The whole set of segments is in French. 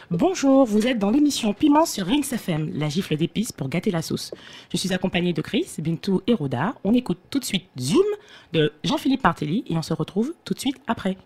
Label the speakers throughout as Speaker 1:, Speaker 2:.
Speaker 1: Bonjour, vous êtes dans l'émission Piment sur Rings FM, la gifle d'épices pour gâter la sauce. Je suis accompagnée de Chris, Bintou et Roda. On écoute tout de suite Zoom de Jean-Philippe Martelly et on se retrouve tout de suite après.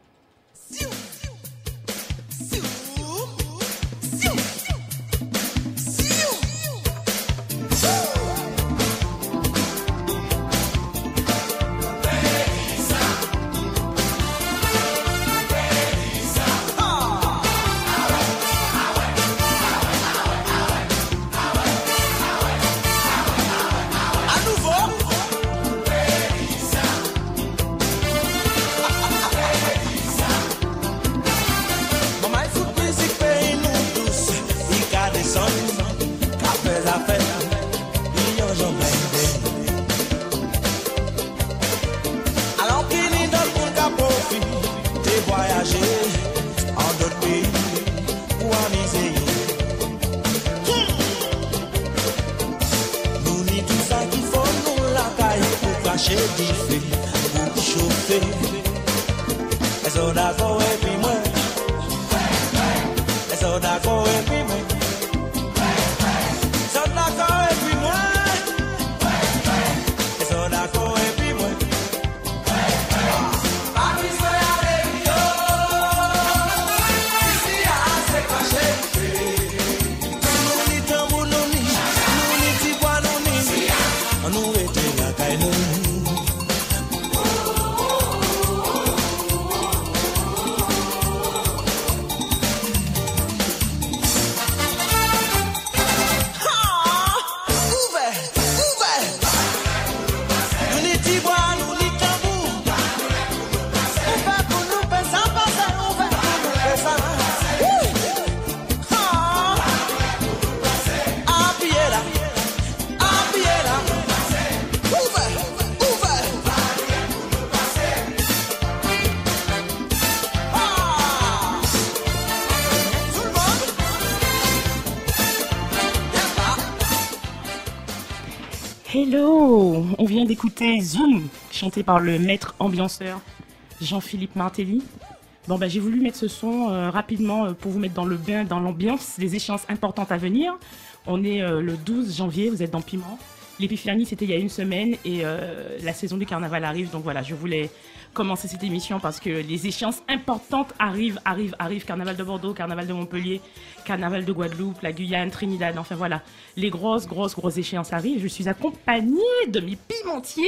Speaker 1: Hello, on vient d'écouter Zoom, chanté par le maître ambianceur Jean-Philippe Martelly. Bon, j'ai voulu mettre ce son rapidement pour vous mettre dans le bain, dans l'ambiance, des échéances importantes à venir. On est le 12 janvier, vous êtes dans Piment. L'épiphanie, c'était il y a une semaine et la saison du carnaval arrive. Donc voilà, je voulais commencer cette émission parce que les échéances importantes arrivent. Carnaval de Bordeaux, carnaval de Montpellier, carnaval de Guadeloupe, la Guyane, Trinidad. Enfin voilà, les grosses échéances arrivent. Je suis accompagnée de mes pimentiers.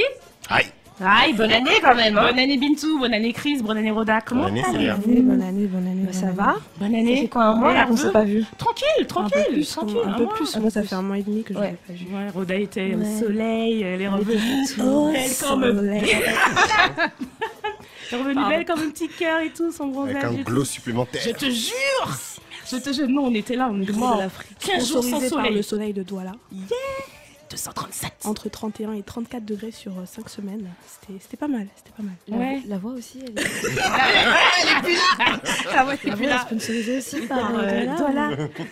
Speaker 1: Aïe, bonne année quand même. Bonne année Bintou, bonne année Chris, bonne année Roda. Comment allez-vous?
Speaker 2: Bonne année.
Speaker 1: Ça va? Bonne année.
Speaker 2: C'est quoi un mois là qu'on s'est pas vu?
Speaker 1: Tranquille.
Speaker 2: Un peu plus. Moi, ça fait un mois et demi que je l'ai pas vu.
Speaker 1: Ouais, Roda était au soleil, elle est revenue belle comme un petit cœur et tout, son bronzage.
Speaker 3: Avec un glow supplémentaire.
Speaker 1: Je te jure. Nous, on était là, on est mort. 15 jours sans soleil.
Speaker 2: Par le soleil de Douala.
Speaker 1: Yeah. 237.
Speaker 2: Entre 31 et 34 degrés sur 5 semaines. C'était pas mal.
Speaker 1: Ouais.
Speaker 4: La voix aussi, elle est...
Speaker 1: La voix
Speaker 4: est sponsorisée aussi par
Speaker 1: Douala.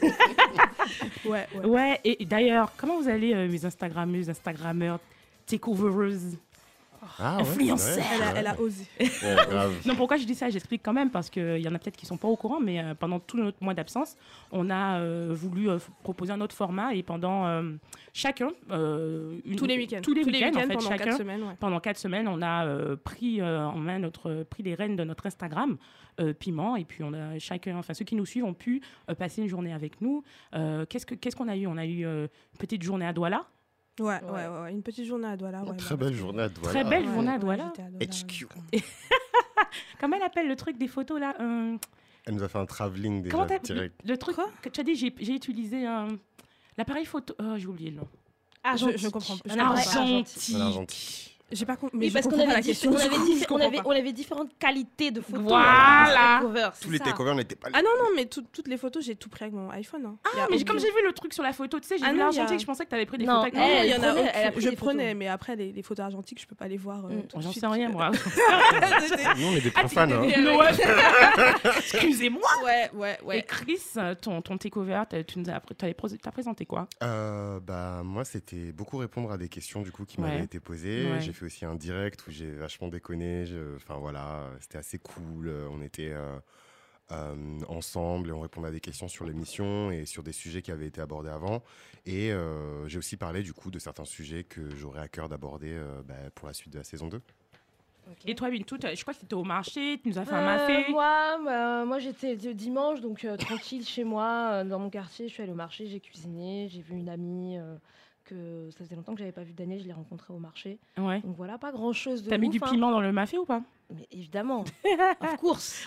Speaker 2: Ouais.
Speaker 1: Et d'ailleurs, comment vous allez, mes Instagrammeuses, Instagrammeurs, takeovereuses? Influenceur.
Speaker 2: Elle a osé.
Speaker 3: Ouais, grave.
Speaker 1: Non, pourquoi je dis ça? J'explique quand même parce qu'il y en a peut-être qui ne sont pas au courant, mais pendant tout notre mois d'absence, on a voulu proposer un autre format et pendant chacun...
Speaker 2: tous les week-ends
Speaker 1: en fait,
Speaker 2: pendant
Speaker 1: chacun,
Speaker 2: 4 semaines. Ouais.
Speaker 1: Pendant 4 semaines, on a pris en main pris les rênes de notre Instagram, Piment, et puis on a chacun, ceux qui nous suivent ont pu passer une journée avec nous. Qu'est-ce qu'on a eu? On a eu une petite journée à Douala.
Speaker 2: Ouais, une petite journée à Douala.
Speaker 3: Très belle journée à Douala.
Speaker 1: Très belle journée à Douala.
Speaker 3: HQ.
Speaker 1: Comment elle appelle le truc des photos là?
Speaker 3: Elle nous a fait un travelling déjà direct.
Speaker 1: Le truc que tu as dit, j'ai utilisé l'appareil photo. Oh, j'ai oublié le nom.
Speaker 2: Je comprends.
Speaker 1: Argentique.
Speaker 2: J'ai pas compris.
Speaker 4: Oui, parce qu'on avait, on avait différentes qualités de photos.
Speaker 1: Voilà.
Speaker 3: Tous les takeovers n'étaient pas là.
Speaker 2: Ah non, mais toutes les photos, j'ai tout pris avec mon iPhone. Hein.
Speaker 1: Mais comme j'ai vu le truc sur la photo, tu sais, j'ai vu l'argentique, je pensais que tu avais pris des photos avec moi.
Speaker 2: Il y en a. Je prenais, mais après, les photos argentiques, je peux pas les voir.
Speaker 1: J'en sais rien, moi.
Speaker 3: Nous, on est des profanes.
Speaker 1: Excusez-moi.
Speaker 2: Ouais.
Speaker 1: Et Chris, ton takeover, t'as présenté quoi?
Speaker 3: Moi, c'était beaucoup répondre à des questions du coup qui m'avaient été posées.
Speaker 1: Ouais.
Speaker 3: J'ai fait aussi un direct où j'ai vachement déconné. Enfin voilà, c'était assez cool. On était ensemble et on répondait à des questions sur l'émission et sur des sujets qui avaient été abordés avant. Et j'ai aussi parlé du coup de certains sujets que j'aurais à cœur d'aborder pour la suite de la saison 2.
Speaker 1: Okay. Et toi, Bintou, je crois que tu étais au marché, tu nous as fait un mafé.
Speaker 4: Moi j'étais dimanche, donc tranquille chez moi, dans mon quartier. Je suis allée au marché, j'ai cuisiné, j'ai vu une amie que ça faisait longtemps que j'avais pas vu Daniel, je l'ai rencontrée au marché.
Speaker 1: Ouais.
Speaker 4: Donc voilà, pas grand-chose de
Speaker 1: T'as mis du piment dans le mafé ou pas?
Speaker 4: Mais évidemment, of course.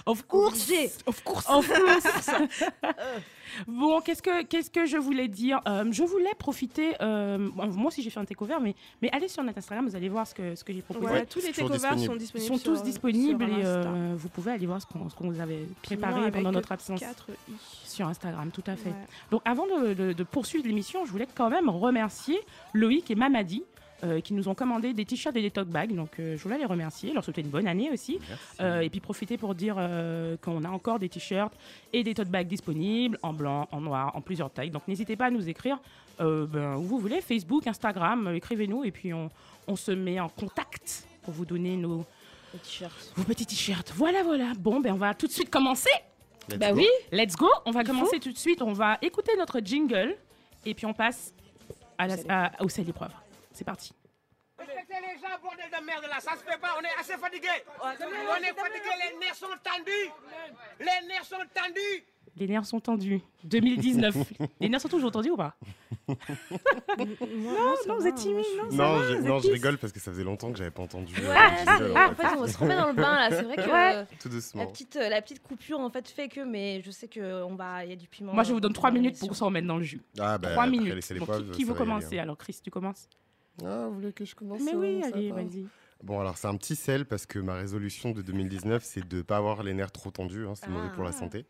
Speaker 1: Bon, qu'est-ce que je voulais dire? Je voulais profiter, moi aussi j'ai fait un takeover, mais allez sur notre Instagram, vous allez voir ce que j'ai proposé.
Speaker 2: Ouais, tous les takeovers sont disponibles.
Speaker 1: Ils sont tous disponibles et vous pouvez aller voir ce qu'on vous avait préparé pendant notre absence
Speaker 2: 4i.
Speaker 1: sur Instagram, tout à fait.
Speaker 2: Ouais.
Speaker 1: Donc avant de poursuivre l'émission, je voulais quand même remercier Loïc et Mamadi, qui nous ont commandé des t-shirts et des tote bags. Donc, je voulais les remercier, leur souhaiter une bonne année aussi. Et puis profiter pour dire qu'on a encore des t-shirts et des tote bags disponibles en blanc, en noir, en plusieurs tailles. Donc, n'hésitez pas à nous écrire où vous voulez, Facebook, Instagram, écrivez-nous et puis on se met en contact pour vous donner vos petits t-shirts. Voilà. Bon, on va tout de suite commencer.
Speaker 4: Oui.
Speaker 1: Let's go. On va commencer tout de suite. On va écouter notre jingle et puis on passe au sel d'épreuve. C'est parti.
Speaker 5: Respectez les gens, bordel de merde là, ça se fait pas, on est assez fatigué. On est fatigué, les nerfs sont tendus. Les nerfs sont tendus.
Speaker 1: Les nerfs sont tendus. 2019. Les nerfs sont toujours tendus ou pas? Non, vous êtes timide.
Speaker 3: Non, je rigole parce que ça faisait longtemps que j'avais pas entendu.
Speaker 4: En fait, on va se remettre dans le bain là. C'est vrai que
Speaker 3: tout doucement.
Speaker 4: La petite coupure en fait fait que, mais je sais que il y a du piment.
Speaker 1: Moi, je vous donne 3 minutes pour s'en remettre dans le jus. 3 minutes.
Speaker 3: Bon,
Speaker 1: qui veut commencer? Alors, Chris, tu commences?
Speaker 3: Ah, vous voulez que je commence?
Speaker 1: Mais oui, allez, vas-y.
Speaker 3: Bon, alors c'est un petit sel parce que ma résolution de 2019, c'est de ne pas avoir les nerfs trop tendus. C'est mauvais pour la santé.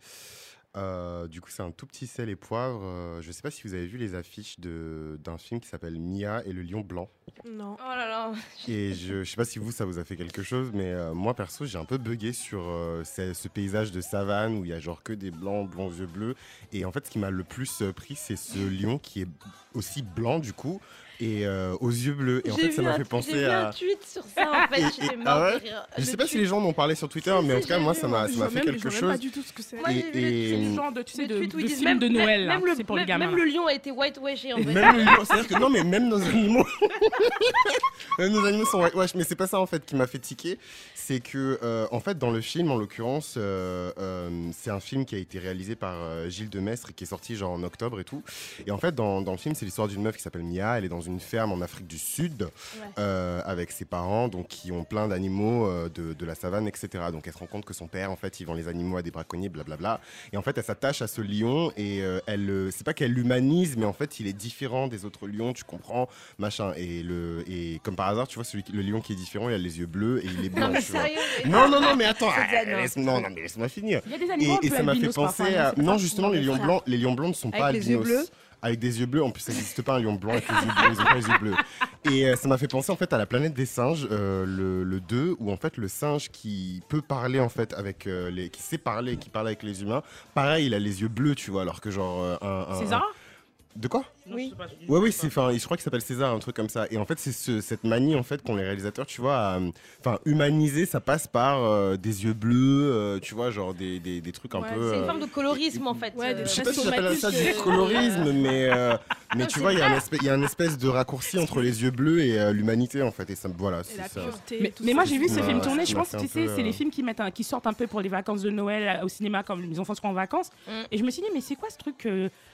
Speaker 3: Du coup, c'est un tout petit sel et poivre. Je ne sais pas si vous avez vu les affiches d'un film qui s'appelle Mia et le lion blanc.
Speaker 2: Non.
Speaker 4: Oh là là.
Speaker 3: Et je ne sais pas si ça vous a fait quelque chose, mais moi, perso, j'ai un peu bugué sur ce paysage de savane où il y a genre que des blonds yeux bleus. Et en fait, ce qui m'a le plus pris, c'est ce lion qui est aussi blanc, du coup, et aux yeux bleus. Et en fait, ça m'a fait penser
Speaker 4: J'ai vu un tweet sur ça, en fait.
Speaker 3: Je sais pas si les gens m'ont parlé sur Twitter, mais en tout cas, moi, ça m'a fait quelque chose.
Speaker 2: Je sais pas du tout ce que c'est.
Speaker 1: C'est le genre de film de Noël, là. C'est pour les gamins.
Speaker 4: Même le lion a été whitewashé, en fait.
Speaker 3: Même le lion, c'est-à-dire que non, mais même nos animaux... Même nos animaux sont whitewash, mais c'est pas ça, en fait, qui m'a fait tiquer. C'est que, en fait, dans le film, en l'occurrence, c'est un film qui a été réalisé par Gilles Demestre et qui est sorti genre en octobre et tout. Et en fait, dans le film, c'est l'histoire d'une meuf qui s'appelle Mia. Elle est dans une ferme en Afrique du Sud avec ses parents, donc qui ont plein d'animaux de la savane, etc. Donc elle se rend compte que son père, en fait, il vend les animaux à des braconniers, blablabla. Et en fait, elle s'attache à ce lion et c'est pas qu'elle l'humanise, mais en fait, il est différent des autres lions, tu comprends, machin. Et comme par hasard, tu vois, le lion qui est différent, il a les yeux bleus et il est blanc. Non, mais attends, mais laisse-moi finir.
Speaker 1: Il y a des animaux
Speaker 3: et ça m'a fait penser à... Non, justement, les lions blancs ne sont pas albinos. Avec des yeux bleus, en plus ça n'existe pas un lion blanc avec les yeux bleus, ils n'ont pas les yeux bleus. Et ça m'a fait penser en fait à la planète des singes, le 2, où en fait le singe qui peut parler en fait avec qui sait parler, qui parle avec les humains, pareil il a les yeux bleus, tu vois, alors que genre
Speaker 1: César.
Speaker 3: De quoi?
Speaker 2: Oui.
Speaker 3: Oui, je crois qu'il s'appelle César, un truc comme ça. Et en fait, c'est cette manie en fait qu'ont les réalisateurs, tu vois, humaniser, ça passe par des yeux bleus, tu vois, genre des trucs un peu.
Speaker 4: C'est une forme de colorisme en fait.
Speaker 3: Je sais pas si j'appelle ça du colorisme, mais tu vois, il y a un espèce de raccourci entre les yeux bleus et l'humanité en fait. Et ça, voilà.
Speaker 2: Et la
Speaker 3: ça.
Speaker 2: pureté.
Speaker 1: Mais moi j'ai vu ce film tourner.
Speaker 3: ça
Speaker 1: Je
Speaker 3: m'a
Speaker 1: pense
Speaker 3: fait
Speaker 1: que
Speaker 3: un peu,
Speaker 1: c'est les films qui sortent un peu pour les vacances de Noël au cinéma, comme les enfants seront en vacances. Et je me suis dit mais c'est quoi ce truc?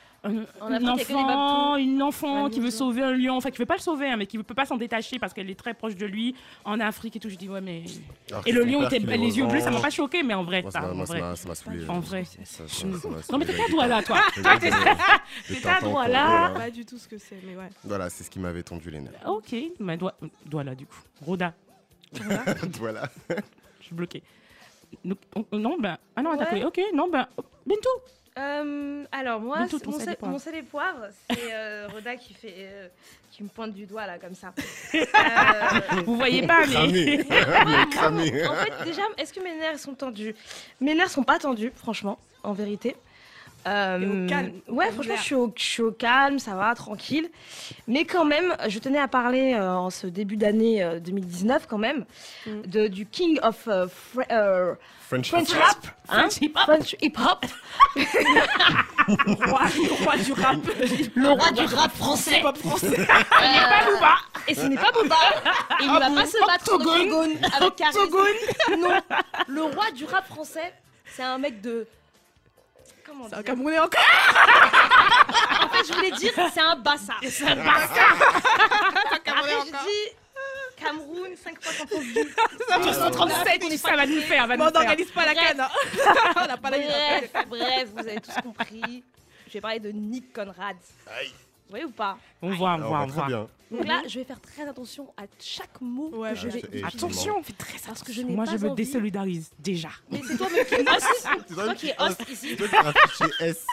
Speaker 1: Une enfant qui veut sauver un lion, enfin qui veut pas le sauver, hein, mais qui peut pas s'en détacher parce qu'elle est très proche de lui en Afrique et tout. Je dis ouais mais et le lion était les yeux bleus, ça m'a pas choqué, mais en vrai
Speaker 3: ça m'a saoulé.
Speaker 1: En vrai.
Speaker 3: Non
Speaker 1: mais t'es pas droit là, toi. T'es pas droit là.
Speaker 2: Pas du tout ce que c'est, mais ouais.
Speaker 3: Voilà, c'est ce qui m'avait tendu les nerfs.
Speaker 1: Ok, mais doigt là du coup. Roda.
Speaker 3: Voilà.
Speaker 1: Je suis bloquée. Non ah non t'as collé. Ok non Bintou.
Speaker 4: Alors moi, mon sel et poivre, c'est Roda qui me pointe du doigt là comme ça.
Speaker 1: Vous voyez pas mais.
Speaker 4: En fait, déjà, est-ce que mes nerfs sont tendus? Mes nerfs sont pas tendus, franchement, en vérité.
Speaker 2: au calme,
Speaker 4: Ouais,
Speaker 2: au
Speaker 4: franchement,
Speaker 2: clair.
Speaker 4: je suis au calme, ça va, tranquille. Mais quand même, je tenais à parler en ce début d'année 2019 quand même du King of
Speaker 3: French
Speaker 4: French
Speaker 3: Hip-Hop.
Speaker 4: Rap, hein,
Speaker 1: French hip-hop.
Speaker 4: French hip-hop,
Speaker 2: Le roi du rap.
Speaker 4: le roi du rap français.
Speaker 2: Pop français.
Speaker 4: Et ce n'est pas Booba. Et il ne va pas se battre dans l'octogone avec Karis. Non, le roi du rap français, c'est un mec de... Comment
Speaker 2: C'est un
Speaker 4: dire
Speaker 2: Camerounais encore.
Speaker 4: En fait, je voulais dire, c'est un bâtard.
Speaker 2: C'est un bâtard.
Speaker 4: Après, je dis Cameroun, 5 fois confondu.
Speaker 2: 237,
Speaker 1: Ça va nous faire, va nous
Speaker 2: on
Speaker 1: faire.
Speaker 2: n'organise pas la
Speaker 4: Bref.
Speaker 2: canne. hein. On n'a pas la
Speaker 4: Bref, vous avez tous compris. Je vais parler de Nick Conrad.
Speaker 3: Aïe.
Speaker 4: Vous voyez ou pas?
Speaker 1: On voit, on
Speaker 3: Alors,
Speaker 1: voit, on
Speaker 3: très
Speaker 1: voit.
Speaker 3: bien.
Speaker 4: Donc là, je vais faire très attention à chaque mot
Speaker 2: Ouais,
Speaker 4: que je vais
Speaker 3: et
Speaker 4: utiliser.
Speaker 1: Attention, fais très
Speaker 4: Parce que je n'ai
Speaker 1: Moi,
Speaker 4: pas
Speaker 1: je me
Speaker 4: envie.
Speaker 1: désolidarise déjà.
Speaker 4: Mais c'est toi même qui es host.
Speaker 3: C'est
Speaker 4: Toi qui es host ici.
Speaker 3: C'est toi qui as affiché S.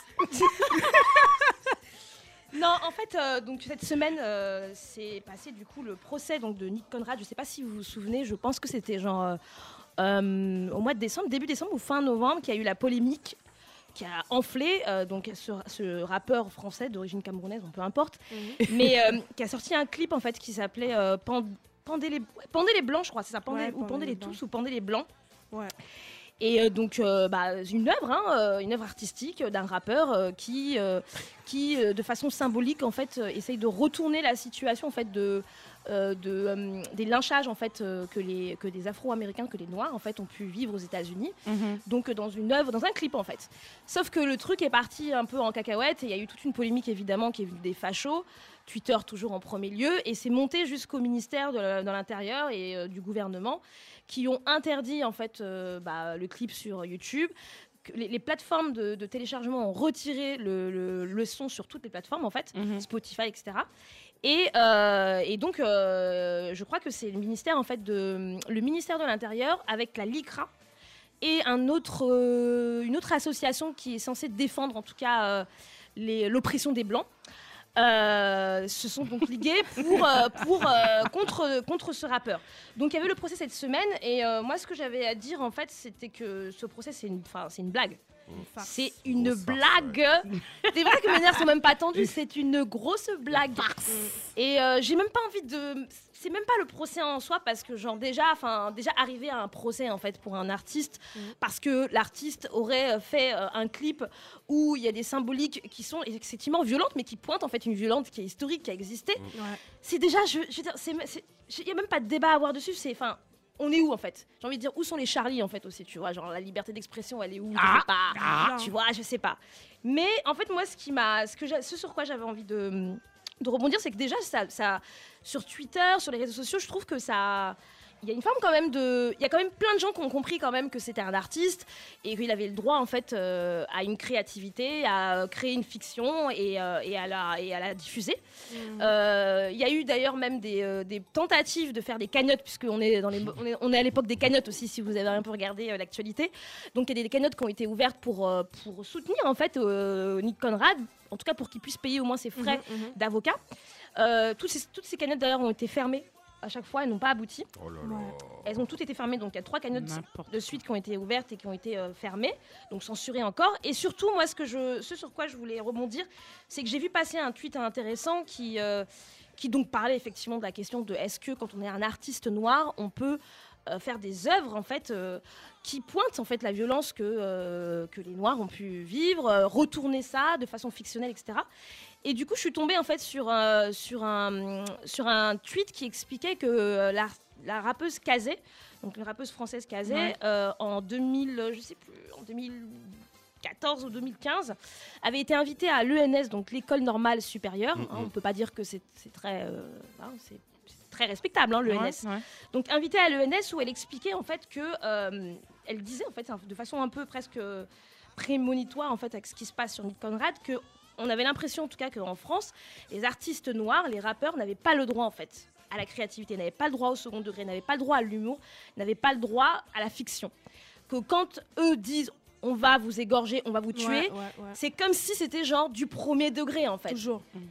Speaker 4: Non, en fait, donc cette semaine, c'est passé du coup le procès donc, de Nick Conrad. Je sais pas si vous vous souvenez, je pense que c'était genre au mois de décembre, début décembre ou fin novembre, qu'il y a eu la polémique qui a enflé donc ce rappeur français d'origine camerounaise, peu importe, mais qui a sorti un clip en fait qui s'appelait Pendez les blancs, je crois, c'est ça,
Speaker 2: Ouais,
Speaker 4: ou Pendez les
Speaker 2: blancs.
Speaker 4: tous ou Pendez les blancs.
Speaker 2: Ouais.
Speaker 4: Et donc, une œuvre artistique d'un rappeur qui, de façon symbolique, en fait, essaye de retourner la situation, en fait, des lynchages, en fait, que des Afro-Américains, que les Noirs, en fait, ont pu vivre aux États-Unis. Donc, dans une œuvre, dans un clip, en fait. Sauf que le truc est parti un peu en cacahuète et il y a eu toute une polémique, évidemment, qui est venue des fachos. Twitter toujours en premier lieu, et c'est monté jusqu'au ministère de l'Intérieur et du gouvernement, qui ont interdit en fait le clip sur YouTube. Les plateformes de téléchargement ont retiré le son sur toutes les plateformes en fait, Spotify, etc. Et donc, je crois que c'est le ministère en fait le ministère de l'Intérieur avec la LICRA et une autre association qui est censée défendre en tout cas l'oppression des Blancs. Se sont donc ligués contre ce rappeur. Donc il y avait le procès cette semaine et moi ce que j'avais à dire en fait c'était que ce procès c'est une blague. C'est une
Speaker 3: Grosse farce,
Speaker 4: blague. C'est vrai que mes nerfs sont même pas tendus. C'est une grosse blague. Et j'ai même pas envie de. C'est même pas le procès en soi parce que genre déjà arriver à un procès en fait pour un artiste parce que l'artiste aurait fait un clip où il y a des symboliques qui sont effectivement violentes mais qui pointent en fait une violence qui est historique, qui a existé. C'est déjà, je veux dire, il y a même pas de débat à avoir dessus. On est où en fait? J'ai envie de dire où sont les Charlie en fait aussi, tu vois, genre la liberté d'expression elle est où? Je sais pas. Tu vois, je sais pas. Mais en fait moi ce sur quoi j'avais envie de rebondir, c'est que déjà ça sur Twitter, sur les réseaux sociaux, je trouve que ça il y a une forme quand même il y a quand même plein de gens qui ont compris quand même que c'était un artiste et qu'il avait le droit en fait à une créativité, à créer une fiction et à la diffuser. Il y a eu d'ailleurs même des tentatives de faire des cagnottes puisqu'on est on est à l'époque des cagnottes aussi si vous avez un peu regardé l'actualité. Donc il y a des cagnottes qui ont été ouvertes pour soutenir en fait Nick Conrad, en tout cas pour qu'il puisse payer au moins ses frais d'avocat. Toutes ces cagnottes d'ailleurs ont été fermées. À chaque fois, elles n'ont pas abouti.
Speaker 3: Oh là là.
Speaker 4: Elles ont toutes été fermées, donc il y a 3 cagnottes
Speaker 1: N'importe
Speaker 4: de suite qui ont été ouvertes et qui ont été fermées, donc censurées encore. Et surtout, moi, ce sur quoi je voulais rebondir, c'est que j'ai vu passer un tweet intéressant qui donc parlait effectivement de la question de est-ce que quand on est un artiste noir, on peut faire des œuvres en fait qui pointent en fait la violence que les Noirs ont pu vivre, retourner ça de façon fictionnelle, etc. Et du coup, je suis tombée en fait sur un tweet qui expliquait que la rappeuse Kazé, donc une rappeuse française Kazé, en 2014 ou 2015, avait été invitée à l'ENS, donc l'école normale supérieure. On ne peut pas dire que c'est très respectable, hein, l'ENS.
Speaker 1: Ouais.
Speaker 4: Donc invitée à l'ENS où elle expliquait en fait que elle disait en fait de façon un peu presque prémonitoire en fait avec ce qui se passe sur Nick Conrad que on avait l'impression en tout cas qu'en France les artistes noirs, les rappeurs n'avaient pas le droit en fait à la créativité, n'avaient pas le droit au second degré, n'avaient pas le droit à l'humour, n'avaient pas le droit à la fiction. Que quand eux disent on va vous égorger, on va vous tuer, c'est comme si c'était genre du premier degré en fait.
Speaker 2: Toujours.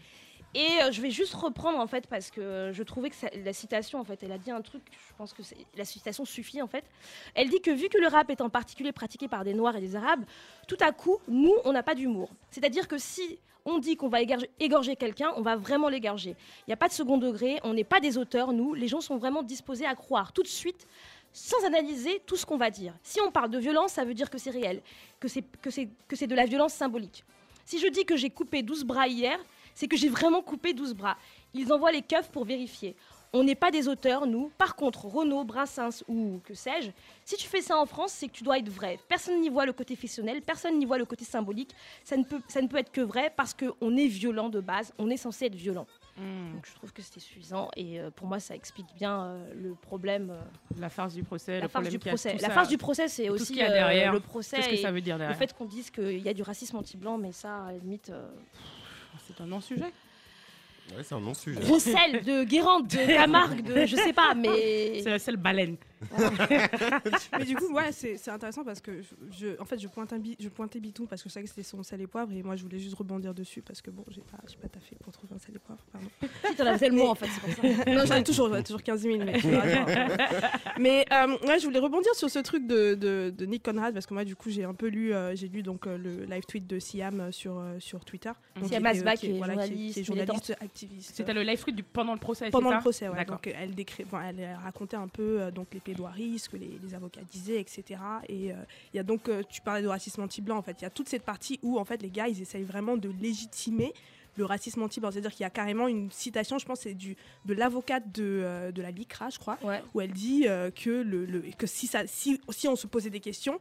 Speaker 4: Et je vais juste reprendre en fait parce que je trouvais que la citation en fait, elle a dit un truc, je pense que la citation suffit en fait. Elle dit que vu que le rap est en particulier pratiqué par des Noirs et des Arabes, tout à coup, nous, on n'a pas d'humour. C'est-à-dire que si on dit qu'on va égorger quelqu'un, on va vraiment l'égorger. Il n'y a pas de second degré, on n'est pas des auteurs, nous. Les gens sont vraiment disposés à croire tout de suite, sans analyser tout ce qu'on va dire. Si on parle de violence, ça veut dire que c'est réel, que c'est de la violence symbolique. Si je dis que j'ai coupé 12 bras hier, c'est que j'ai vraiment coupé 12 bras. Ils envoient les keufs pour vérifier. On n'est pas des auteurs, nous. Par contre, Renaud, Brassens ou que sais-je, si tu fais ça en France, c'est que tu dois être vrai. Personne n'y voit le côté fictionnel, personne n'y voit le côté symbolique. Ça ne peut être que vrai parce qu'on est violent de base, on est censé être violent. Donc je trouve que c'était suffisant et pour moi ça explique bien le problème.
Speaker 1: La farce du procès,
Speaker 4: La farce du procès, c'est aussi
Speaker 1: derrière.
Speaker 4: Le procès.
Speaker 1: Qu'est-ce que ça veut dire derrière?
Speaker 4: Le fait qu'on dise qu'il y a du racisme anti-blanc, mais ça, à la limite.
Speaker 1: C'est un non-sujet.
Speaker 3: Ouais, c'est un non-sujet.
Speaker 4: Rossel, de Guérande, de Camargue, de je sais pas, mais.
Speaker 1: C'est la seule baleine.
Speaker 2: Mais du coup, ouais, c'est intéressant parce que en fait, je pointais Bitou parce que je savais que c'était son sel et poivre et moi je voulais juste rebondir dessus parce que bon, j'ai pas taffé pour trouver un sel et poivre, pardon.
Speaker 4: Si, t'en as tellement en fait, c'est pour ça.
Speaker 2: Non, j'en ai toujours 15 000. Mais ouais, je voulais rebondir sur ce truc de Nick Conrad parce que moi, du coup, j'ai un peu lu, donc le live tweet de Siam sur Twitter.
Speaker 4: Siam Asbach, qui est journaliste,
Speaker 2: activiste.
Speaker 1: C'était le live tweet pendant le procès.
Speaker 2: Pendant le procès, ouais.
Speaker 1: D'accord.
Speaker 2: Donc elle racontait un peu donc les plaidoiries, ce que les avocats disaient, etc. Et il y a donc, tu parlais de racisme anti-blanc, en fait, il y a toute cette partie où en fait les gars ils essayent vraiment de légitimer le racisme anti-blanc, c'est-à-dire qu'il y a carrément une citation, je pense c'est de l'avocate de la LICRA, je crois,
Speaker 4: ouais.
Speaker 2: où elle dit que si on se posait des questions,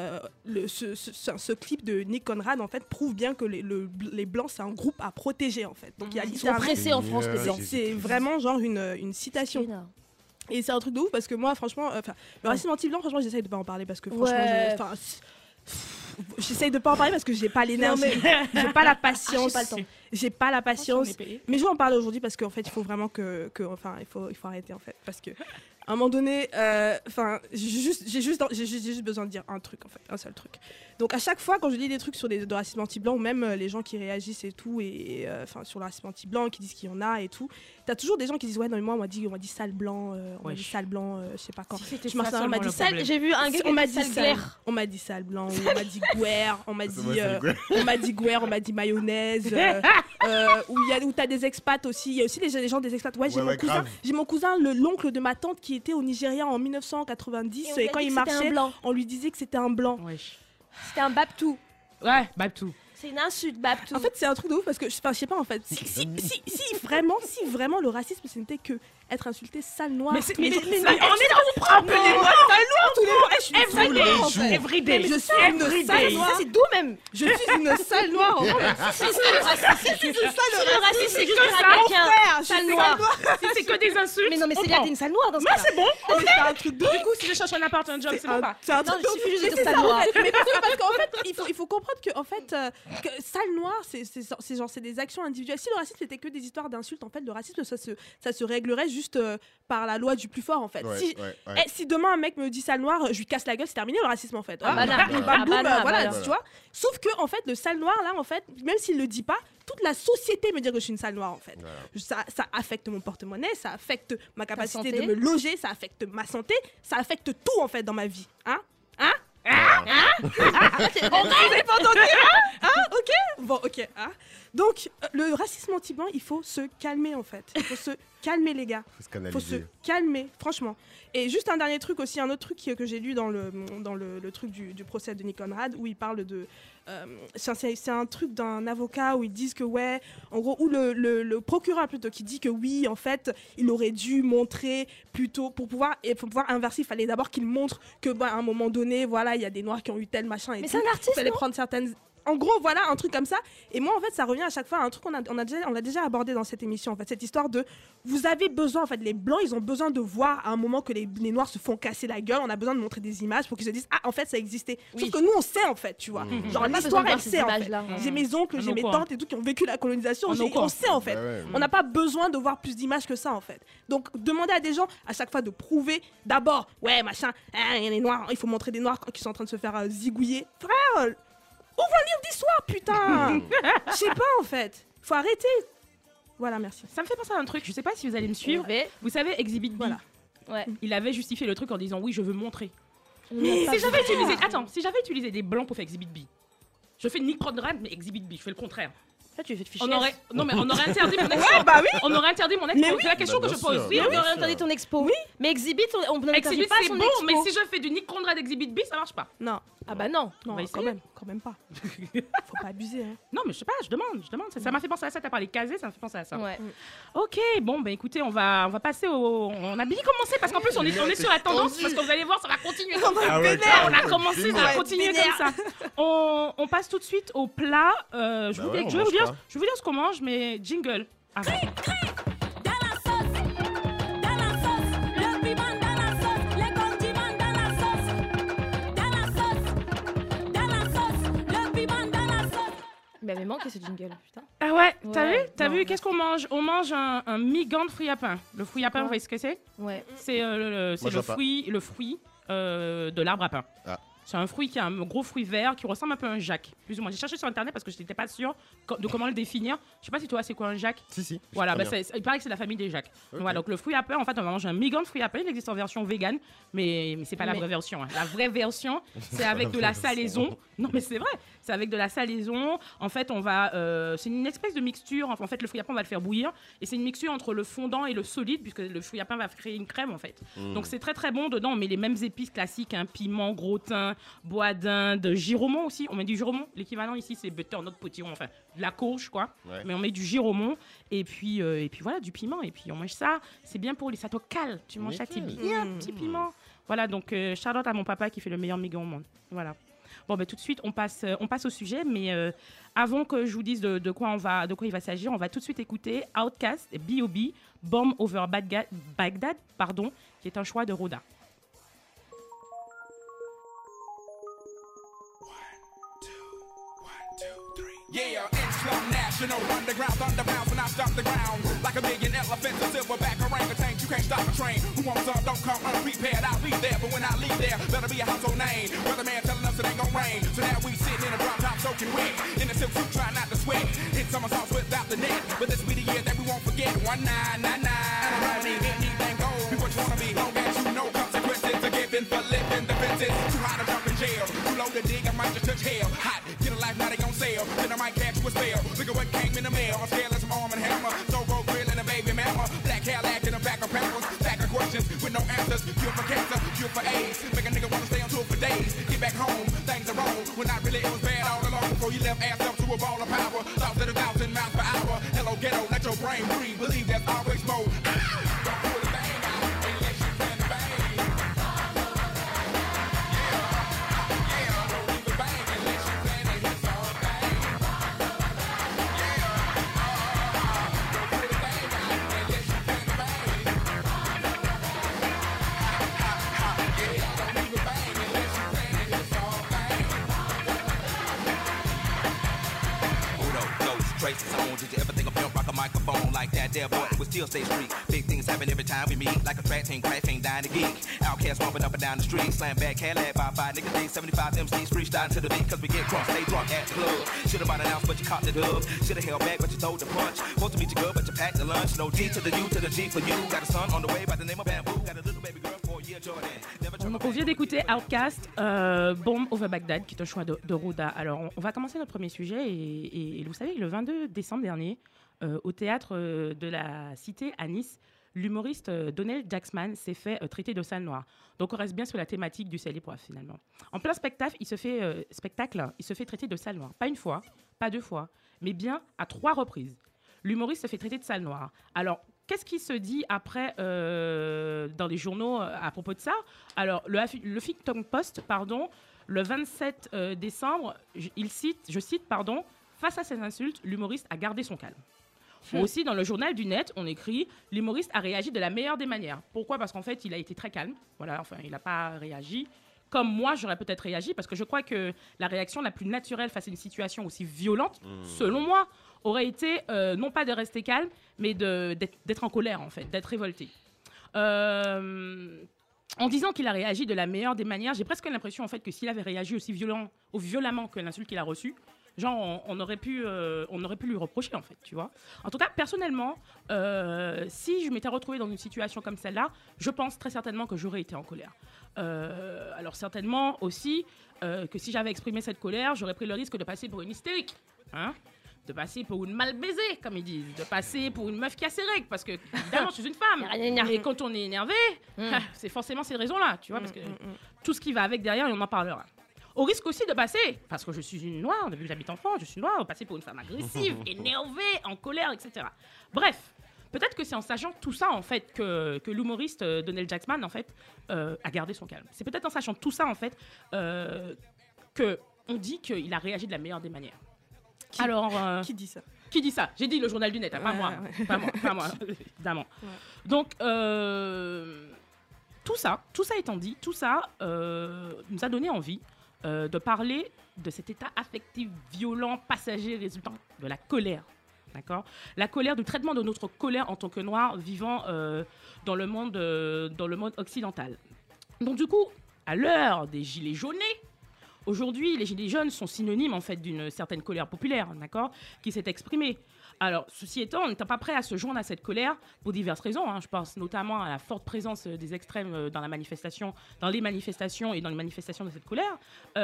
Speaker 2: ce clip de Nick Conrad en fait prouve bien que les blancs c'est un groupe à protéger en fait. Donc
Speaker 4: ils sont oppressés en France.
Speaker 2: C'est vraiment genre une citation. Et c'est un truc de ouf parce que moi franchement, le racisme anti-blanc, franchement j'essaye de pas en parler parce que franchement, j'essaye de pas en parler parce que j'ai pas l'énergie, j'ai pas la patience, j'ai pas la patience. Mais je vais en parler aujourd'hui parce qu'en fait il faut vraiment il faut arrêter en fait parce que à un moment donné, j'ai juste besoin de dire un truc en fait, un seul truc. Donc à chaque fois quand je lis des trucs sur le racisme anti-blanc ou même les gens qui réagissent et tout et sur le racisme anti-blanc qui disent qu'il y en a et tout, t'as toujours des gens qui disent ouais non mais moi on m'a dit sale blanc, on m'a dit sale blanc, je sais pas quand.
Speaker 4: On m'a dit sale, j'ai vu un gars qui m'a dit sale.
Speaker 2: On m'a dit sale blanc, on m'a dit guerre, on m'a dit guerre, on m'a dit mayonnaise, où t'as des expats aussi, il y a aussi les gens des expats. Ouais, j'ai mon cousin, l'oncle de ma tante qui était au Nigeria en 1990 et quand il marchait, on lui disait que c'était un blanc.
Speaker 1: Wesh.
Speaker 4: C'était un Babtou.
Speaker 1: Ouais, Babtou.
Speaker 4: C'est une insulte, Babtou.
Speaker 2: En fait, c'est un truc de ouf parce que je sais pas en fait. Si vraiment le racisme c'était que être insulté sale noir.
Speaker 1: Mais on est là, on prend appelez-moi sale noir tous les jours. Everyday.
Speaker 2: Je suis une sale noire.
Speaker 4: C'est doux même.
Speaker 2: Je suis une sale noire.
Speaker 4: Le racisme, c'est juste un sale noir.
Speaker 1: Si c'est que des insultes.
Speaker 4: Mais non, mais c'est là, t'es une sale noire dans ce cas.
Speaker 1: C'est bon.
Speaker 2: C'est un truc de
Speaker 1: Du coup, si je cherche un appart, un job, c'est bon pas.
Speaker 2: C'est un truc de ouf.
Speaker 4: Il suffit juste de dire sale noir.
Speaker 2: Mais parce qu'en fait, il faut comprendre que en fait, sale noir, c'est des actions individuelles. Si le racisme c'était que des histoires d'insultes, en fait, le racisme ça se réglerait juste par la loi du plus fort, en fait. Si demain un mec me dit sale noir, je lui casse la gueule, c'est terminé le racisme, en fait. Voilà, tu vois. Sauf que en fait, le sale noir là, en fait, même s'il le dit pas, toute la société me dit que je suis une sale noire, en fait. Voilà. Ça affecte mon porte-monnaie, ça affecte ma capacité de me loger, ça affecte ma santé, ça affecte tout en fait dans ma vie. Ok. Bon, ok. Donc, le racisme anti-blanc, il faut se calmer en fait. Il faut se calmer, les gars. Il faut se calmer, franchement. Et juste un dernier truc aussi, un autre truc que j'ai lu dans le truc du procès de Nick Conrad, où il parle de... c'est un truc d'un avocat où ils disent que ouais, en gros, ou le procureur plutôt, qui dit que oui, en fait, il aurait dû montrer plutôt, pour pouvoir inverser, il fallait d'abord qu'il montre que à un moment donné, voilà, il y a des noirs qui ont eu tel machin et
Speaker 4: mais
Speaker 2: tout.
Speaker 4: c'est un artiste,
Speaker 2: il fallait prendre certaines... En gros, voilà, un truc comme ça. Et moi, en fait, ça revient à chaque fois à un truc qu'on a déjà abordé dans cette émission, en fait. Cette histoire de... Vous avez besoin, en fait, les Blancs, ils ont besoin de voir à un moment que les Noirs se font casser la gueule. On a besoin de montrer des images pour qu'ils se disent « Ah, en fait, ça existait. Oui. » Sauf que nous, on sait, en fait, tu vois. Genre, l'histoire, elle sait, en fait. J'ai mes oncles, j'ai mes tantes et tout qui ont vécu la colonisation. On sait, en fait. On n'a pas besoin de voir plus d'images que ça, en fait. Donc, demandez à des gens, à chaque fois, de prouver d'abord, ouais, machin, il y a des Noirs, il faut montrer des Noirs qui sont en train de se faire zigouiller. Frère, ouvre un livre d'histoire, putain. Je sais pas, en fait. Faut arrêter. Voilà, merci.
Speaker 1: Ça me fait penser à un truc, je sais pas si vous allez me suivre. Vous savez, Exhibit B, il avait justifié le truc en disant oui, je veux montrer. Si j'avais utilisé des blancs pour faire Exhibit B, je fais Nick Conrad, mais Exhibit B, je fais le contraire.
Speaker 4: Là, tu fais de fichier.
Speaker 1: On aurait interdit mon expo.
Speaker 2: bah oui.
Speaker 1: On aurait interdit mon expo. C'est la question que je pose.
Speaker 4: Oui, on aurait interdit ton expo. Oui. Mais Exhibit, on n'interdit pas son
Speaker 1: bon,
Speaker 4: expo.
Speaker 1: mais si je fais du Nick Conrad Exhibit B, ça marche pas.
Speaker 2: Non.
Speaker 4: Ah bah non.
Speaker 2: Non, quand même pas. Faut pas abuser. Hein.
Speaker 1: Non, mais je sais pas, je demande. Ça m'a fait penser à ça. T'as parlé casé, ça m'a fait penser à ça.
Speaker 4: Ouais.
Speaker 1: Ok, bon, bah écoutez, on va passer au. On a bien commencé parce qu'en plus, on est sur la tendance. Parce que vous allez voir, ça va continuer comme ça. On a commencé, ça va continuer comme ça. On passe tout de suite au plat. Je vais vous dire ce qu'on mange, mais jingle.
Speaker 4: Mais elle manqué ce jingle, putain.
Speaker 1: Ah ouais, t'as vu qu'est-ce qu'on mange? On mange un migan de fruits à pain. Le fruit à pain, vous voyez ce que c'est?
Speaker 4: Ouais.
Speaker 1: C'est le fruit de l'arbre à pain. Ah. C'est un fruit qui a un gros fruit vert qui ressemble un peu à un jack. Plus ou moins. J'ai cherché sur internet parce que je n'étais pas sûre de comment le définir. Je sais pas si toi c'est quoi un jack.
Speaker 3: Si.
Speaker 1: Voilà, il paraît que c'est la famille des jacks. Okay. Voilà, donc le fruit à pain, en fait, on va manger un migan de fruit à pain. Il existe en version vegan, mais c'est pas la vraie version. Hein. La vraie version, c'est avec de la salaison. Non, mais c'est vrai. C'est avec de la salaison. En fait, on va. C'est une espèce de mixture. En fait, le fruit à pain, on va le faire bouillir. Et c'est une mixture entre le fondant et le solide, puisque le fruit à pain va créer une crème, en fait. Donc c'est très très bon. Dedans, on met les mêmes épices classiques, hein, piment, gros thym, bois d'Inde, giromon aussi. On met du giromon. L'équivalent ici, c'est butter, notre potiron, enfin, de la courge, quoi. Ouais. Mais on met du giromon. Et puis voilà, du piment. Et puis on mange ça. C'est bien pour les. Ça te cale. Tu manges ça, c'est bien, petit piment. Voilà, donc shout-out à mon papa qui fait le meilleur migan au monde. Voilà. Bon, ben, tout de suite, on passe au sujet, mais avant que je vous dise de quoi il va s'agir, on va tout de suite écouter Outkast, B.O.B., Bomb Over Baghdad, qui est un choix de Roda.
Speaker 6: Yeah, Islam national, underground, thunder bounce when I stop the ground. Like a million elephants, a silverback orangutan, you can't stop a train. Who wants some, don't come unprepared, I'll be there. But when I leave there, better be a household name. Weatherman telling us it ain't gon' rain. So now we sitting in a drop top soaking wet. In a silk suit, trying not to sweat. Hit somersaults without the net. But this be the year that we won't forget. 1999. And I don't need anything gold. Be what you wanna be, long as you know consequences are given for living the fences. Too hot to jump in jail. Too low to dig, I might just touch hell. Hot, get a life, now they gon' sell. Then I might catch you a spell. Look at what came in the mail. I'm scaling some arm and hammer. So go grill and a baby mama. Black Cadillac in the back of pampers. Back of questions with no answers. Cure for cancer, cure for AIDS. Make a nigga wanna stay on tour for days. Get back home, things are wrong. When I really it was bad all along. Before you left ass up to a ball of power. Thoughts at 1,000 miles per hour. Hello ghetto, let your brain breathe. Believe there's always more. Don't pull the bang out unless you plan to bang. Don't leave the bang unless you plan to hit some bang.
Speaker 7: Traces on. Did you ever think of pimp rock a microphone like that? There, boy, we still stay street. Big things happen every time we meet. Like a track team crashing, dying to geek. Outcast bumping up and down the street. Slam back, Cadillac, bye-bye. Niggas need 75 MCs freestyle to the beat. Cause we get drunk, stay drunk at the club. Should've bought an ounce, but you caught the dub. Should've held back, but you throw the punch. Supposed to meet your girl, but you packed the lunch. No D to the U to the G for you. Got a son on the way by the name of Bamboo. Got a little baby girl for a year, Jordan.
Speaker 1: Donc on vient d'écouter Outkast, Bomb Over Baghdad, qui est un choix de Roda. Alors on va commencer notre premier sujet et vous savez, le 22 décembre dernier, au théâtre de la Cité à Nice, l'humoriste Donald Jacksman s'est fait traiter de sale noire. Donc on reste bien sur la thématique du sel et poivre finalement. En plein spectacle, il se fait traiter de sale noire. Pas une fois, pas deux fois, mais bien à 3 reprises. L'humoriste se fait traiter de sale noire. Alors, qu'est-ce qui se dit après dans les journaux à propos de ça? Alors, le Huffington Post, le 27 décembre, je cite, face à ces insultes, l'humoriste a gardé son calme. Aussi, dans le journal du Net, on écrit « L'humoriste a réagi de la meilleure des manières ». Pourquoi? Parce qu'en fait, il a été très calme. Voilà, enfin, il n'a pas réagi. Comme moi, j'aurais peut-être réagi, parce que je crois que la réaction la plus naturelle face à une situation aussi violente, selon moi, aurait été non pas de rester calme, mais d'être en colère, en fait, d'être révolté. En disant qu'il a réagi de la meilleure des manières, j'ai presque l'impression en fait, que s'il avait réagi aussi violemment que l'insulte qu'il a reçue, Genre, on aurait pu lui reprocher, en fait, tu vois. En tout cas, personnellement, si je m'étais retrouvée dans une situation comme celle-là, je pense très certainement que j'aurais été en colère. Alors, certainement aussi que si j'avais exprimé cette colère, j'aurais pris le risque de passer pour une hystérique. Hein, de passer pour une mal baisée, comme ils disent, de passer pour une meuf qui a ses règles, parce que, évidemment, je suis une femme. Et quand on est énervé, c'est forcément ces raisons-là, tu vois, parce que tout ce qui va avec derrière, et on en parlera. Au risque aussi de passer, parce que je suis une noire, depuis que j'habite en France, je suis noire, de passer pour une femme agressive, énervée, en colère, etc. Bref, peut-être que c'est en sachant tout ça, en fait, que l'humoriste Donald Jackman, en fait, a gardé son calme. C'est peut-être en sachant tout ça, en fait, qu'on dit qu'il a réagi de la meilleure des manières.
Speaker 2: Qui dit ça?
Speaker 1: Qui dit ça? J'ai dit le journal du net, pas moi, évidemment. Ouais. Donc, tout ça étant dit, tout ça nous a donné envie de parler de cet état affectif violent, passager, résultant de la colère. D'accord? La colère, du traitement de notre colère en tant que noirs vivant dans le monde occidental. Donc, du coup, à l'heure des gilets jaunés, aujourd'hui, les gilets jaunes sont synonymes en fait d'une certaine colère populaire, d'accord, qui s'est exprimée. Alors, ceci étant, on n'était pas prêt à se joindre à cette colère pour diverses raisons. Hein. Je pense notamment à la forte présence des extrêmes dans les manifestations et dans les manifestations de cette colère.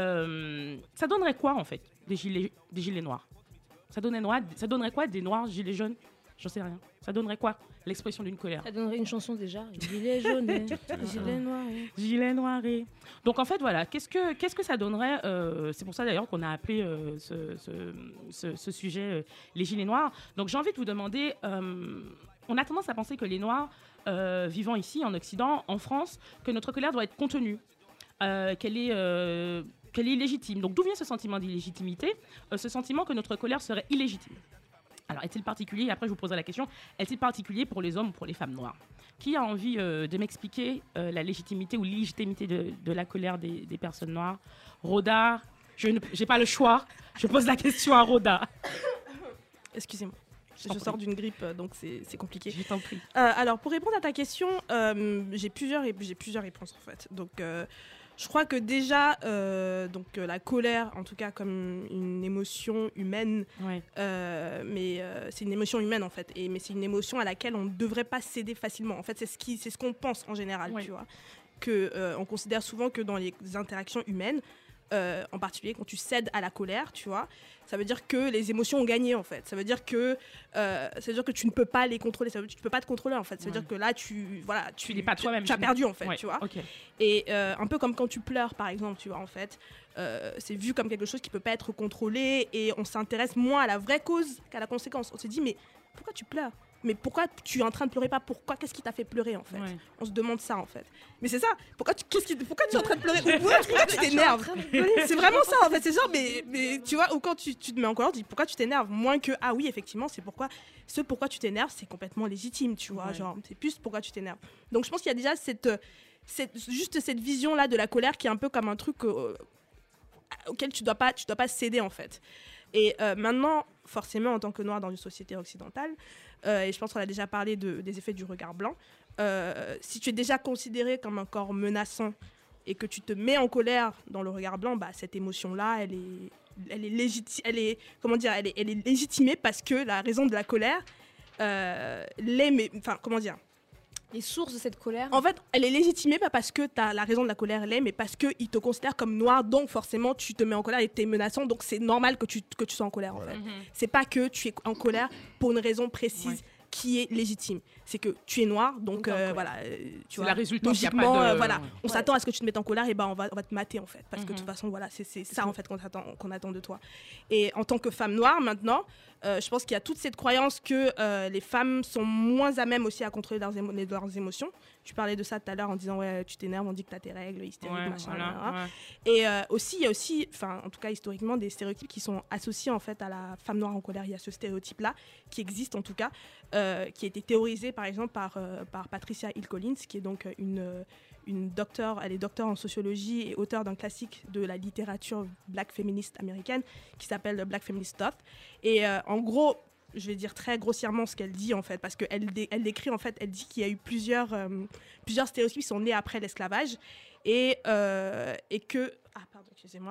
Speaker 1: Ça donnerait quoi en fait, des gilets noirs? Ça donnerait quoi des noirs gilets jaunes? J'en sais rien. Ça donnerait quoi, l'expression d'une colère?
Speaker 4: Ça donnerait une chanson déjà. Gilet jaune, gilet noir.
Speaker 1: Gilet noir. Donc en fait, voilà, qu'est-ce que ça donnerait c'est pour ça d'ailleurs qu'on a appelé ce sujet les gilets noirs. Donc j'ai envie de vous demander, on a tendance à penser que les noirs vivant ici en Occident, en France, que notre colère doit être contenue, qu'elle est illégitime. Donc d'où vient ce sentiment d'illégitimité, ce sentiment que notre colère serait illégitime? Alors, est-il particulier, après je vous poserai la question, est-il particulier pour les hommes ou pour les femmes noires? Qui a envie de m'expliquer la légitimité ou l'illégitimité de la colère des personnes noires? Rhoda, je n'ai pas le choix, je pose la question à Rhoda.
Speaker 2: Excusez-moi. Je sors d'une grippe, donc c'est compliqué.
Speaker 1: Je t'en prie.
Speaker 2: Alors, pour répondre à ta question, j'ai plusieurs réponses, en fait. Donc, je crois que déjà, la colère, en tout cas comme une émotion humaine, mais c'est une émotion humaine en fait, mais c'est une émotion à laquelle on ne devrait pas céder facilement. En fait, c'est ce qu'on pense en général, tu vois. On considère souvent que dans les interactions humaines, en particulier quand tu cèdes à la colère, tu vois, ça veut dire que les émotions ont gagné en fait. Ça veut dire que tu ne peux pas les contrôler. Ça veut dire que tu ne peux pas te contrôler en fait. Ça veut dire que là tu n'es pas toi-même. Tu as perdu en fait, tu vois. Okay. Et un peu comme quand tu pleures par exemple, tu vois en fait, c'est vu comme quelque chose qui peut pas être contrôlé et on s'intéresse moins à la vraie cause qu'à la conséquence. On se dit mais pourquoi tu pleures? Mais pourquoi tu es en train de pleurer pas? Pourquoi? Qu'est-ce qui t'a fait pleurer en fait? On se demande ça en fait. Mais c'est ça. Pourquoi tu es en train de pleurer? Pourquoi tu t'énerves? C'est vraiment ça en fait. C'est genre mais tu vois, ou quand tu te mets en colère, tu dis pourquoi tu t'énerves? Moins que ah oui effectivement c'est pourquoi tu t'énerves c'est complètement légitime, tu vois. Genre c'est plus pourquoi tu t'énerves. Donc je pense qu'il y a déjà cette vision là de la colère qui est un peu comme un truc auquel tu dois pas céder en fait. Et maintenant, forcément, en tant que noir dans une société occidentale, et je pense qu'on a déjà parlé des effets du regard blanc, si tu es déjà considéré comme un corps menaçant et que tu te mets en colère dans le regard blanc, bah, cette émotion-là, elle est légitimée parce que la raison de la colère
Speaker 4: les sources de cette colère.
Speaker 2: En fait, elle est légitimée pas parce que la raison de la colère mais parce qu'ils te considèrent comme noir, donc forcément tu te mets en colère et tu es menaçant, donc c'est normal que tu sois en colère en fait. C'est pas que tu es en colère pour une raison précise qui est légitime. C'est que tu es noir, donc voilà. Tu vois,
Speaker 1: la résultante,
Speaker 2: logiquement, on s'attend à ce que tu te mettes en colère et on va te mater en fait. Parce que de toute façon, voilà, c'est ça en fait qu'on attend de toi. Et en tant que femme noire maintenant, je pense qu'il y a toute cette croyance que les femmes sont moins à même aussi à contrôler leurs émotions. Tu parlais de ça tout à l'heure en disant tu t'énerves, on dit que tu as tes règles, hystérique, machin. Voilà. Et aussi, il y a aussi, en tout cas historiquement, des stéréotypes qui sont associés en fait à la femme noire en colère. Il y a ce stéréotype-là qui existe en tout cas, qui a été théorisé par exemple par Patricia Hill Collins, qui est donc une docteure, elle est docteure en sociologie et auteure d'un classique de la littérature black féministe américaine qui s'appelle The Black Feminist Thought. Et en gros, je vais dire très grossièrement ce qu'elle dit en fait, parce qu'elle décrit en fait, elle dit qu'il y a eu plusieurs stéréotypes qui sont nés après l'esclavage et que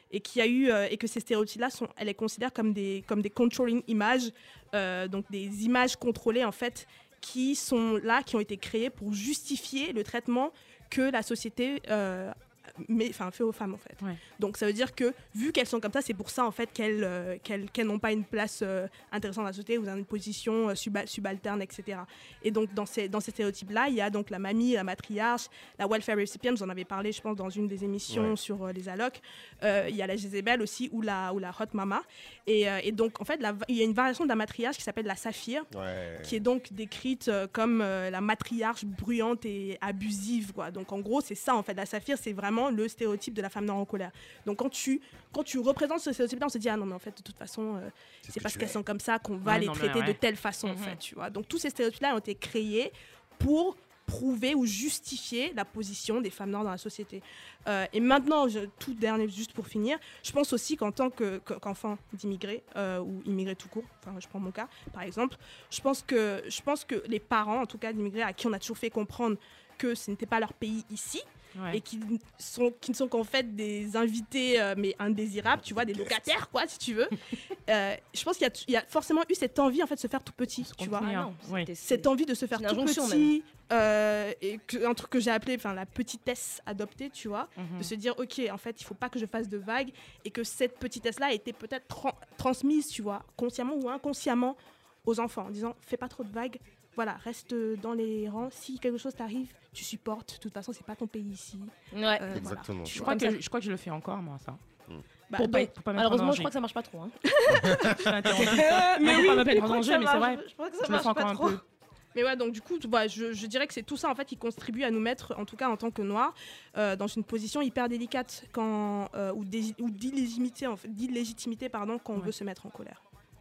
Speaker 2: et que ces stéréotypes-là elle les considère comme des controlling images, donc des images contrôlées en fait qui ont été créées pour justifier le traitement que la société fait aux femmes en fait.
Speaker 1: Ouais.
Speaker 2: Donc ça veut dire que vu qu'elles sont comme ça, c'est pour ça en fait qu'elles n'ont pas une place intéressante dans la société ou dans une position subalterne, etc. Et donc dans ces stéréotypes-là, il y a donc la mamie, la matriarche, la welfare recipient, j'en avais parlé je pense dans une des émissions sur les allocs, il y a la Jézabel aussi ou la hot mama. Et donc en fait il y a une variation de la matriarche qui s'appelle la saphir, qui est donc décrite comme la matriarche bruyante et abusive, quoi. Donc en gros c'est ça en fait, la saphir c'est vraiment le stéréotype de la femme noire en colère. Donc quand tu représentes ce stéréotype-là, on se dit ah non mais en fait de toute façon c'est parce qu'elles sont comme ça qu'on va les traiter de telle façon en fait, tu vois. Donc tous ces stéréotypes-là ont été créés pour prouver ou justifier la position des femmes noires dans la société. Et maintenant, tout dernier, juste pour finir, je pense aussi qu'en tant qu'enfant d'immigrés ou immigrés tout court, enfin je prends mon cas par exemple, je pense que les parents, en tout cas d'immigrés à qui on a toujours fait comprendre que ce n'était pas leur pays ici, et qui ne sont qu'en fait des invités mais indésirables, tu vois, des locataires quoi si tu veux. Je pense qu'il y a forcément eu cette envie en fait de se faire tout petit, tu vois. Cette envie de se faire tout petit, et un truc que j'ai appelé la petitesse adoptée, tu vois, de se dire ok en fait il faut pas que je fasse de vagues et que cette petitesse là a été peut-être transmise, tu vois, consciemment ou inconsciemment aux enfants en disant fais pas trop de vagues. Voilà, reste dans les rangs. Si quelque chose t'arrive, tu supportes. De toute façon, c'est pas ton pays ici.
Speaker 4: Ouais.
Speaker 3: Exactement.
Speaker 1: Voilà. Je crois que je le fais encore, moi, ça.
Speaker 2: Pour
Speaker 4: pas malheureusement, je crois que ça marche pas trop. Hein.
Speaker 1: Mais oui, pas me mettre en danger, mais c'est vrai.
Speaker 4: Je crois que ça
Speaker 1: je le fais encore un peu.
Speaker 2: Mais ouais, donc du coup, je dirais que c'est tout ça en fait qui contribue à nous mettre, en tout cas en tant que noirs, dans une position hyper délicate ou d'illégitimité, en fait, quand on veut se mettre en colère.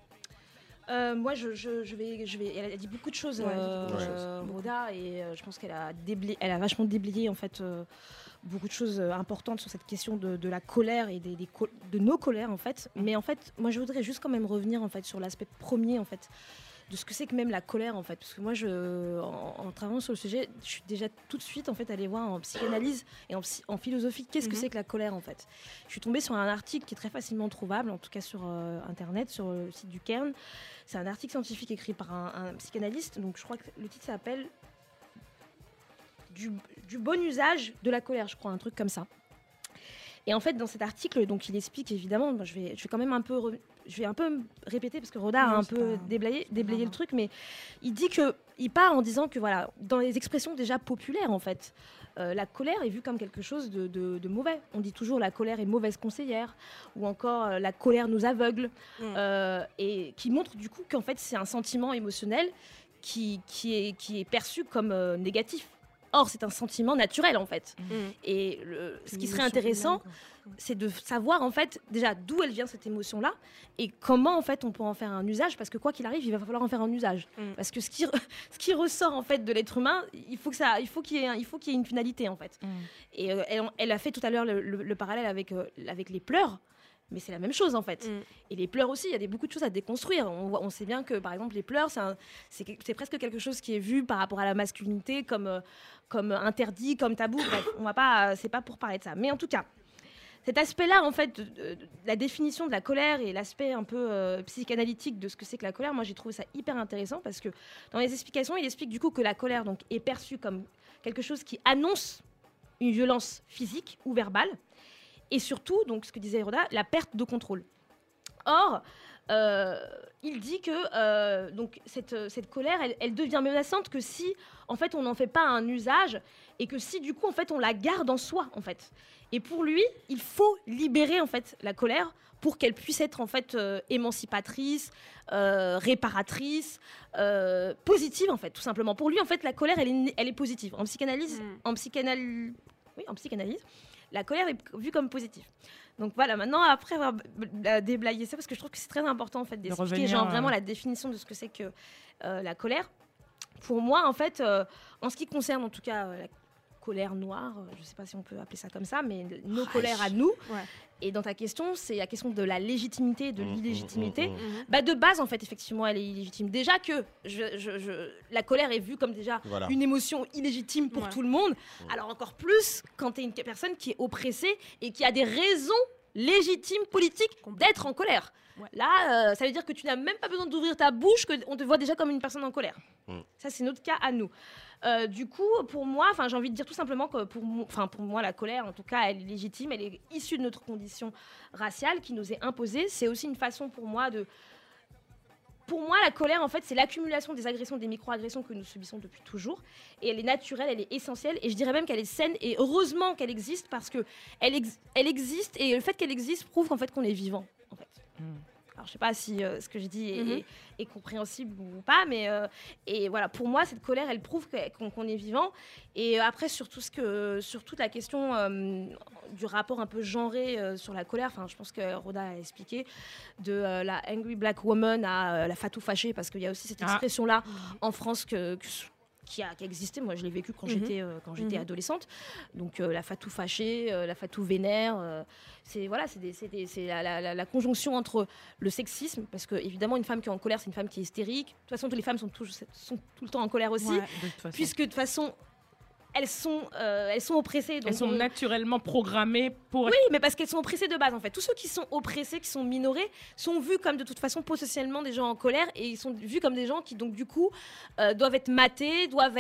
Speaker 4: Moi, je vais. Elle a dit beaucoup de choses, Rhoda, et je pense qu'elle a vachement déblayé en fait beaucoup de choses importantes sur cette question de la colère et de nos colères en fait. Mais en fait, moi, je voudrais juste quand même revenir en fait sur l'aspect premier en fait de ce que c'est que même la colère en fait, parce que moi, en travaillant sur le sujet, je suis déjà tout de suite en fait allée voir en psychanalyse et en philosophie qu'est-ce que c'est que la colère en fait. Je suis tombée sur un article qui est très facilement trouvable, en tout cas sur internet, sur le site du Cairn. C'est un article scientifique écrit par un psychanalyste, donc je crois que le titre s'appelle du bon usage de la colère, je crois, un truc comme ça. Et en fait, dans cet article, donc il explique évidemment, je vais quand même un peu répéter parce que Rhoda a un peu déblayé le truc, mais il dit il part en disant que voilà, dans les expressions déjà populaires en fait, la colère est vue comme quelque chose de mauvais. On dit toujours la colère est mauvaise conseillère, ou encore la colère nous aveugle, et qui montre du coup qu'en fait c'est un sentiment émotionnel qui est perçu comme négatif. Or, c'est un sentiment naturel, en fait. Et ce qui serait intéressant, c'est de savoir, en fait, déjà, d'où elle vient, cette émotion-là, et comment, en fait, on peut en faire un usage, parce que quoi qu'il arrive, il va falloir en faire un usage. Parce que ce qui ressort, en fait, de l'être humain, il faut qu'il y ait une finalité, en fait. Et elle a fait tout à l'heure le parallèle avec les pleurs. Mais c'est la même chose en fait. Et les pleurs aussi, il y a beaucoup de choses à déconstruire. On sait bien que par exemple les pleurs, c'est presque quelque chose qui est vu par rapport à la masculinité comme interdit, comme tabou. Bref, c'est pas pour parler de ça. Mais en tout cas, cet aspect-là en fait, la définition de la colère et l'aspect un peu psychanalytique de ce que c'est que la colère, moi j'ai trouvé ça hyper intéressant parce que dans les explications, il explique du coup que la colère donc est perçue comme quelque chose qui annonce une violence physique ou verbale. Et surtout, donc, ce que disait Rhoda, la perte de contrôle. Or, il dit que donc, cette colère, elle devient menaçante que si, en fait, on n'en fait pas un usage et que si, du coup, en fait, on la garde en soi, en fait. Et pour lui, il faut libérer, en fait, la colère pour qu'elle puisse être, en fait, émancipatrice, réparatrice, positive, en fait, tout simplement. Pour lui, en fait, la colère, elle est positive. En psychanalyse, la colère est vue comme positive. Donc voilà, maintenant, après avoir déblayé ça, parce que je trouve que c'est très important en fait, d'expliquer vraiment la définition de ce que c'est que la colère. Pour moi, en fait, en ce qui concerne en tout cas la colère noire, je ne sais pas si on peut appeler ça comme ça, mais nos colères à nous. Ouais. Et dans ta question, c'est la question de la légitimité et de l'illégitimité. De base, en fait, effectivement, elle est illégitime. Déjà que la colère est vue comme déjà une émotion illégitime pour tout le monde. Alors encore plus quand tu es une personne qui est oppressée et qui a des raisons légitime politique d'être en colère. Ouais. Là, ça veut dire que tu n'as même pas besoin d'ouvrir ta bouche, qu'on te voit déjà comme une personne en colère. Ça, c'est notre cas à nous. Du coup, pour moi, j'ai envie de dire tout simplement que pour moi, la colère, en tout cas, elle est légitime, elle est issue de notre condition raciale qui nous est imposée. C'est aussi une façon pour moi de... Pour moi, la colère, en fait, c'est l'accumulation des agressions, des micro-agressions que nous subissons depuis toujours. Et elle est naturelle, elle est essentielle. Et je dirais même qu'elle est saine. Et heureusement qu'elle existe parce qu'elle existe. Et le fait qu'elle existe prouve qu'en fait, qu'on est vivant. En fait. Alors, je ne sais pas si ce que je dis est compréhensible ou pas. Mais et voilà, pour moi, cette colère, elle prouve qu'on est vivant. Et après, sur toute la question du rapport un peu genré sur la colère, je pense que Roda a expliqué, de la angry black woman à la fatou fâchée, parce qu'il y a aussi cette expression-là en France qui a existé. Moi, je l'ai vécu quand j'étais adolescente. Donc, la fatou fâchée, la fatou vénère, c'est la conjonction entre le sexisme, parce que évidemment, une femme qui est en colère, c'est une femme qui est hystérique. De toute façon, toutes les femmes sont tout le temps en colère aussi, puisque de toute façon, elles sont oppressées. Donc
Speaker 1: elles sont naturellement programmées pour...
Speaker 4: Oui, mais parce qu'elles sont oppressées de base, en fait. Tous ceux qui sont oppressés, qui sont minorés, sont vus comme, de toute façon, potentiellement des gens en colère, et ils sont vus comme des gens qui, donc, du coup, doivent être matés, doivent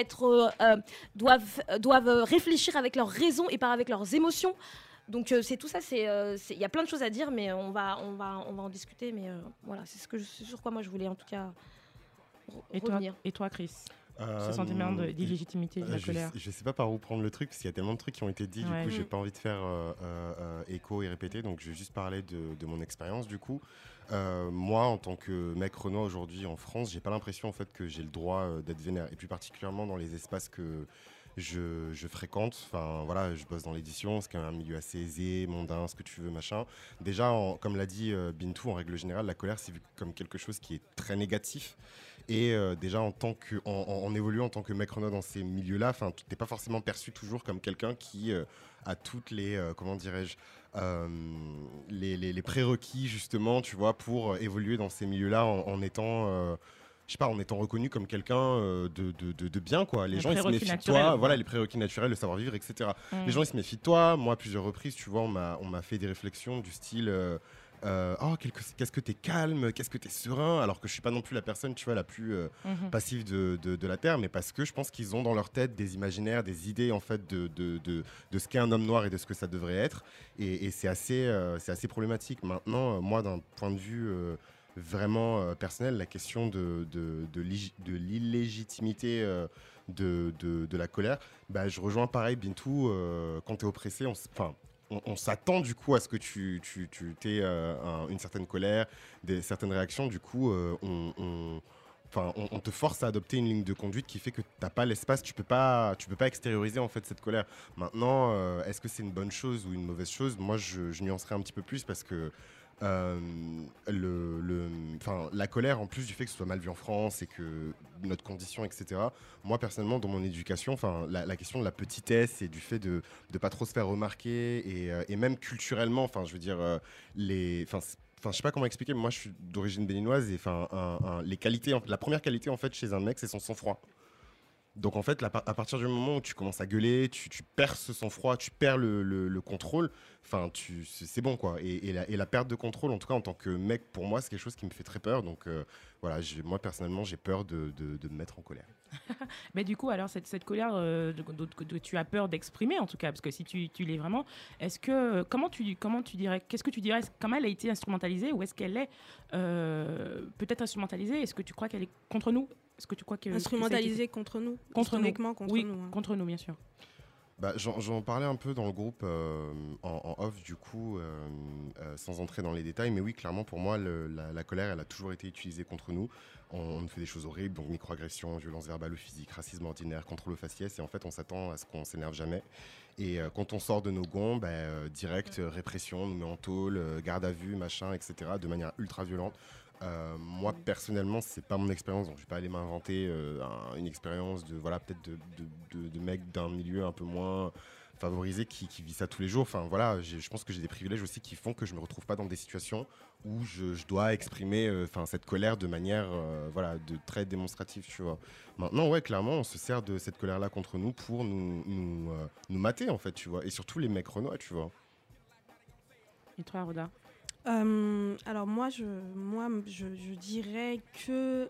Speaker 4: réfléchir avec leurs raisons et pas avec leurs émotions. Donc, c'est tout ça, il y a plein de choses à dire, mais on va en discuter. Mais voilà, c'est sur quoi moi je voulais, en tout cas, revenir.
Speaker 1: Et toi, Chris ? Ce sentiment d'illégitimité, de la colère.
Speaker 3: Je sais pas par où prendre le truc, parce qu'il y a tellement de trucs qui ont été dits, du coup j'ai pas envie de faire écho et répéter, donc je vais juste parler de mon expérience du coup. Moi, en tant que mec renois aujourd'hui en France, j'ai pas l'impression en fait que j'ai le droit d'être vénère, et plus particulièrement dans les espaces que je fréquente. Enfin voilà, je bosse dans l'édition, c'est quand même un milieu assez aisé, mondain, ce que tu veux, machin. Déjà, comme l'a dit Bintou, en règle générale, la colère c'est vu comme quelque chose qui est très négatif. Et déjà en évoluant en tant que mec renois dans ces milieux-là, t'es pas forcément perçu toujours comme quelqu'un qui a toutes les comment dirais-je les prérequis justement, tu vois, pour évoluer dans ces milieux-là en étant je sais pas, en étant reconnu comme quelqu'un de bien, quoi. Les gens ils se méfient de toi, voilà, les prérequis naturels, le savoir-vivre, etc. Les gens ils se méfient de toi. Moi, à plusieurs reprises, tu vois, on m'a fait des réflexions du style qu'est-ce que t'es calme, qu'est-ce que t'es serein, alors que je suis pas non plus la personne, tu vois, la plus passive de la Terre, mais parce que je pense qu'ils ont dans leur tête des imaginaires, des idées en fait de ce qu'est un homme noir et de ce que ça devrait être, et c'est assez problématique. Maintenant, moi, d'un point de vue vraiment personnel, la question de l'illégitimité de la colère, je rejoins pareil Bintou, quand t'es oppressé, on s'attend du coup à ce que tu aies une certaine colère, certaines réactions. Du coup, on te force à adopter une ligne de conduite qui fait que t'as pas l'espace, tu peux pas extérioriser en fait cette colère. Maintenant, est-ce que c'est une bonne chose ou une mauvaise chose ? Moi, je nuancerais un petit peu plus parce que la colère, en plus du fait que ce soit mal vu en France et que notre condition, etc. Moi personnellement, dans mon éducation, la question de la petitesse et du fait de pas trop se faire remarquer et même culturellement, je veux dire je sais pas comment expliquer, mais moi je suis d'origine béninoise et les qualités, la première qualité en fait chez un mec, c'est son sang-froid. Donc en fait, à partir du moment où tu commences à gueuler, tu perds ce sang-froid, tu perds le contrôle, c'est bon quoi. Et la perte de contrôle, en tout cas en tant que mec, pour moi, c'est quelque chose qui me fait très peur. Donc voilà, moi personnellement, j'ai peur de me mettre en colère.
Speaker 1: Mais du coup, alors cette colère que tu as peur d'exprimer, en tout cas, parce que si tu l'es vraiment, comment tu dirais, qu'est-ce que tu dirais, comment elle a été instrumentalisée, ou est-ce qu'elle est peut-être instrumentalisée ? Est-ce que tu crois qu'elle est contre nous ? Est-ce que tu crois que
Speaker 2: instrumentalisée contre nous,
Speaker 1: historiquement
Speaker 2: contre nous,
Speaker 1: hein. Contre nous, bien sûr.
Speaker 3: J'en parlais un peu dans le groupe en off, du coup, sans entrer dans les détails, mais oui, clairement, pour moi, la colère, elle a toujours été utilisée contre nous. On nous fait des choses horribles, donc microagressions, violences verbales ou physiques, racisme ordinaire, contrôle au faciès, et en fait, on s'attend à ce qu'on s'énerve jamais. Et quand on sort de nos gonds, direct, répression, on nous met en tôle, garde à vue, machin, etc., de manière ultra violente. Moi personnellement, c'est pas mon expérience, donc je vais pas aller m'inventer une expérience peut-être de mec d'un milieu un peu moins favorisé qui vit ça tous les jours. Je pense que j'ai des privilèges aussi qui font que je me retrouve pas dans des situations où je dois exprimer cette colère de manière de très démonstrative, tu vois. Maintenant, ouais, clairement, on se sert de cette colère là contre nous pour nous mater en fait, tu vois, et surtout les mecs renois, tu vois.
Speaker 1: Et toi, Roda?
Speaker 2: Alors moi, je dirais que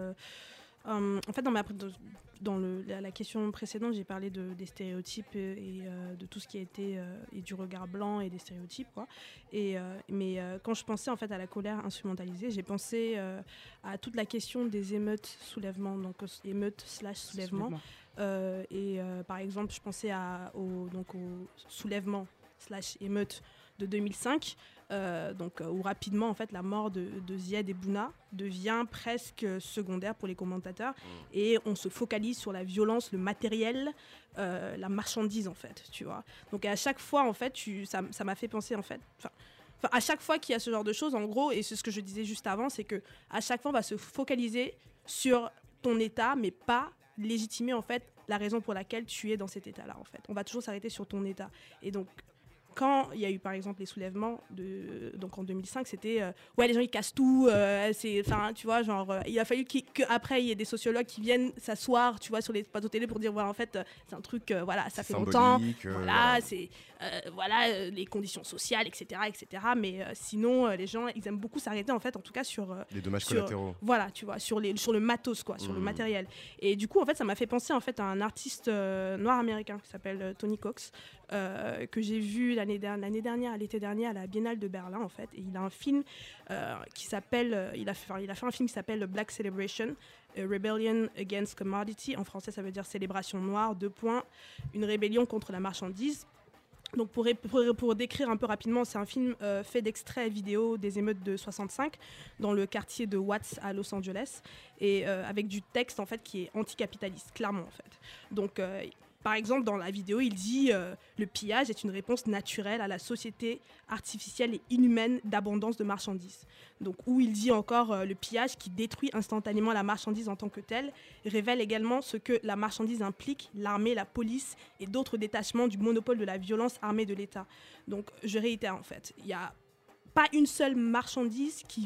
Speaker 2: en fait dans la question précédente, j'ai parlé des stéréotypes et de tout ce qui a été et du regard blanc et des stéréotypes quoi. Mais quand je pensais en fait à la colère instrumentalisée, j'ai pensé à toute la question des émeutes soulèvements, donc émeutes/soulèvements. Par exemple, je pensais au soulèvement /émeute de 2005, où rapidement en fait la mort de Ziad et Bouna devient presque secondaire pour les commentateurs et on se focalise sur la violence, le matériel, la marchandise en fait, tu vois. Donc à chaque fois en fait, ça m'a fait penser en fait. À chaque fois qu'il y a ce genre de choses, en gros, et c'est ce que je disais juste avant, c'est que à chaque fois on va se focaliser sur ton état, mais pas légitimer en fait la raison pour laquelle tu es dans cet état-là en fait. On va toujours s'arrêter sur ton état. Et donc quand il y a eu par exemple les soulèvements donc en 2005, c'était ouais les gens ils cassent tout, tu vois genre il a fallu qu'après il y ait des sociologues qui viennent s'asseoir tu vois sur les plateaux télé pour dire voilà en fait c'est un truc voilà ça fait longtemps voilà c'est voilà les conditions sociales etc mais sinon les gens ils aiment beaucoup s'arrêter en fait en tout cas sur
Speaker 3: les dommages collatéraux
Speaker 2: voilà tu vois sur le matos quoi sur le matériel et du coup en fait ça m'a fait penser en fait à un artiste noir américain qui s'appelle Tony Cox que j'ai vu l'été dernier à la Biennale de Berlin en fait et il a un film qui s'appelle il a fait un film qui s'appelle Black Celebration, A Rebellion Against Commodity, en français ça veut dire célébration noire, une rébellion contre la marchandise. Donc pour décrire un peu rapidement, c'est un film fait d'extraits vidéo des émeutes de 65 dans le quartier de Watts à Los Angeles et avec du texte en fait qui est anticapitaliste clairement en fait. Donc par exemple, dans la vidéo, il dit le pillage est une réponse naturelle à la société artificielle et inhumaine d'abondance de marchandises. Donc, où il dit encore le pillage qui détruit instantanément la marchandise en tant que telle, révèle également ce que la marchandise implique, l'armée, la police et d'autres détachements du monopole de la violence armée de l'État. Donc, je réitère en fait, il n'y a pas une seule marchandise qui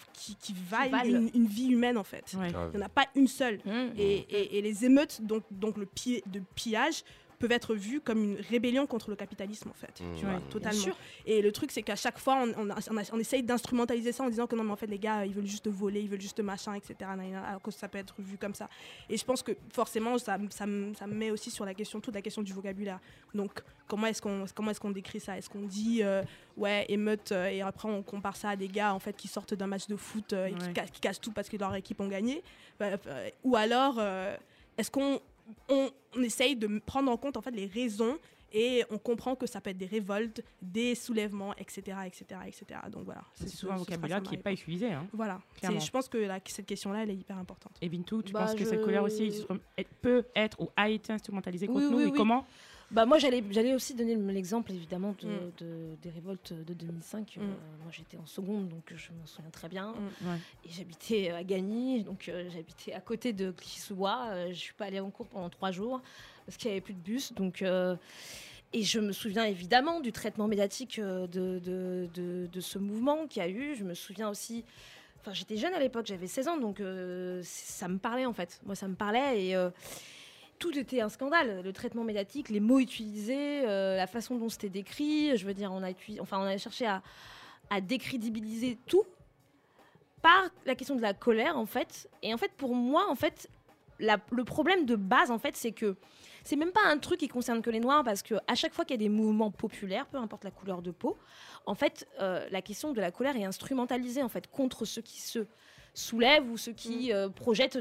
Speaker 2: vaille une vie humaine en fait. Ouais. Il n'y en a pas une seule. Et les émeutes, donc le pillage, peuvent être vus comme une rébellion contre le capitalisme en fait. Tu vois, totalement. Et le truc c'est qu'à chaque fois on essaye d'instrumentaliser ça en disant que non mais en fait les gars ils veulent juste voler, ils veulent juste machin etc. Alors que ça peut être vu comme ça. Et je pense que forcément ça me met aussi sur toute la question du vocabulaire. Donc comment est-ce qu'on décrit ça? Est-ce qu'on dit ouais émeute et après on compare ça à des gars en fait qui sortent d'un match de foot et qui cassent tout parce que leur équipe ont gagné ou alors est-ce qu'on essaye de prendre en compte en fait les raisons et on comprend que ça peut être des révoltes, des soulèvements, etc. Donc voilà.
Speaker 1: C'est souvent un vocabulaire qui n'est pas utilisé. Hein,
Speaker 2: voilà. Je pense que cette question-là, elle est hyper importante.
Speaker 1: Et Bintou, tu penses que cette colère aussi peut être ou a été instrumentalisée contre nous et comment?
Speaker 4: Moi, j'allais aussi donner l'exemple, évidemment, des révoltes de 2005. Moi, j'étais en seconde, donc je m'en souviens très bien. Et j'habitais à Gagny, donc j'habitais à côté de Clichy-sous-Bois. Je ne suis pas allée en cours pendant 3 jours parce qu'il n'y avait plus de bus. Donc, et je me souviens évidemment du traitement médiatique de ce mouvement qu'il y a eu. Je me souviens aussi... Enfin, j'étais jeune à l'époque, j'avais 16 ans, donc ça me parlait, en fait. Moi, ça me parlait et... tout était un scandale, le traitement médiatique, les mots utilisés, la façon dont c'était décrit. Je veux dire, on a cherché à décrédibiliser tout par la question de la colère, en fait. Et en fait, pour moi, en fait, le problème de base, en fait, c'est que c'est même pas un truc qui concerne que les Noirs, parce qu'à chaque fois qu'il y a des mouvements populaires, peu importe la couleur de peau, en fait, la question de la colère est instrumentalisée, en fait, contre ceux qui se soulèvent ou ceux qui projettent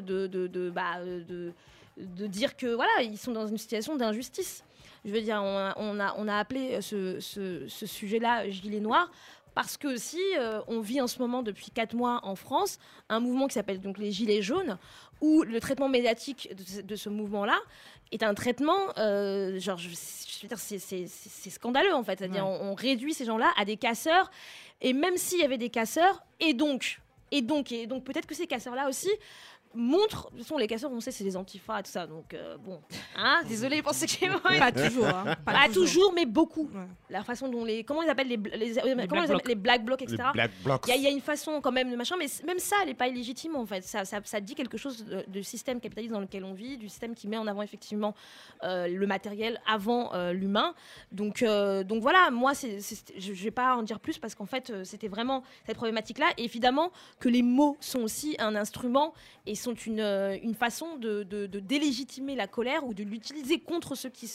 Speaker 4: de dire que voilà ils sont dans une situation d'injustice. Je veux dire on a appelé ce sujet-là gilet noir parce que aussi on vit en ce moment depuis 4 mois en France un mouvement qui s'appelle donc les gilets jaunes où le traitement médiatique de ce mouvement-là est un traitement je veux dire c'est scandaleux en fait, c'est-à-dire on réduit ces gens-là à des casseurs et même s'il y avait des casseurs et donc peut-être que ces casseurs-là aussi montrent, de toute façon les casseurs on sait c'est des antifas et tout ça, donc bon, hein, désolé pour ceux qui m'ont...
Speaker 2: Pas toujours, hein.
Speaker 4: Pas toujours, mais beaucoup.
Speaker 2: Ouais.
Speaker 4: La façon dont comment ils appellent les black blocs, etc.
Speaker 3: Les black blocs.
Speaker 4: Il y a une façon quand même de machin, mais même ça, elle n'est pas illégitime en fait. Ça dit quelque chose du système capitaliste dans lequel on vit, du système qui met en avant effectivement le matériel avant l'humain. Donc voilà, moi, je vais pas en dire plus parce qu'en fait, c'était vraiment cette problématique-là. Et évidemment que les mots sont aussi un instrument et sont une façon de délégitimer la colère ou de l'utiliser contre ceux qui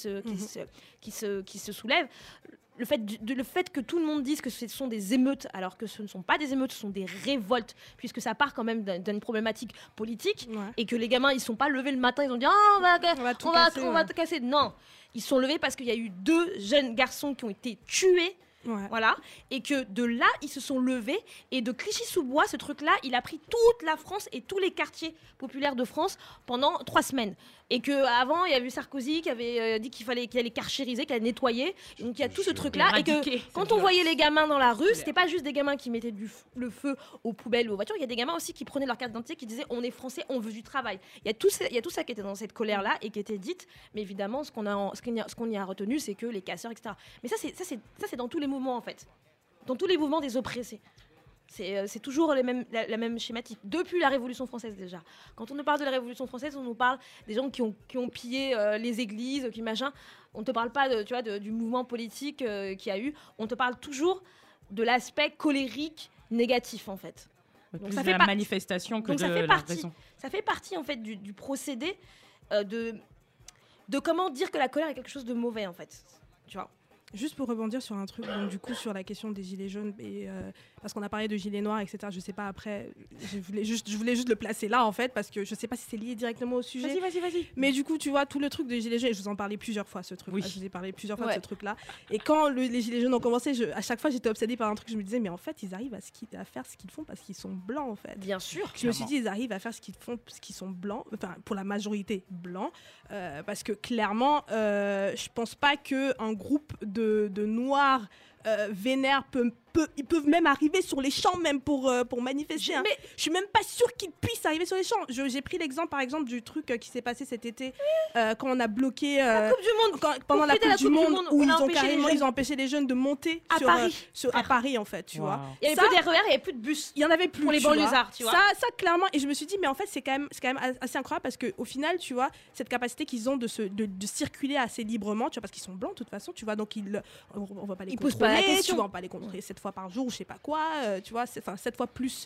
Speaker 4: se soulèvent. Le fait que tout le monde dise que ce sont des émeutes, alors que ce ne sont pas des émeutes, ce sont des révoltes, puisque ça part quand même d'une problématique politique, et que les gamins, ils ne sont pas levés le matin, ils ont dit « on va tout casser ». Non, ils sont levés parce qu'il y a eu 2 jeunes garçons qui ont été tués. Voilà, et que de là ils se sont levés, et de Clichy-sous-Bois, ce truc là il a pris toute la France et tous les quartiers populaires de France pendant 3 semaines, et que avant il y avait Sarkozy qui avait dit qu'il allait carchériser, qu'il allait nettoyer, donc il y a tout ce truc là, et que quand on voyait les gamins dans la rue, c'était pas juste des gamins qui mettaient le feu aux poubelles ou aux voitures, il y a des gamins aussi qui prenaient leur carte d'identité, qui disaient on est français, on veut du travail. Il y a tout ça qui était dans cette colère là et qui était dite, mais évidemment ce qu'on y a retenu, c'est que les casseurs, etc. Mais ça c'est dans tous les mouvements en fait, dans tous les mouvements des oppressés. C'est toujours la même schématique. Depuis la Révolution française déjà. Quand on nous parle de la Révolution française, on nous parle des gens qui ont pillé les églises, qui machin. On ne te parle pas du mouvement politique qu'il y a eu. On te parle toujours de l'aspect colérique négatif en fait.
Speaker 1: Donc ça fait la manifestation que de la raison.
Speaker 4: Ça fait partie en fait du procédé de comment dire que la colère est quelque chose de mauvais en fait. Tu vois.
Speaker 2: Juste pour rebondir sur un truc, donc du coup sur la question des gilets jaunes, et, parce qu'on a parlé de gilets noirs, etc. Je sais pas après, je voulais juste le placer là en fait, parce que je sais pas si c'est lié directement au sujet.
Speaker 4: Vas-y.
Speaker 2: Mais du coup, tu vois, tout le truc des gilets jaunes, je vous en parlais plusieurs fois ce truc.
Speaker 1: Oui.
Speaker 2: Je vous ai parlé plusieurs fois de ce truc-là. Et quand les gilets jaunes ont commencé, à chaque fois j'étais obsédée par un truc. Je me disais, mais en fait, ils arrivent à faire ce qu'ils font parce qu'ils sont blancs en fait.
Speaker 4: Bien sûr.
Speaker 2: Je me suis dit, ils arrivent à faire ce qu'ils font parce qu'ils sont blancs, enfin pour la majorité blancs, parce que clairement, je pense pas que un groupe de noirs vénères ils peuvent même arriver sur les champs même pour manifester. Mais je suis même pas sûre qu'ils puissent arriver sur les champs. J'ai pris l'exemple par exemple du truc qui s'est passé cet été quand on a bloqué
Speaker 4: la Coupe du Monde.
Speaker 2: Pendant la Coupe du Monde où ils ont empêché les jeunes de monter à Paris en fait, tu vois.
Speaker 4: Il y avait plus d'RER, il y avait plus de bus.
Speaker 2: Il y en avait plus
Speaker 4: pour les banlieusards, tu vois.
Speaker 2: Ça clairement, et je me suis dit mais en fait c'est quand même assez incroyable parce que au final, tu vois, cette capacité qu'ils ont de circuler assez librement, tu vois, parce qu'ils sont blancs de toute façon, tu vois, donc on va pas les contrôler, tu vas pas les contrôler 7 fois par jour, je sais pas quoi, tu vois, 7 fois plus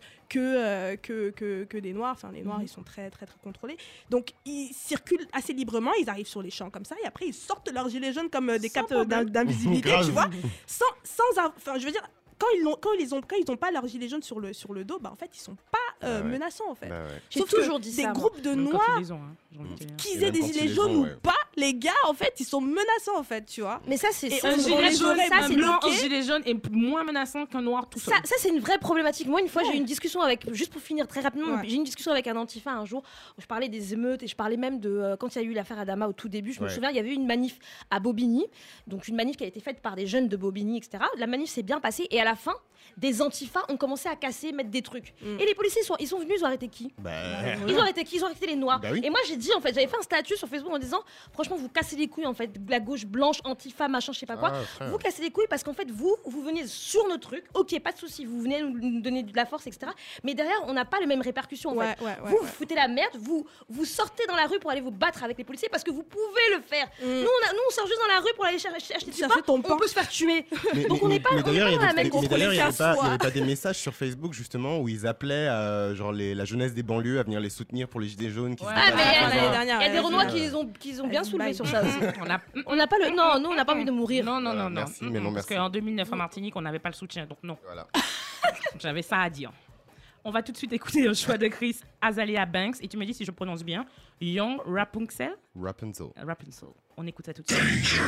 Speaker 2: que des noirs. Enfin, les noirs, ils sont très, très, très contrôlés. Donc, ils circulent assez librement, ils arrivent sur les champs comme ça, et après, ils sortent leurs gilets jaunes comme des capes d'invisibilité, tu vois, enfin, je veux dire, quand ils ont pas leurs gilets jaunes sur le dos, bah en fait ils sont pas menaçants en fait.
Speaker 4: J'ai toujours dit ça.
Speaker 2: Des groupes de noirs qu'ils aient des gilets jaunes ou pas, les gars en fait ils sont menaçants en fait, tu vois.
Speaker 4: Mais ça c'est
Speaker 1: un gilet jaune est moins menaçant qu'un noir tout seul.
Speaker 4: Ça c'est une vraie problématique. Moi une fois j'ai eu une discussion avec, juste pour finir très rapidement, j'ai eu une discussion avec un antifa un jour où je parlais des émeutes et je parlais même de quand il y a eu l'affaire Adama au tout début. Je me souviens il y avait eu une manif à Bobigny, donc une manif qui a été faite par des jeunes de Bobigny, etc. La manif s'est bien passée et à la fin des antifas ont commencé à casser, mettre des trucs. Et les policiers ils sont venus, ils ont arrêté qui? Ils ont arrêté les noirs. Et moi j'ai dit en fait, j'avais fait un statut sur Facebook en disant franchement vous cassez les couilles en fait, la gauche blanche, antifa, machin, je sais pas quoi. Vous cassez les couilles parce qu'en fait vous venez sur nos trucs, ok pas de souci, vous venez nous donner de la force, etc. Mais derrière on n'a pas les mêmes répercussions en fait. Vous foutez la merde, vous sortez dans la rue pour aller vous battre avec les policiers parce que vous pouvez le faire. Nous on sort juste dans la rue pour aller acheter du pain, on peut se faire tuer. Donc on n'est pas dans la même
Speaker 3: il n'y avait pas des messages sur Facebook justement où ils appelaient genre la jeunesse des banlieues à venir les soutenir pour les gilets jaunes qui
Speaker 4: il y a des Renois qui ont bien soulevé sur ça aussi. On n'a pas nous on n'a pas envie de mourir.
Speaker 1: Non.
Speaker 3: Merci, mais non
Speaker 1: merci. Parce qu'en 2009 en Martinique on n'avait pas le soutien, donc non.
Speaker 3: Voilà.
Speaker 1: J'avais ça à dire. On va tout de suite écouter un choix de Chris Azalea Banks et tu me dis si je prononce bien. Young Rapunzel. On écoute ça tout de suite.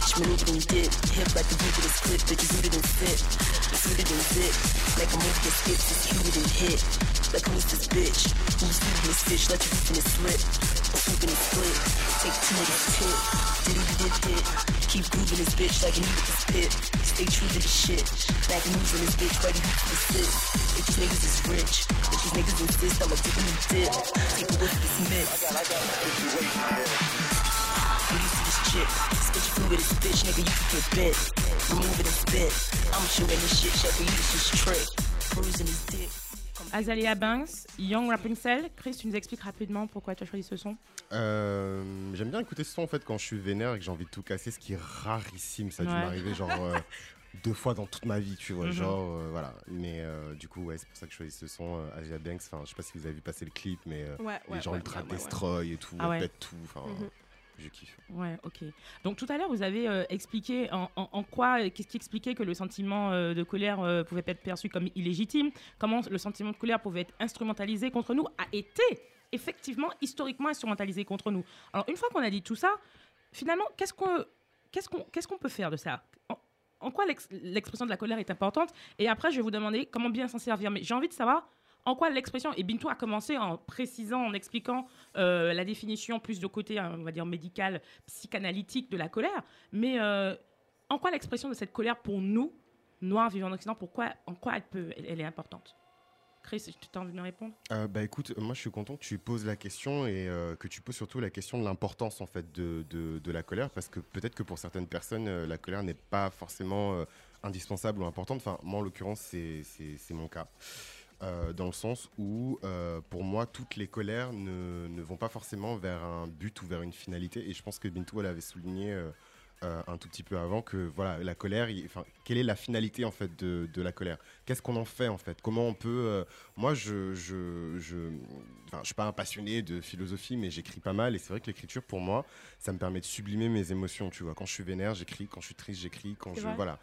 Speaker 8: bitch, maneuvering dip. Hip like the beat of this clip, bitches rooted and fit. Suited and zip. Like a move that skips, it's cued and hit. Like who's this bitch? Who's feeding this fish? Let you in his slip. A swoop in his split. Take two of this tip. Did. Keep grooving this bitch like you with this pit. Stay true to the shit. Back and moves in this bitch, ready to assist. If these niggas is rich, if these niggas insist, I'ma take a new dip. Take a whiff of this mix. I got a situation here. I'm used to this chick. Spit you through with this bitch, nigga, you can get bit. Remove it and spit. I'm showing this shit, check for you, this is trick. Bruising his dick.
Speaker 1: Azealia Banks, Young Rapunzel. Chris, tu nous expliques rapidement pourquoi tu as choisi ce son?
Speaker 3: J'aime bien écouter ce son en fait quand je suis vénère et que j'ai envie de tout casser, ce qui est rarissime. Ça a dû m'arriver genre 2 fois dans toute ma vie, tu vois. Voilà. Mais du coup, ouais, c'est pour ça que je choisis ce son, Azealia Banks. Enfin, je sais pas si vous avez vu passer le clip, mais les gens ultra destroy et tout, pètent tout. Enfin, je kiffe.
Speaker 1: Ouais, ok. Donc tout à l'heure, vous avez expliqué en quoi, qu'est-ce qui expliquait que le sentiment de colère pouvait être perçu comme illégitime, comment le sentiment de colère pouvait être instrumentalisé contre nous, a été effectivement historiquement instrumentalisé contre nous. Alors une fois qu'on a dit tout ça, finalement, qu'est-ce qu'on peut faire de ça? En quoi l'expression de la colère est importante? Et après, je vais vous demander comment bien s'en servir. Mais j'ai envie de savoir en quoi l'expression, et Bintou a commencé en précisant, en expliquant la définition plus de côté, on va dire, médical, psychanalytique de la colère, mais en quoi l'expression de cette colère pour nous, Noirs vivant en Occident, en quoi elle est importante? Chris, tu as envie de me répondre?
Speaker 3: Bah écoute, moi je suis content que tu poses la question et que tu poses surtout la question de l'importance en fait de la colère, parce que peut-être que pour certaines personnes, la colère n'est pas forcément indispensable ou importante. Enfin, moi en l'occurrence, c'est mon cas. Dans le sens où, pour moi, toutes les colères ne vont pas forcément vers un but ou vers une finalité. Et je pense que Bintou, elle avait souligné un tout petit peu avant que, voilà, la colère, quelle est la finalité, en fait, de la colère? Qu'est-ce qu'on en fait, en fait? Comment on peut... Moi, je suis pas un passionné de philosophie, mais j'écris pas mal. Et c'est vrai que l'écriture, pour moi, ça me permet de sublimer mes émotions, tu vois. Quand je suis vénère, j'écris. Quand je suis triste, j'écris. Voilà.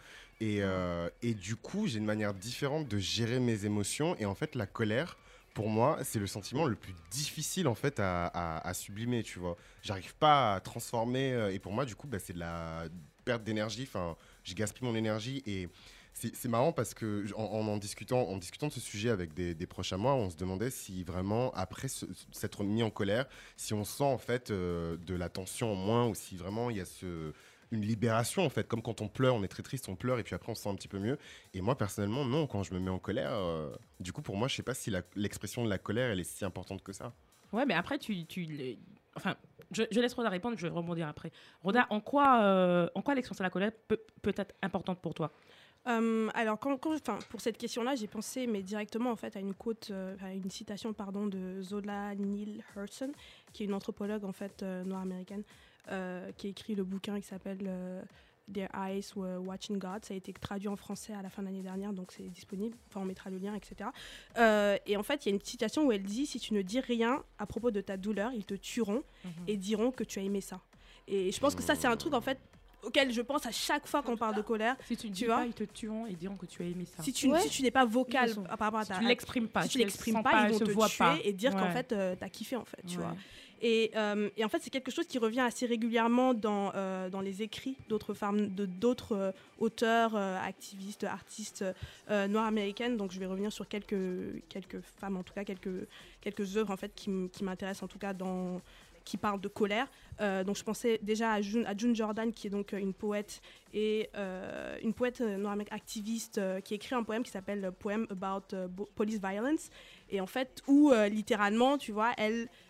Speaker 3: Et du coup, j'ai une manière différente de gérer mes émotions. Et en fait, la colère, pour moi, c'est le sentiment le plus difficile en fait à sublimer, tu vois. J'arrive pas à transformer. Et pour moi, du coup, c'est de la perte d'énergie. Enfin, je gaspille mon énergie. Et c'est marrant parce que en discutant de ce sujet avec des proches à moi, on se demandait si vraiment, après s'être mis en colère, si on sent en fait de la tension en moins, ou si vraiment il y a une libération en fait, comme quand on pleure, on est très triste, on pleure et puis après on se sent un petit peu mieux. Et moi personnellement non, quand je me mets en colère, du coup pour moi je sais pas si l'expression de la colère elle est si importante que ça.
Speaker 1: Ouais, mais après enfin, je laisse Roda répondre, je vais rebondir après. Roda, en quoi l'expression de la colère peut être importante pour toi?
Speaker 2: Alors, pour cette question-là, j'ai pensé mais directement en fait à une quote, à une citation de Zola Neale Hurston, qui est une anthropologue en fait noire américaine, qui a écrit le bouquin qui s'appelle Their Eyes Were Watching God. Ça a été traduit en français à la fin de l'année dernière, donc c'est disponible. Enfin, on mettra le lien, etc. Et en fait, il y a une citation où elle dit: si tu ne dis rien à propos de ta douleur, ils te tueront et diront que tu as aimé ça. Et je pense que ça, c'est un truc en fait auquel je pense à chaque fois qu'on parle de colère.
Speaker 1: Si tu ne dis pas, ils te tueront et diront que tu as aimé ça.
Speaker 2: Si tu n'es pas vocal par rapport à ta...
Speaker 1: Si tu l'exprimes pas.
Speaker 2: Si tu l'exprimes pas, ils vont te tuer et dire qu'en fait, t'as kiffé, en fait, tu vois. Et en fait, c'est quelque chose qui revient assez régulièrement dans les écrits d'autres femmes, d'autres auteurs, activistes, artistes noires américaines. Donc, je vais revenir sur quelques femmes, en tout cas, quelques œuvres, en fait, qui m'intéressent, en tout cas, qui parle de colère. Donc je pensais déjà à June Jordan, qui est donc une poète et une poète noire-américaine activiste qui écrit un poème qui s'appelle Poem About Police Violence, et en fait où littéralement, tu vois,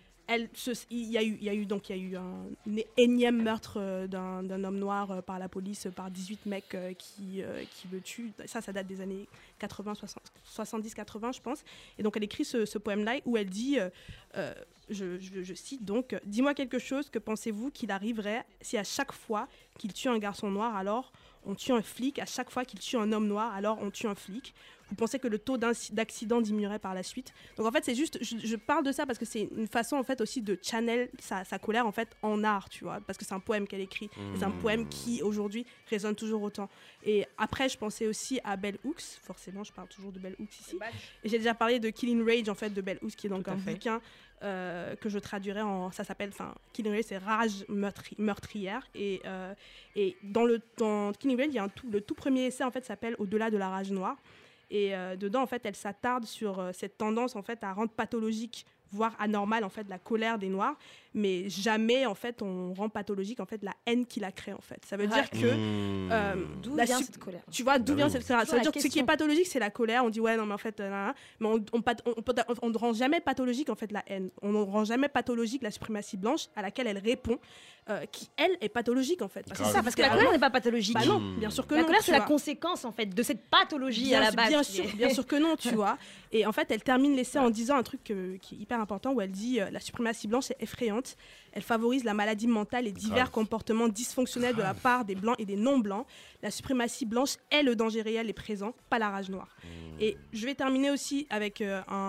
Speaker 2: il y a eu un énième meurtre d'un homme noir par la police, par 18 mecs qui le tuent. Ça date des années 70-80, je pense. Et donc elle écrit ce poème-là où elle dit, je cite donc: « Dis-moi quelque chose, que pensez-vous qu'il arriverait si à chaque fois qu'il tue un garçon noir, alors on tue un flic, à chaque fois qu'il tue un homme noir, alors on tue un flic, vous pensez que le taux d'accident diminuerait par la suite. Donc en fait, c'est juste, je parle de ça parce que c'est une façon en fait aussi de channel sa colère en fait en art, tu vois, parce que c'est un poème qu'elle écrit. Et c'est un poème qui aujourd'hui résonne toujours autant. Et après, je pensais aussi à Bell Hooks, forcément, je parle toujours de Bell Hooks ici. Et j'ai déjà parlé de Killing Rage en fait de Bell Hooks, qui est donc un bouquin que je traduirais ça s'appelle, Killing Rage, c'est rage meurtrière. Et dans Killing Rage, il y a le tout premier essai en fait s'appelle Au-delà de la rage noire. Et dedans, en fait, elle s'attarde sur cette tendance en fait à rendre pathologique, voire anormale en fait la colère des Noirs, mais jamais en fait on rend pathologique en fait la haine qui la crée en fait. Ça veut dire que
Speaker 4: d'où vient cette colère?
Speaker 2: Tu vois d'où vient cette colère? Ça veut dire que ce qui est pathologique c'est la colère. On dit ouais non mais en fait mais on ne rend jamais pathologique en fait la haine. On ne rend jamais pathologique la suprématie blanche à laquelle elle répond, qui elle est pathologique en fait.
Speaker 4: C'est ça, parce que la colère n'est pas pathologique.
Speaker 2: Bah non, bien sûr que non.
Speaker 4: La colère c'est la conséquence en fait de cette pathologie à la base.
Speaker 2: Bien sûr que non, tu vois. Et en fait elle termine l'essai en disant un truc qui est hyper important où elle dit la suprématie blanche est effrayante. Elle favorise la maladie mentale et divers comportements dysfonctionnels de la part des blancs et des non-blancs. La suprématie blanche est le danger réel et présent, pas la rage noire. Et je vais terminer aussi avec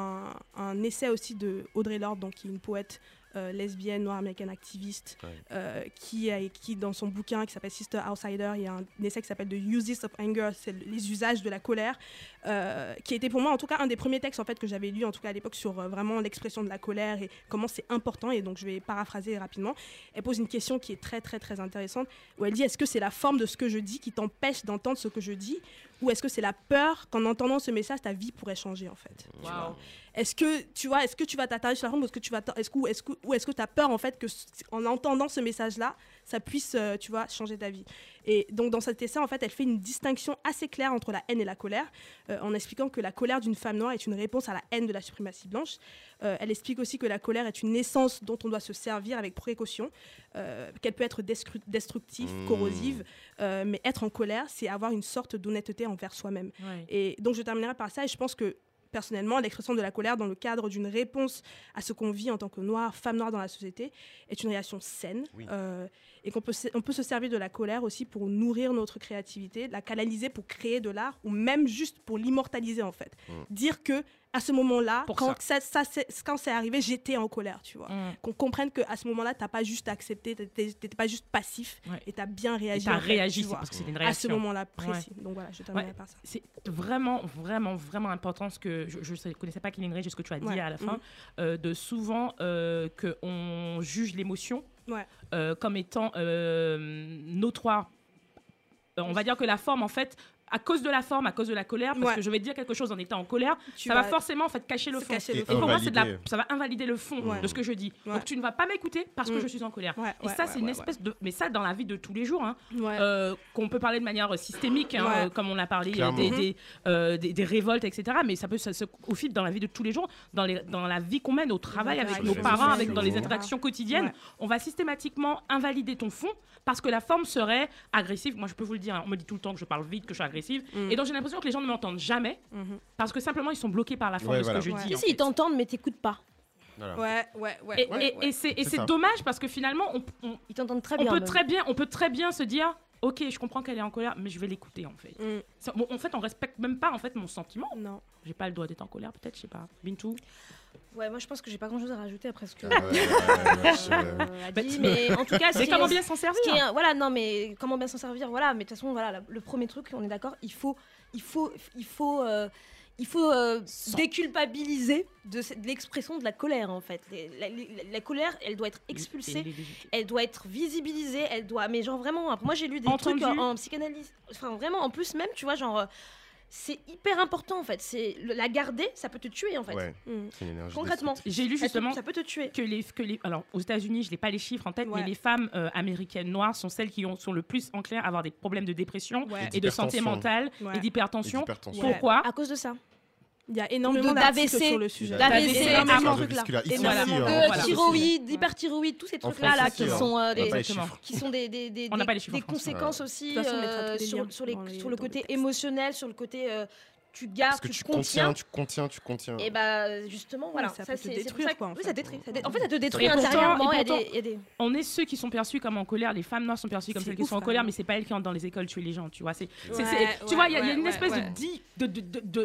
Speaker 2: un essai aussi de Audre Lorde, donc qui est une poète lesbienne, noire américaine activiste, qui a écrit dans son bouquin qui s'appelle Sister Outsider, il y a un essai qui s'appelle The Uses of Anger, c'est les usages de la colère, qui était pour moi en tout cas un des premiers textes en fait que j'avais lu en tout cas à l'époque sur vraiment l'expression de la colère et comment c'est important. Et donc je vais paraphraser rapidement. Elle pose une question qui est très très très intéressante où elle dit: est-ce que c'est la forme de ce que je dis qui t'empêche d'entendre ce que je dis, ou est-ce que c'est la peur qu'en entendant ce message ta vie pourrait changer en fait? Est-ce que tu vas t'attarder sur la forme, ou est-ce que tu as peur en fait que en entendant ce message-là, ça puisse changer ta vie? Et donc dans cet essai en fait, elle fait une distinction assez claire entre la haine et la colère, en expliquant que la colère d'une femme noire est une réponse à la haine de la suprématie blanche. Elle explique aussi que la colère est une essence dont on doit se servir avec précaution, qu'elle peut être destructive, corrosive, mais être en colère, c'est avoir une sorte d'honnêteté envers soi-même. Et donc je terminerai par ça, et je pense que personnellement, l'expression de la colère dans le cadre d'une réponse à ce qu'on vit en tant que noir, femme noire dans la société, est une réaction saine. Et qu'on peut se servir de la colère aussi pour nourrir notre créativité, la canaliser pour créer de l'art, ou même juste pour l'immortaliser en fait. Dire que à ce moment-là, quand c'est arrivé, j'étais en colère, tu vois. Qu'on comprenne qu'à ce moment-là, t'as pas juste accepté, t'étais pas juste passif, et t'as bien réagi.
Speaker 1: Et t'as réagi, c'est parce que c'était une réaction.
Speaker 2: À ce moment-là précis. Donc voilà, je terminerai par ça.
Speaker 1: C'est vraiment, vraiment, vraiment important, ce que je ne connaissais pas Killing Rage, ce que tu as dit à la fin, de souvent qu'on juge l'émotion comme étant notoire. On va dire que la forme, en fait, à cause de la forme, à cause de la colère, parce que je vais te dire quelque chose en étant en colère, ça va forcément en fait cacher le fond. Et pour moi, ça va invalider le fond de ce que je dis. Donc tu ne vas pas m'écouter parce que je suis en colère. Et ça, c'est une espèce de... Mais ça, dans la vie de tous les jours, qu'on peut parler de manière systémique, comme on a parlé des révoltes, etc. Mais ça peut au fil dans la vie de tous les jours, dans la vie qu'on mène au travail avec nos parents, dans les interactions quotidiennes, on va systématiquement invalider ton fond parce que la forme serait agressive. Moi, je peux vous le dire, on me dit tout le temps que je parle vite, que je suis agressive. Et donc j'ai l'impression que les gens ne m'entendent jamais parce que simplement ils sont bloqués par la forme de ce que je dis.
Speaker 4: Si, ils t'entendent mais t'écoutent pas.
Speaker 1: Et c'est dommage parce que finalement
Speaker 4: ils t'entendent très bien.
Speaker 1: On peut très bien se dire ok, je comprends qu'elle est en colère, mais je vais l'écouter en fait. En fait, on respecte même pas en fait mon sentiment.
Speaker 2: Non.
Speaker 1: J'ai pas le droit d'être en colère, peut-être, je sais pas. Bintou.
Speaker 4: Ouais, moi je pense que j'ai pas grand chose à rajouter après ce que
Speaker 1: dit, mais en tout cas, c'est comment bien s'en servir.
Speaker 4: Voilà, non, mais comment bien s'en servir. Voilà, mais de toute façon, voilà, le premier truc, on est d'accord, il faut déculpabiliser de l'expression de la colère en fait. La colère, elle doit être expulsée, elle doit être visibilisée, mais genre vraiment, moi j'ai lu des trucs en psychanalyse, enfin vraiment en plus même, tu vois, genre c'est hyper important en fait, la garder, ça peut te tuer en fait.
Speaker 3: C'est une énergie
Speaker 4: concrètement.
Speaker 1: J'ai lu justement
Speaker 4: ça peut te tuer.
Speaker 1: Alors aux États-Unis, je n'ai pas les chiffres en tête, mais les femmes américaines noires sont celles qui sont le plus enclines à avoir des problèmes de dépression et de santé mentale et d'hypertension. Pourquoi ?
Speaker 4: À cause de ça.
Speaker 2: Il y a énormément d'articles sur le sujet.
Speaker 4: D'AVC,
Speaker 2: énormément
Speaker 4: de trucs là.
Speaker 3: De
Speaker 4: thyroïde, d'hyperthyroïde, tous ces trucs-là qui sont des conséquences aussi sur le côté émotionnel, sur le côté tu gardes, tu contiens. Et bah justement, voilà,
Speaker 2: ça peut te détruire quoi.
Speaker 4: Oui, ça détruit. En fait, ça te détruit intérieurement.
Speaker 1: On est ceux qui sont perçus comme en colère. Les femmes noires sont perçues comme celles qui sont en colère, mais c'est pas elles qui entrent dans les écoles tuer les gens. Tu vois, tu vois, il y a une espèce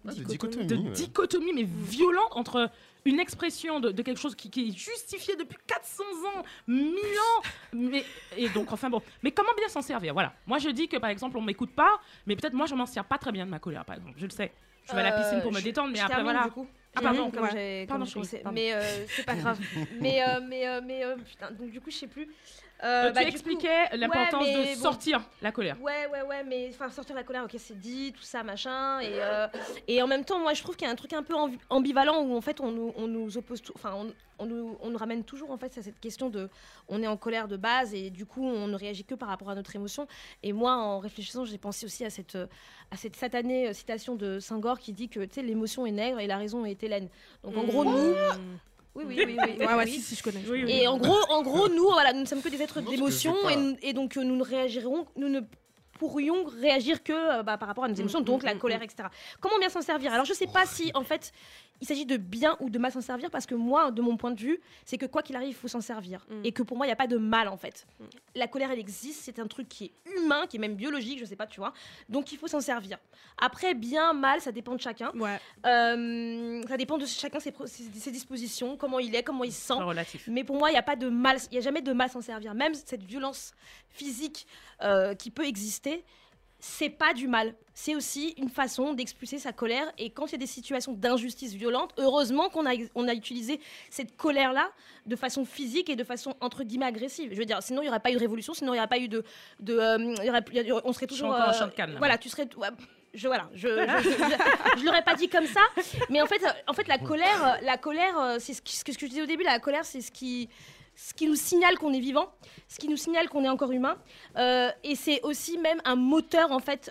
Speaker 1: dichotomie, mais violente entre une expression de quelque chose qui est justifié depuis 400 ans, 1000 ans. Et donc, enfin bon. Mais comment bien s'en servir? Voilà. Moi, je dis que, par exemple, on ne m'écoute pas, mais peut-être moi, je m'en sers pas très bien de ma colère, par exemple. Je le sais. Je vais à la piscine pour me détendre, mais après, voilà.
Speaker 4: Ah pardon, comme j'ai commencé. Mais c'est pas grave. mais putain, donc du coup, je sais plus.
Speaker 1: Tu expliquais l'importance de sortir la colère.
Speaker 4: Ouais, mais enfin sortir la colère, ok, c'est dit, tout ça, machin, et en même temps, moi, je trouve qu'il y a un truc un peu ambivalent où en fait, on nous oppose, enfin, on nous ramène toujours en fait à cette question de, on est en colère de base et du coup, on ne réagit que par rapport à notre émotion. Et moi, en réfléchissant, j'ai pensé aussi à cette satanée citation de Senghor qui dit que tu sais, l'émotion est nègre et la raison est hélène. Donc en gros, nous. Oui.
Speaker 2: Si, je connais.
Speaker 4: Et en gros, nous, voilà, nous ne sommes que des êtres d'émotion et donc nous ne pourrions réagir que par rapport à nos émotions, donc la colère, etc. Comment bien s'en servir? Alors, je ne sais pas si, en fait, il s'agit de bien ou de mal s'en servir, parce que moi, de mon point de vue, c'est que quoi qu'il arrive, il faut s'en servir. Et que pour moi, il n'y a pas de mal, en fait. La colère, elle existe, c'est un truc qui est humain, qui est même biologique, je sais pas, tu vois. Donc, il faut s'en servir. Après, bien, mal, ça dépend de chacun.
Speaker 2: Ouais.
Speaker 4: Ça dépend de chacun, ses dispositions, comment il est, comment il se sent.
Speaker 1: Relatif.
Speaker 4: Mais pour moi, il n'y a pas de mal, il n'y a jamais de mal s'en servir. Même cette violence physique qui peut exister, c'est pas du mal. C'est aussi une façon d'expulser sa colère. Et quand il y a des situations d'injustice violente, heureusement qu'on a utilisé cette colère-là de façon physique et de façon, entre guillemets, agressive. Je veux dire, sinon, il n'y aurait pas eu de révolution, sinon, il n'y aurait pas eu on serait toujours...
Speaker 1: encore en champ de Cannes,
Speaker 4: voilà, tu serais... Je l'aurais pas dit comme ça, mais en fait la colère, c'est ce que je disais au début, la colère, c'est ce qui nous signale qu'on est vivant, ce qui nous signale qu'on est encore humain, et c'est aussi même un moteur en fait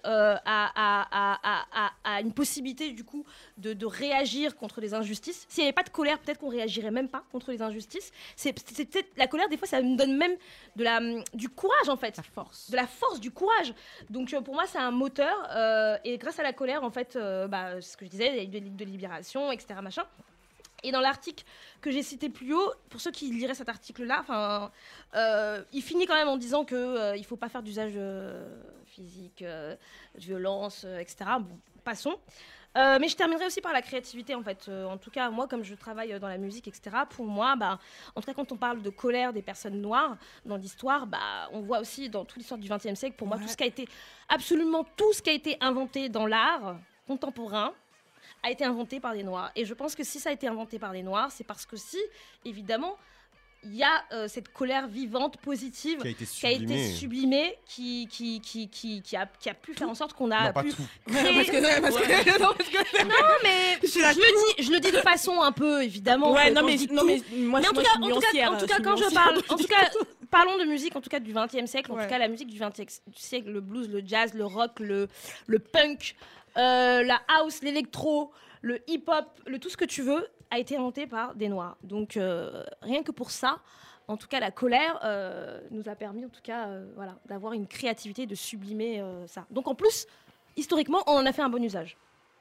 Speaker 4: à une possibilité du coup de réagir contre les injustices. S'il n'y avait pas de colère, peut-être qu'on réagirait même pas contre les injustices. C'est peut-être la colère, des fois, ça nous donne même du courage en fait, de la force, du courage. Donc pour moi, c'est un moteur, et grâce à la colère, en fait, ce que je disais, il y a eu des livres de libération, etc., machin. Et dans l'article que j'ai cité plus haut, pour ceux qui liraient cet article-là, il finit quand même en disant qu'il ne faut pas faire d'usage physique, de violence, etc. Bon, passons. Mais je terminerai aussi par la créativité, en fait. En tout cas, moi, comme je travaille dans la musique, etc., pour moi, en tout cas, quand on parle de colère des personnes noires dans l'histoire, on voit aussi dans toute l'histoire du XXe siècle, pour moi, absolument tout ce qui a été inventé dans l'art contemporain, a été inventé par des Noirs. Et je pense que si ça a été inventé par des Noirs, c'est parce que évidemment, il y a cette colère vivante, positive, qui a été sublimée, qui a pu faire en sorte qu'on a pu créer... Non, mais je le dis de façon un peu, évidemment...
Speaker 2: Ouais, non, mais moi,
Speaker 4: en tout cas, quand je parle... En tout cas, parlons de musique, en tout cas, du XXe siècle. En tout cas, la musique du XXe siècle, le blues, le jazz, le rock, le punk... la house, l'électro, le hip-hop, tout ce que tu veux a été inventé par des Noirs. Donc rien que pour ça, en tout cas la colère nous a permis en tout cas d'avoir une créativité, de sublimer ça. Donc en plus, historiquement, on en a fait un bon usage.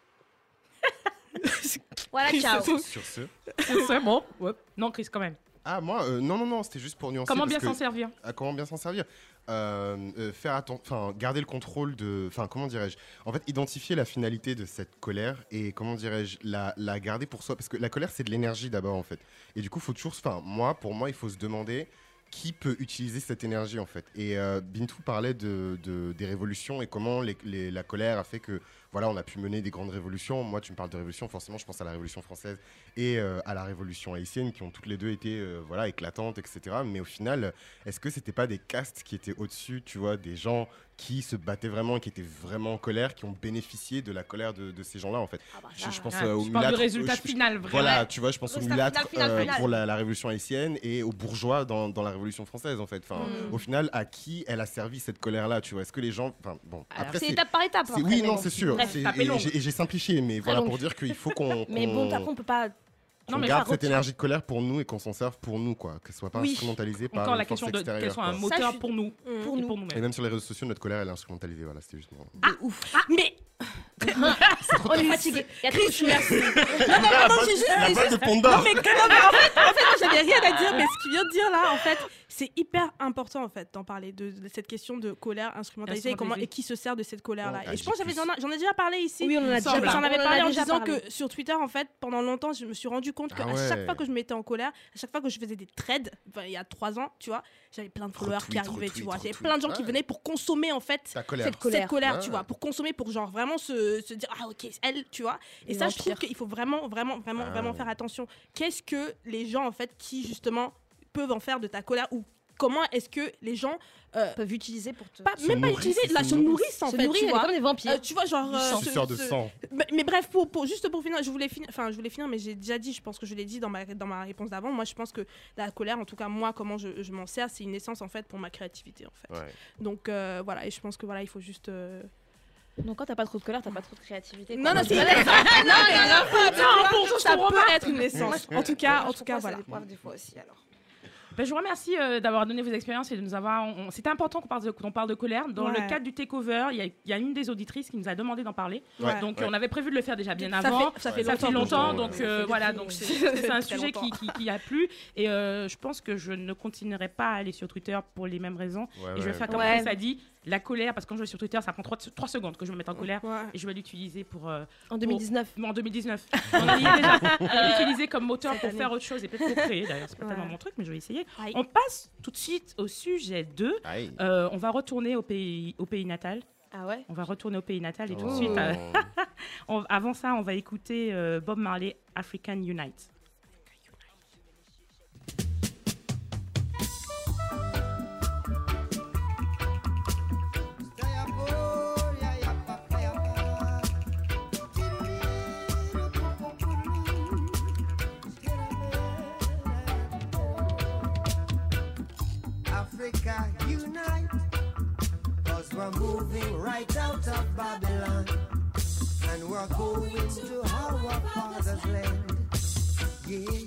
Speaker 4: Voilà, ciao.
Speaker 3: Sur ce.
Speaker 1: C'est bon. Ouais. Non, Chris, quand même.
Speaker 3: Ah, moi, non, c'était juste pour nuancer.
Speaker 1: Comment bien s'en servir?
Speaker 3: Comment bien s'en servir? Garder le contrôle de... Enfin, comment dirais-je? En fait, identifier la finalité de cette colère et, comment dirais-je, la garder pour soi. Parce que la colère, c'est de l'énergie d'abord, en fait. Et du coup, il faut toujours... Pour moi, il faut se demander qui peut utiliser cette énergie, en fait. Et Bintou parlait des révolutions et comment la colère a fait que... Voilà, on a pu mener des grandes révolutions. Moi, tu me parles de révolution, forcément, je pense à la Révolution française et à la Révolution haïtienne, qui ont toutes les deux été éclatantes, etc. Mais au final, est-ce que c'était pas des castes qui étaient au-dessus, tu vois, des gens qui se battaient vraiment, qui étaient vraiment en colère, qui ont bénéficié de la colère de ces gens-là, en fait. Je pense au mulâtre.
Speaker 1: Du résultat final, vraiment.
Speaker 3: Voilà, tu vois, je pense au mulâtre pour la Révolution haïtienne et aux bourgeois dans la Révolution française, en fait. Au final, à qui elle a servi cette colère-là, tu vois? Est-ce que les gens...
Speaker 4: Après, c'est étape par étape.
Speaker 3: Oui, non, c'est sûr. Et j'ai simplifié, mais voilà, pour dire qu'il faut qu'on...
Speaker 4: Mais bon, après, on peut pas...
Speaker 3: On garde cette énergie de colère pour nous et qu'on s'en serve pour nous, quoi. Qu'elle soit pas instrumentalisée par
Speaker 1: encore la question de qu'elle soit un moteur pour nous.
Speaker 3: Et même sur les réseaux sociaux, notre colère, elle est instrumentalisée. Voilà, c'était juste...
Speaker 4: Ah, ouf. Ah, mais... On est fatigué. Il y a trop de choses.
Speaker 3: La balle de Panda.
Speaker 2: Non, mais en fait, moi, j'avais rien à dire, mais ce qu'il vient de dire là, en fait, c'est hyper important en fait d'en parler de cette question de colère instrumentalisée et qui se sert de cette colère là. Et je pense que j'en ai déjà parlé ici.
Speaker 4: Oui, on en a déjà
Speaker 2: J'en avais parlé en
Speaker 4: déjà
Speaker 2: disant que sur Twitter en fait pendant longtemps je me suis rendu compte qu'à chaque fois que je m'étais en colère, à chaque fois que je faisais des threads, il y a 3 ans, tu vois, j'avais plein de followers qui arrivaient, tu vois, j'avais plein de gens qui venaient pour consommer en fait cette colère, tu vois, pour consommer, pour genre vraiment se dire ah ok elle, tu vois. Et ça je trouve qu'il faut vraiment faire attention. Qu'est-ce que les gens en fait qui justement peuvent en faire de ta colère ou comment est-ce que les gens
Speaker 4: peuvent utiliser pour te...
Speaker 2: même pas utiliser, se nourrissent en fait, tu vois.
Speaker 4: comme des vampires.
Speaker 2: Tu vois, genre...
Speaker 3: suceurs de sang.
Speaker 2: Mais bref, juste pour finir, je voulais finir, mais j'ai déjà dit, je pense que je l'ai dit dans ma réponse d'avant, moi je pense que la colère, en tout cas moi, comment je m'en sers, c'est une essence en fait pour ma créativité en fait. Ouais. Donc voilà, et je pense que voilà, il faut juste...
Speaker 4: Donc quand t'as pas trop de colère, t'as pas trop de créativité.
Speaker 2: Non, c'est ça peut être une essence. En tout cas, voilà.
Speaker 4: Des fois aussi, alors.
Speaker 1: Ben, je vous remercie d'avoir donné vos expériences et de nous avoir. C'était important qu'on parle de colère. Dans le cadre du takeover, il y a une des auditrices qui nous a demandé d'en parler. Ouais. Donc on avait prévu de le faire déjà bien avant.
Speaker 2: Ça fait
Speaker 1: longtemps. Donc voilà, donc c'est un sujet qui a plu. Et je pense que je ne continuerai pas à aller sur Twitter pour les mêmes raisons. Et je vais faire comme Chris a dit. La colère, parce que quand je vais sur Twitter, ça prend 3 secondes que je me mette en colère et je vais l'utiliser pour...
Speaker 4: en 2019.
Speaker 1: En 2019. On y est déjà. Je vais l'utiliser comme moteur pour faire autre chose et peut-être pour créer. D'ailleurs, c'est pas tellement mon truc, mais je vais essayer. Aïe. On passe tout de suite au sujet 2. On va retourner au pays natal.
Speaker 4: Ah ouais.
Speaker 1: On va retourner au pays natal et tout de suite... avant ça, on va écouter Bob Marley, African Unite.
Speaker 9: Africa unite, 'cause we're moving right out of Babylon, and we're going to our father's land. Yeah.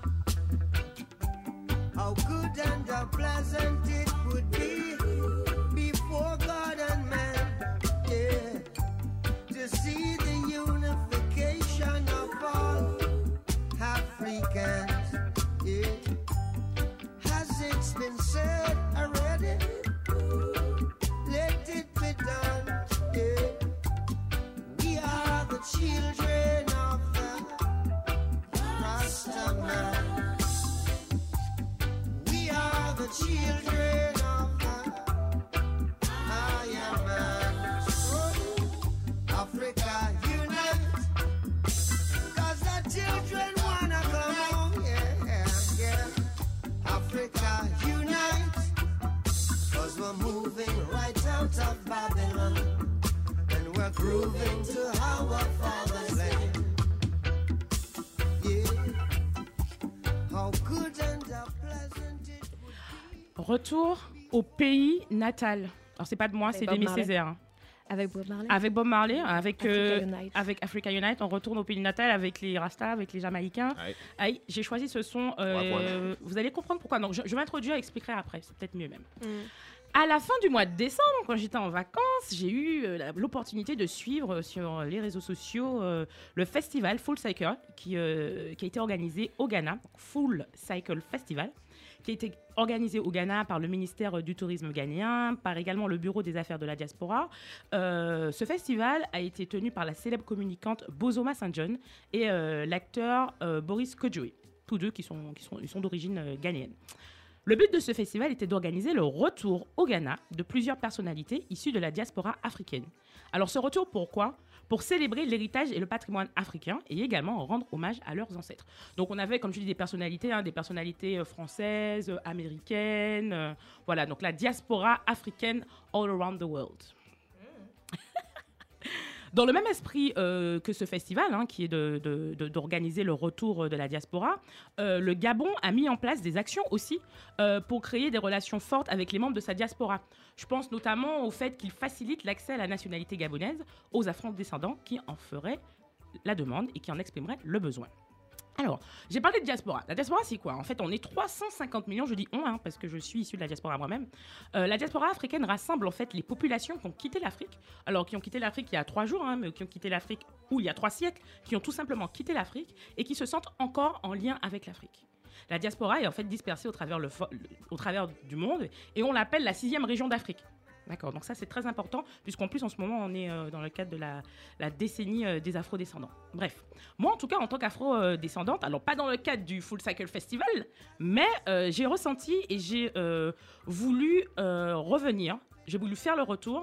Speaker 9: How good and how pleasant it would be before God and man, yeah, to see the unification of all Africans, yeah. It's been said already, let it be done, yeah. We are the children of the Rasta man. We are the children of the Iron Man. Africa unite, 'cause the children wanna come home, yeah. Africa unite, 'cause we're moving right out of Babylon, and we're grooving to our father's land. Yeah. How good and how pleasant it would be.
Speaker 1: Retour au pays natal. Alors c'est pas de moi, c'est d'Aimé Césaire.
Speaker 4: Avec Bob Marley.
Speaker 1: Avec Bob Marley, avec Africa Unite, on retourne au pays natal avec les Rastas, avec les Jamaïcains. Aïe, j'ai choisi ce son. Vous allez comprendre pourquoi. Donc, je vais m'introduire et expliquerai après. C'est peut-être mieux même. À la fin du mois de décembre, quand j'étais en vacances, j'ai eu l'opportunité de suivre sur les réseaux sociaux le festival Full Cycle qui a été organisé au Ghana. Full Cycle Festival, qui a été organisé au Ghana par le ministère du Tourisme ghanéen, par également le Bureau des Affaires de la Diaspora. Ce festival a été tenu par la célèbre communicante Bozoma St. John et l'acteur Boris Kodjoe, tous deux qui sont d'origine ghanéenne. Le but de ce festival était d'organiser le retour au Ghana de plusieurs personnalités issues de la diaspora africaine. Alors ce retour, pourquoi ? Pour célébrer l'héritage et le patrimoine africain et également rendre hommage à leurs ancêtres. Donc on avait, comme je dis, des personnalités françaises, américaines, voilà, donc la diaspora africaine all around the world. Dans le même esprit que ce festival, qui est d'organiser le retour de la diaspora, le Gabon a mis en place des actions aussi pour créer des relations fortes avec les membres de sa diaspora. Je pense notamment au fait qu'il facilite l'accès à la nationalité gabonaise aux afro-descendants qui en feraient la demande et qui en exprimeraient le besoin. Alors, j'ai parlé de diaspora. La diaspora, c'est quoi? En fait, on est 350 millions, je dis on, hein, parce que je suis issue de la diaspora moi-même. La diaspora africaine rassemble en fait les populations qui ont quitté l'Afrique. Alors, qui ont quitté l'Afrique il y a 3 jours, hein, mais qui ont quitté l'Afrique ou il y a 3 siècles, qui ont tout simplement quitté l'Afrique et qui se sentent encore en lien avec l'Afrique. La diaspora est en fait dispersée au travers du monde et on l'appelle la 6e région d'Afrique. D'accord, donc ça c'est très important, puisqu'en plus en ce moment on est dans le cadre de la décennie des afro-descendants. Bref, moi en tout cas en tant qu'afro-descendante, alors pas dans le cadre du Full Cycle Festival, mais j'ai ressenti et j'ai voulu revenir, j'ai voulu faire le retour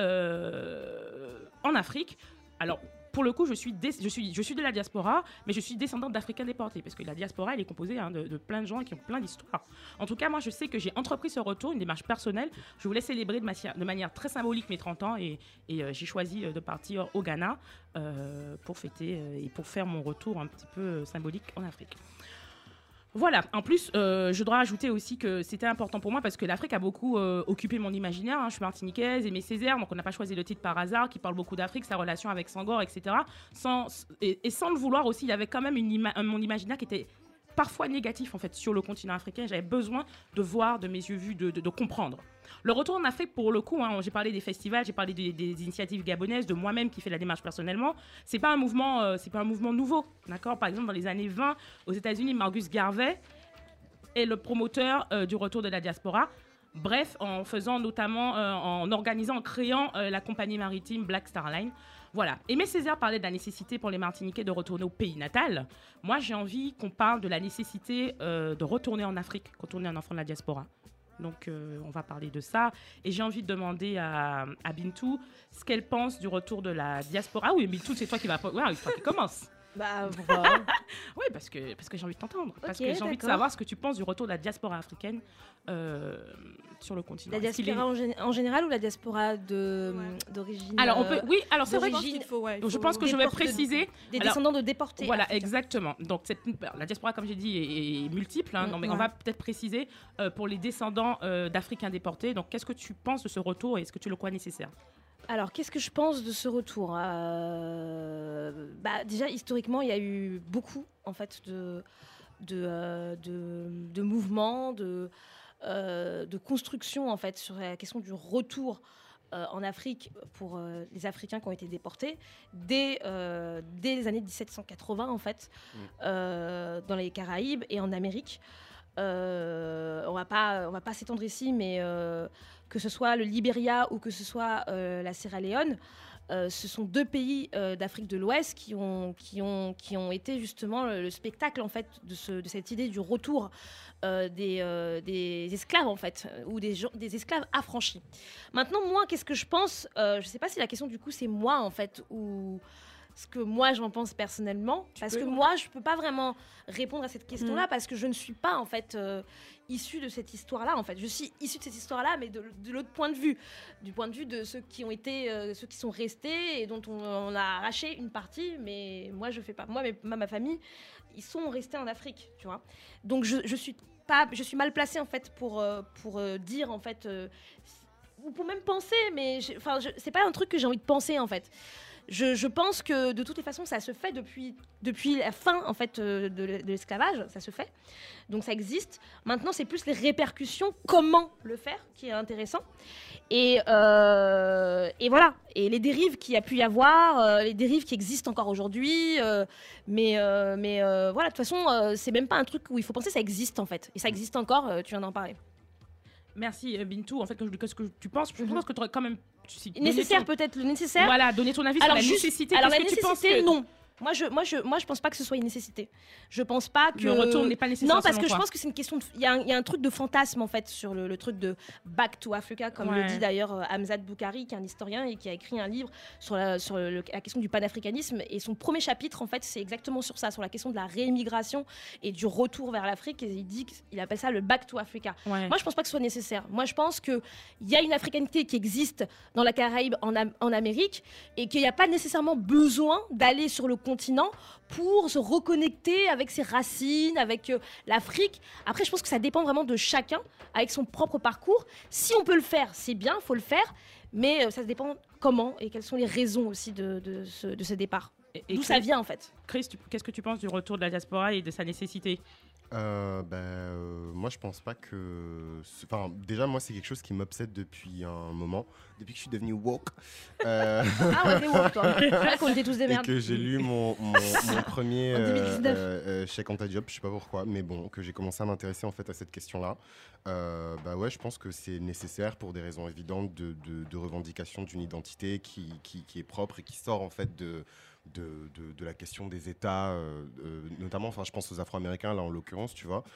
Speaker 1: en Afrique. Alors, pour le coup, je suis de la diaspora, mais je suis descendante d'Africains déportés, parce que la diaspora, elle est composée de plein de gens qui ont plein d'histoires. En tout cas, moi, je sais que j'ai entrepris ce retour, une démarche personnelle. Je voulais célébrer de manière très symbolique mes 30 ans, et j'ai choisi de partir au Ghana pour fêter et pour faire mon retour un petit peu symbolique en Afrique. Voilà, en plus, je dois rajouter aussi que c'était important pour moi parce que l'Afrique a beaucoup occupé mon imaginaire. Hein. Je suis martiniquaise, Aimé Césaire, donc on n'a pas choisi le titre par hasard, qui parle beaucoup d'Afrique, sa relation avec Senghor, etc. Sans le vouloir aussi, il y avait quand même mon imaginaire qui était parfois négatif en fait sur le continent africain. J'avais besoin de voir de mes yeux vus, de comprendre. Le retour en Afrique, pour le coup, hein, j'ai parlé des festivals, j'ai parlé des initiatives gabonaises, de moi-même qui fais la démarche personnellement. C'est pas un mouvement nouveau, d'accord. Par exemple, dans les années 20, aux États-Unis, Marcus Garvey est le promoteur du retour de la diaspora. Bref, en faisant notamment, en organisant, en créant la compagnie maritime Black Star Line. Voilà. Aimé Césaire parlait de la nécessité pour les Martiniquais de retourner au pays natal. Moi, j'ai envie qu'on parle de la nécessité de retourner en Afrique quand on est un enfant de la diaspora. Donc, on va parler de ça. Et j'ai envie de demander à Bintou ce qu'elle pense du retour de la diaspora. Ah oui, Bintou, c'est toi qui commence.
Speaker 4: Bah, pourquoi?
Speaker 1: Oui, parce que j'ai envie de t'entendre. Parce que j'ai envie de savoir ce que tu penses du retour de la diaspora africaine sur le continent.
Speaker 4: La diaspora en général ou la diaspora d'origine?
Speaker 1: Alors, alors c'est vrai
Speaker 2: qu'il faut.
Speaker 1: Je pense que je vais préciser.
Speaker 4: Des descendants de déportés.
Speaker 1: Voilà, africains. Exactement. Donc, la diaspora, comme j'ai dit, est multiple. Hein, mais on va peut-être préciser pour les descendants d'Africains déportés. Donc, qu'est-ce que tu penses de ce retour et est-ce que tu le crois nécessaire?
Speaker 4: Alors, qu'est-ce que je pense de ce retour? Déjà, historiquement, il y a eu beaucoup, en fait, de mouvements, de construction, en fait, sur la question du retour en Afrique pour les Africains qui ont été déportés dès les années 1780, en fait, dans les Caraïbes et en Amérique. On va pas s'étendre ici, mais que ce soit le Libéria ou que ce soit la Sierra Leone, ce sont 2 pays d'Afrique de l'Ouest qui ont été justement le spectacle en fait de cette idée du retour des esclaves en fait, ou des esclaves affranchis. Maintenant, moi, qu'est-ce que je pense? Je sais pas si la question du coup c'est moi en fait ou ce que moi j'en pense personnellement, parce que moi je peux pas vraiment répondre à cette question-là parce que je ne suis pas en fait issue de cette histoire-là. En fait, je suis issue de cette histoire-là, mais de l'autre point de vue, du point de vue de ceux qui ont été, ceux qui sont restés et dont on a arraché une partie. Mais moi je fais pas. Moi, ma famille, ils sont restés en Afrique, tu vois. Donc je suis mal placée en fait pour dire en fait ou pour même penser, mais c'est pas un truc que j'ai envie de penser en fait. Je pense que de toutes les façons, ça se fait depuis la fin en fait de l'esclavage, ça se fait. Donc ça existe. Maintenant, c'est plus les répercussions, comment le faire, qui est intéressant. Et voilà. Et les dérives qu'il y a pu y avoir, les dérives qui existent encore aujourd'hui. Mais voilà, de toute façon, c'est même pas un truc où il faut penser, ça existe en fait. Et ça existe encore. Tu viens d'en parler.
Speaker 1: Merci Bintou. En fait, qu'est-ce que tu penses? Je pense que tu aurais quand même
Speaker 4: nécessaire peut-être le nécessaire.
Speaker 1: Voilà, donner ton avis sur la nécessité.
Speaker 4: Alors la nécessité, non. Moi, je pense pas que ce soit une nécessité. Je pense pas que
Speaker 1: le retour n'est pas nécessaire.
Speaker 4: Non, parce que je pense que c'est une question. Il y a un truc de fantasme en fait sur le truc de Back to Africa, comme le dit d'ailleurs Hamzat Boukari, qui est un historien et qui a écrit un livre sur la question du panafricanisme. Et son premier chapitre, en fait, c'est exactement sur ça, sur la question de la réémigration et du retour vers l'Afrique. Et il appelle ça le Back to Africa. Ouais. Moi, je pense pas que ce soit nécessaire. Moi, je pense que il y a une africanité qui existe dans la Caraïbe, en Amérique, et qu'il n'y a pas nécessairement besoin d'aller sur le continent pour se reconnecter avec ses racines, avec l'Afrique. Après, je pense que ça dépend vraiment de chacun, avec son propre parcours. Si on peut le faire, c'est bien, il faut le faire, mais ça dépend comment et quelles sont les raisons aussi de ce départ. d'où ça vient en fait.
Speaker 1: Chris, qu'est-ce que tu penses du retour de la diaspora et de sa nécessité?
Speaker 3: Moi je pense pas que... Enfin déjà moi c'est quelque chose qui m'obsède depuis un moment, depuis que je suis devenu woke.
Speaker 4: Ah on était woke toi, c'est vrai qu'on était tous des merdes.
Speaker 3: Et que j'ai lu mon premier chèque anti-job, je sais pas pourquoi, mais bon, que j'ai commencé à m'intéresser en fait à cette question-là. Ouais, je pense que c'est nécessaire pour des raisons évidentes de revendication d'une identité qui est propre et qui sort en fait de la question des États, notamment, enfin, je pense aux Afro-Américains là en l'occurrence, tu vois,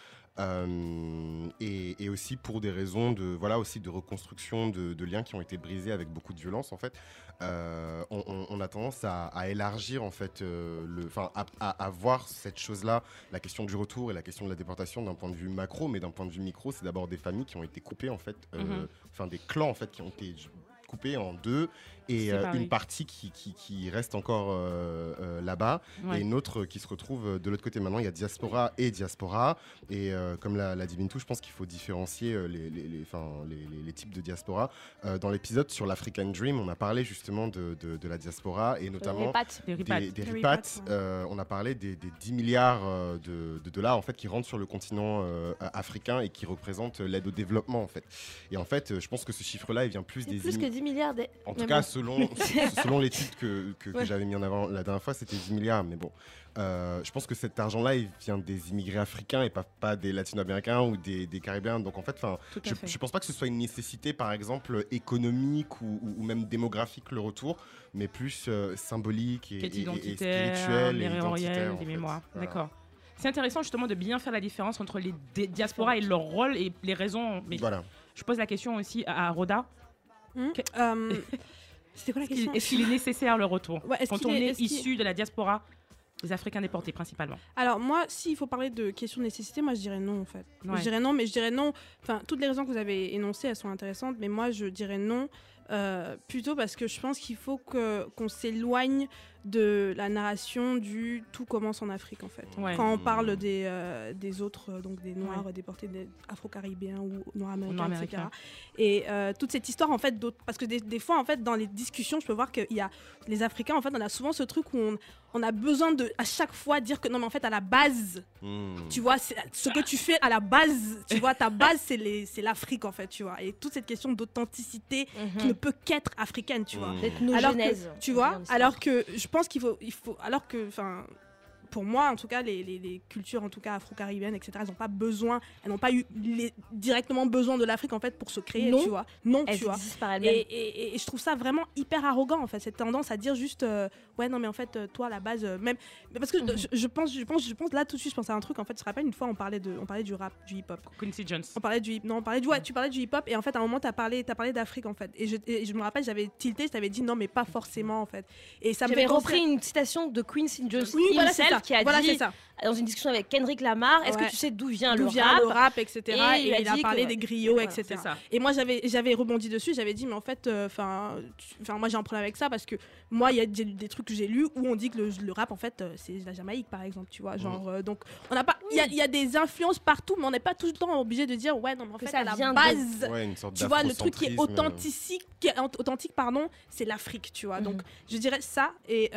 Speaker 3: et aussi pour des raisons de reconstruction de liens qui ont été brisés avec beaucoup de violence en fait. On a tendance à élargir en fait, à voir cette chose-là, la question du retour et la question de la déportation d'un point de vue macro, mais d'un point de vue micro, c'est d'abord des familles qui ont été coupées en fait, des clans en fait qui ont été coupés en deux et une partie qui reste encore là-bas et une autre qui se retrouve de l'autre côté. Maintenant, il y a diaspora et comme l'a dit Bintou, je pense qu'il faut différencier les types de diaspora. Dans l'épisode sur l'African Dream, on a parlé justement de la diaspora et notamment des ripats. On a parlé des 10 milliards de dollars en fait, qui rentrent sur le continent africain et qui représentent l'aide au développement en fait. Et en fait, je pense que ce chiffre-là, il vient plus des...
Speaker 4: Plus que 10 milliards.
Speaker 3: En tout cas, selon l'étude que j'avais mis en avant la dernière fois, c'était 10 milliards. Mais bon, je pense que cet argent-là, il vient des immigrés africains et pas des latino-américains ou des caribéens. Donc en fait, je pense pas que ce soit une nécessité, par exemple, économique ou même démographique, le retour, mais plus symbolique et spirituel et identitaire.
Speaker 1: Des mémoires. Voilà. D'accord. C'est intéressant justement de bien faire la différence entre les diasporas et leur rôle et les raisons. Mais voilà. Je pose la question aussi à Roda.
Speaker 2: C'était quoi la question?
Speaker 1: Est-ce qu'il est nécessaire le retour quand on est issu de la diaspora, des Africains déportés principalement? Alors
Speaker 2: moi, s'il faut parler de question de nécessité, moi je dirais non en fait. Ouais. Je dirais non. Enfin, toutes les raisons que vous avez énoncées, elles sont intéressantes, mais moi je dirais non. Plutôt parce que je pense qu'il faut qu'on s'éloigne de la narration du tout commence en Afrique en fait. Ouais. Quand on parle des autres, donc des Noirs déportés, des Afro-Caribéens ou Nord-Américains, etc. Et toute cette histoire en fait, parce que des fois en fait dans les discussions, je peux voir qu'il y a les Africains en fait, on a souvent ce truc où on a besoin de à chaque fois dire que non mais en fait à la base, tu vois, ce que tu fais à la base, tu vois, ta base c'est l'Afrique en fait, tu vois. Et toute cette question d'authenticité qui ne peut qu'être africaine, tu vois. Tu vois, alors que je pense qu'il faut alors que enfin pour moi en tout cas les cultures en tout cas afro-caribéennes etc, elles n'ont pas eu directement besoin de l'Afrique en fait pour se créer, tu vois.
Speaker 4: Elles
Speaker 2: tu vois.
Speaker 4: Par elles-mêmes.
Speaker 2: Et je trouve ça vraiment hyper arrogant en fait, cette tendance à dire juste ouais non mais en fait toi à la base même mais parce que je pense là tout de suite je pense à un truc en fait. Je te rappelle une fois on parlait du rap, du hip-hop.
Speaker 1: Quincy Jones.
Speaker 2: Tu parlais du hip-hop et en fait à un moment t'as parlé d'Afrique en fait et je me rappelle j'avais tilté, je t'avais dit non mais pas forcément en fait. Et ça
Speaker 4: j'avais repris une citation de Quincy Jones qui a dit dans une discussion avec Kendrick Lamar, est-ce que tu sais d'où vient le
Speaker 2: rap, etc. Et il a parlé des griots, etc. Et moi j'avais rebondi dessus, j'avais dit mais en fait, moi j'ai un problème avec ça parce que moi il y a des trucs que j'ai lus où on dit que le rap en fait c'est la Jamaïque par exemple, tu vois, genre donc on n'a pas, il y a des influences partout, mais on n'est pas tout le temps obligé de dire ouais non mais en fait
Speaker 4: ça
Speaker 2: à la base, tu vois, le truc qui est authentique pardon, c'est l'Afrique, tu vois. Donc je dirais ça et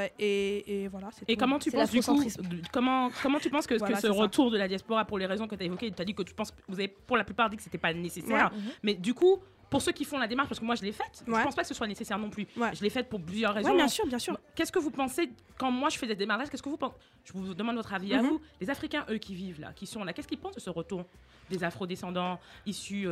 Speaker 2: voilà.
Speaker 1: Et comment tu penses du coup comment tu penses que ce retour de la diaspora, pour les raisons que tu as évoquées, tu as dit que tu penses, vous avez pour la plupart dit que c'était pas nécessaire, mais du coup pour ceux qui font la démarche, parce que moi je l'ai faite, je pense pas que ce soit nécessaire non plus. Je l'ai faite pour plusieurs raisons.
Speaker 2: Bien sûr.
Speaker 1: Qu'est-ce que vous pensez quand moi je fais des démarches? Qu'est-ce que vous pensez? Je vous demande votre avis à vous. Les Africains, eux, qui vivent là, qui sont là, qu'est-ce qu'ils pensent de ce retour des Afro-descendants issus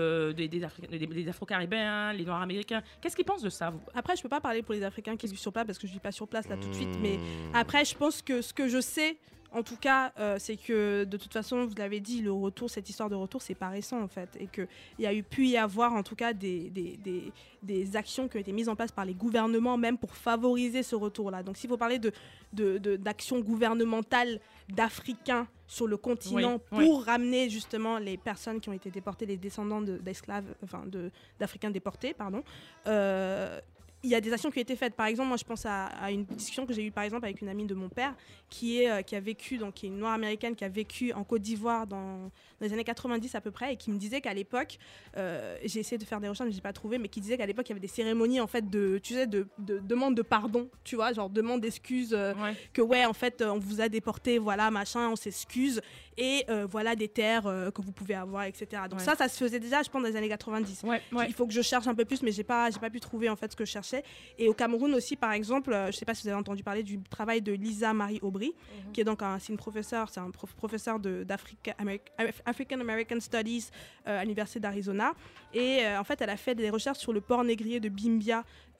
Speaker 1: des Afro-Caribéens, les Noirs américains? Qu'est-ce qu'ils pensent de ça, vous?
Speaker 2: Après, je peux pas parler pour les Africains qui vivent sur place parce que je vis pas sur place là tout de suite. Mais après, je pense que ce que je sais. En tout cas, c'est que de toute façon, vous l'avez dit, cette histoire de retour, c'est pas récent en fait, et qu'il y a pu y avoir en tout cas des actions qui ont été mises en place par les gouvernements même pour favoriser ce retour-là. Donc, s'il faut parler d'actions gouvernementales d'Africains sur le continent pour ramener justement les personnes qui ont été déportées, les descendants d'esclaves, d'Africains déportés, pardon. il y a des actions qui ont été faites. Par exemple, moi, je pense à une discussion que j'ai eue, par exemple, avec une amie de mon père, qui a vécu, donc qui est une noire américaine, qui a vécu en Côte d'Ivoire dans les années 90 à peu près, et qui me disait qu'à l'époque, j'ai essayé de faire des recherches, mais j'ai pas trouvé, mais qui disait qu'à l'époque, il y avait des cérémonies, en fait, de demande de pardon, tu vois, genre demande d'excuses, que en fait, on vous a déporté, voilà, machin, on s'excuse, et voilà des terres que vous pouvez avoir, etc. Donc ça se faisait déjà, je pense, dans les années 90. Il faut que je cherche un peu plus, mais j'ai pas pu trouver, en fait, ce que je cherchais. Et au Cameroun aussi, par exemple, je ne sais pas si vous avez entendu parler du travail de Lisa Marie Aubry, qui est donc un professeur d'African American Studies à l'Université d'Arizona. Et en fait, elle a fait des recherches sur le port négrier de Bimbia,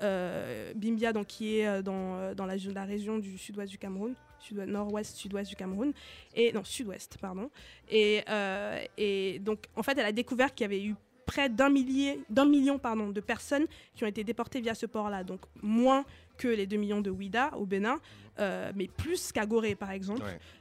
Speaker 2: donc, qui est dans la région du sud-ouest du Cameroun. Nord-ouest, sud-ouest du Cameroun. Sud-ouest, pardon. Et donc, en fait, elle a découvert qu'il y avait eu près d'un million de personnes qui ont été déportées via ce port-là. Donc, moins que les 2 millions de Ouida au Bénin, mais plus qu'à Gorée, par exemple.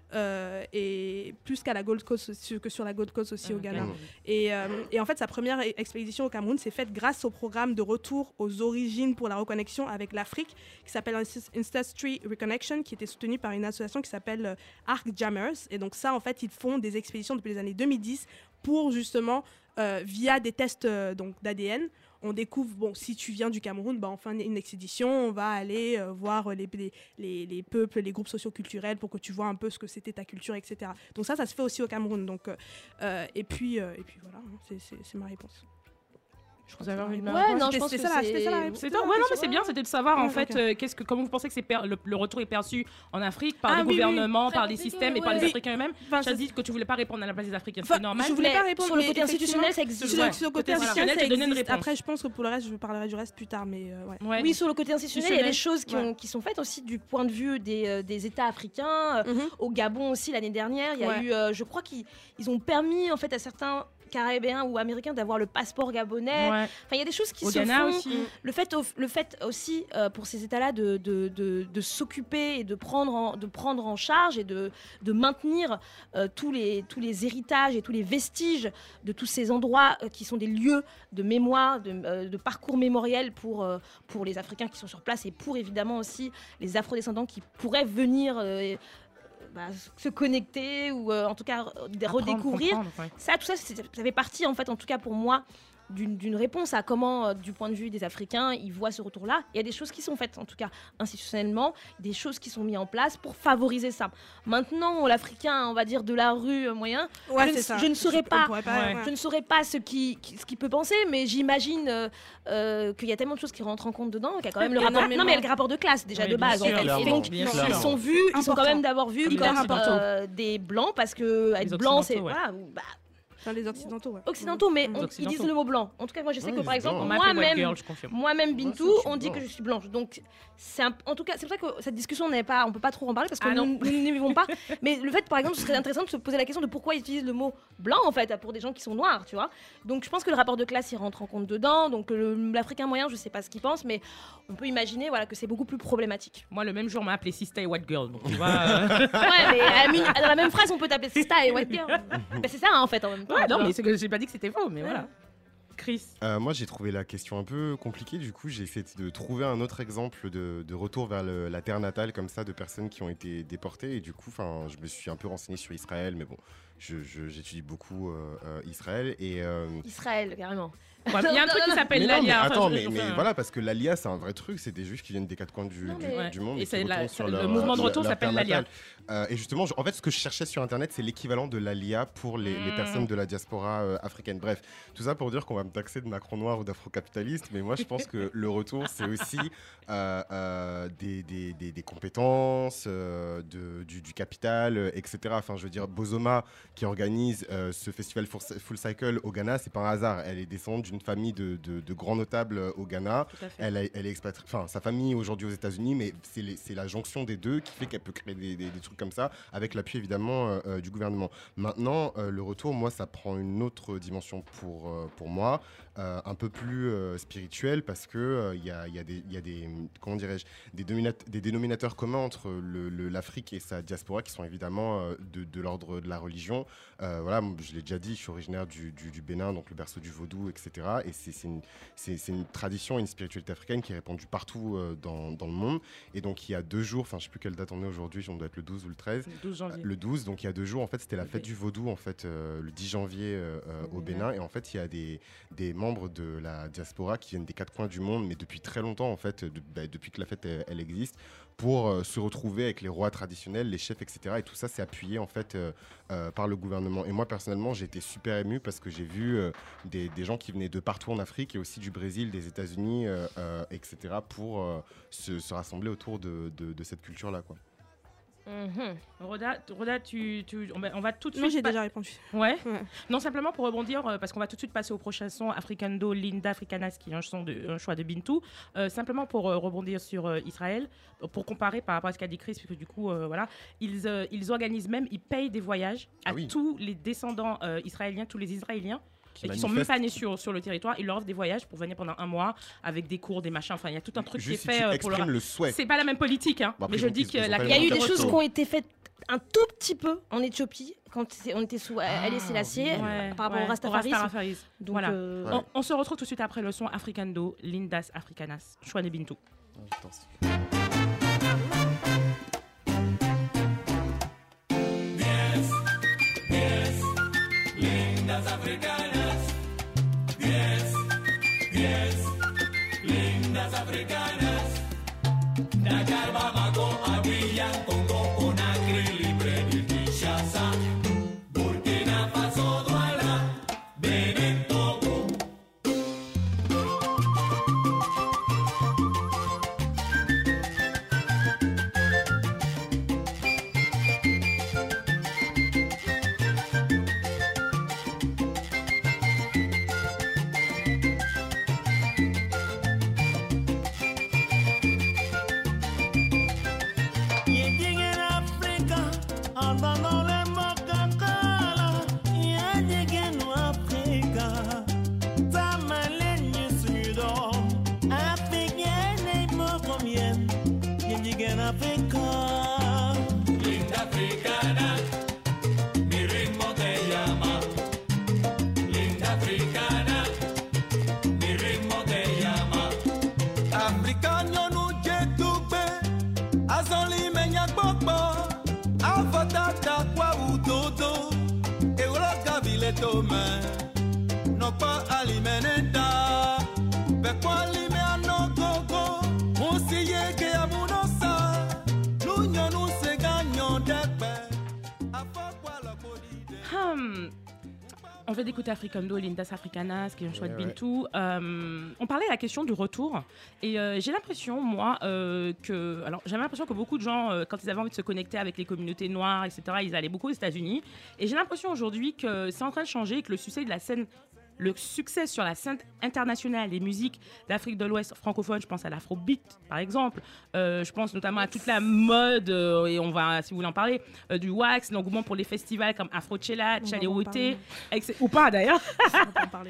Speaker 2: Et plus qu'à la Gold Coast, que sur la Gold Coast aussi au Ghana. Et en fait, sa première expédition au Cameroun s'est faite grâce au programme de retour aux origines pour la reconnexion avec l'Afrique, qui s'appelle Ancestry Reconnection, qui était soutenu par une association qui s'appelle Arc Jammers. Et donc ça, en fait, ils font des expéditions depuis les années 2010 pour justement, via des tests d'ADN, on découvre, si tu viens du Cameroun, on fait une expédition, on va aller voir les peuples, les groupes socioculturels pour que tu vois un peu ce que c'était ta culture, etc. Donc ça se fait aussi au Cameroun. Donc, et puis voilà, c'est ma réponse.
Speaker 1: Vous avez envie de
Speaker 2: c'était ça la réponse.
Speaker 1: Ouais, non, mais c'est bien, c'était de savoir en fait comment vous pensez que le retour est perçu en Afrique par les gouvernements, par les systèmes et par les Africains eux-mêmes. Tu as dit que tu voulais pas répondre à la place des Africains, c'est normal.
Speaker 2: Je voulais pas répondre
Speaker 4: sur le côté institutionnel, ça existe.
Speaker 2: Sur le côté institutionnel, ça existe. Après, je pense que pour le reste, je parlerai du reste plus tard, mais
Speaker 4: oui, sur le côté institutionnel, il y a des choses qui sont faites aussi du point de vue des États africains. Au Gabon aussi l'année dernière, il y a eu, je crois qu'ils ont permis en fait à certains Caribéens ou Américains d'avoir le passeport gabonais. Enfin, il y a des choses qui se font. Aussi. Le fait aussi pour ces États-là de s'occuper et de prendre en charge et de maintenir tous les héritages et tous les vestiges de tous ces endroits qui sont des lieux de mémoire, de parcours mémoriel pour les Africains qui sont sur place et pour évidemment aussi les Afro-descendants qui pourraient venir se connecter ou en tout cas redécouvrir. Ça, tout ça, ça fait partie en fait, en tout cas pour moi, d'une réponse à comment, du point de vue des Africains, ils voient ce retour-là. Il y a des choses qui sont faites, en tout cas institutionnellement, des choses qui sont mises en place pour favoriser ça. Maintenant, l'Africain, on va dire de la rue moyen, je ne saurais pas ce qu'il peut penser, mais j'imagine qu'il y a tellement de choses qui rentrent en compte dedans, qu'il y a quand même le rapport. Non, mais il y a le rapport de classe déjà de base. En fait. Et donc ils sont quand même d'abord vus comme des blancs parce que être blanc, c'est voilà.
Speaker 2: Les Occidentaux,
Speaker 4: Occidentaux, mais ils disent le mot blanc. En tout cas, moi, je sais que, par exemple, moi-même, Bintou, on dit que je suis blanche. Donc, en tout cas, c'est pour ça que cette discussion, on peut pas trop en parler parce que nous n'y vivons pas. Mais le fait, par exemple, ce serait intéressant de se poser la question de pourquoi ils utilisent le mot blanc, en fait, pour des gens qui sont noirs, tu vois. Donc, je pense que le rapport de classe, il rentre en compte dedans. Donc, l'Africain moyen, je sais pas ce qu'il pense, mais on peut imaginer que c'est beaucoup plus problématique.
Speaker 1: Moi, le même jour, on m'a appelé Sista et White Girl. Donc, tu vois.
Speaker 4: Ouais, mais dans la même phrase, on peut t'appeler Sista et White Girl. C'est ça, en fait, en même temps.
Speaker 1: Ouais, non, mais j'ai pas dit que c'était faux, mais voilà. Chris.
Speaker 3: Moi, j'ai trouvé la question un peu compliquée. Du coup, j'ai essayé de trouver un autre exemple de retour vers la terre natale, comme ça, de personnes qui ont été déportées. Et du coup, je me suis un peu renseigné sur Israël, mais bon, j'étudie beaucoup Israël.
Speaker 4: Israël, carrément.
Speaker 1: Il y a un truc qui s'appelle l'Alia.
Speaker 3: Attends, mais voilà, parce que l'Alia, c'est un vrai truc. C'est des juifs qui viennent des quatre coins du monde.
Speaker 1: Et le mouvement de retour s'appelle l'Alia.
Speaker 3: Et justement, en fait, ce que je cherchais sur Internet, c'est l'équivalent de l'Alia pour les personnes de la diaspora africaine. Bref, tout ça pour dire qu'on va me taxer de Macron noir ou d'afro-capitaliste. Mais moi, je pense que le retour, c'est aussi des compétences, du capital, etc. Enfin, je veux dire, Bozoma, qui organise ce festival Full Cycle au Ghana, c'est pas un hasard. Elle est descendante d'une famille de grands notables au Ghana. Elle est expatriée, sa famille aujourd'hui aux États-Unis, mais c'est la jonction des deux qui fait qu'elle peut créer des trucs comme ça, avec l'appui évidemment du gouvernement. Maintenant, le retour, moi, ça prend une autre dimension pour moi, un peu plus spirituelle, parce que il y a des comment dirais-je, des dénominateurs communs entre l'Afrique et sa diaspora qui sont évidemment de l'ordre de la religion. tradition. Voilà, je l'ai déjà dit, je suis originaire du Bénin, donc le berceau du vaudou, etc. Et c'est une tradition, une spiritualité africaine qui est répandue partout dans le monde. Et donc il y a 2 jours, enfin je sais plus quelle date on est aujourd'hui, on doit être le 12 ou le 13.
Speaker 1: Le 12 janvier.
Speaker 3: Le 12, donc il y a 2 jours, en fait c'était la fête du vaudou, en fait, le 10 janvier au Bénin. Et en fait il y a des membres de la diaspora qui viennent des 4 coins du monde, mais depuis très longtemps, en fait, depuis que la fête elle existe, pour se retrouver avec les rois traditionnels, les chefs, etc. Et tout ça, c'est appuyé en fait par le gouvernement. Et moi, personnellement, j'ai été super ému parce que j'ai vu des gens qui venaient de partout en Afrique et aussi du Brésil, des États-Unis, etc. pour se rassembler autour de cette culture-là, quoi.
Speaker 1: Roda, on va tout de suite.
Speaker 2: Non, j'ai déjà répondu.
Speaker 1: Ouais. Non, simplement pour rebondir, parce qu'on va tout de suite passer au prochain son, Africando Linda Africanas, qui est un choix de Bintou. Simplement pour rebondir sur Israël, pour comparer par rapport à ce qu'a dit Chris, puisque du coup, voilà, ils organisent même, ils payent des voyages à tous les descendants israéliens, tous les Israéliens. Qui ne sont même pas nés sur le territoire, ils leur offrent des voyages pour venir pendant 1 mois avec des cours, des machins. Enfin, il y a tout un truc qui est fait pour
Speaker 3: le souhait.
Speaker 1: C'est pas la même politique, hein.
Speaker 3: Bon,
Speaker 1: mais je dis que
Speaker 4: il y a eu des choses qui ont été faites un tout petit peu en Éthiopie quand on était sous Haïlé Sélassié par rapport au Rastafarisme. Donc,
Speaker 1: voilà. On se retrouve tout de suite après le son Africando, Lindas Africanas, Chouane Bintou.
Speaker 6: Lindas africanas, 10, lindas africanas. Dakar, Bamako, Abidjan, Congo, Conakry, Libreville, Kinshasa, Burkina Faso, Douala, Benin, Togo.
Speaker 1: On vient d'écouter Africando, Lindas Africanas, qui est un choix de Bintou. On parlait de la question du retour. Et j'ai l'impression, moi, j'avais l'impression que beaucoup de gens, quand ils avaient envie de se connecter avec les communautés noires, etc., ils allaient beaucoup aux États-Unis. Et j'ai l'impression aujourd'hui que c'est en train de changer et que le succès sur la scène internationale des musiques d'Afrique de l'Ouest francophone, je pense à l'afrobeat par exemple, je pense notamment à toute la mode, et on va, si vous voulez en parler, du wax, l'engouement pour les festivals comme Afrochella, Tchaléoté, ou pas d'ailleurs.
Speaker 2: On va en parler.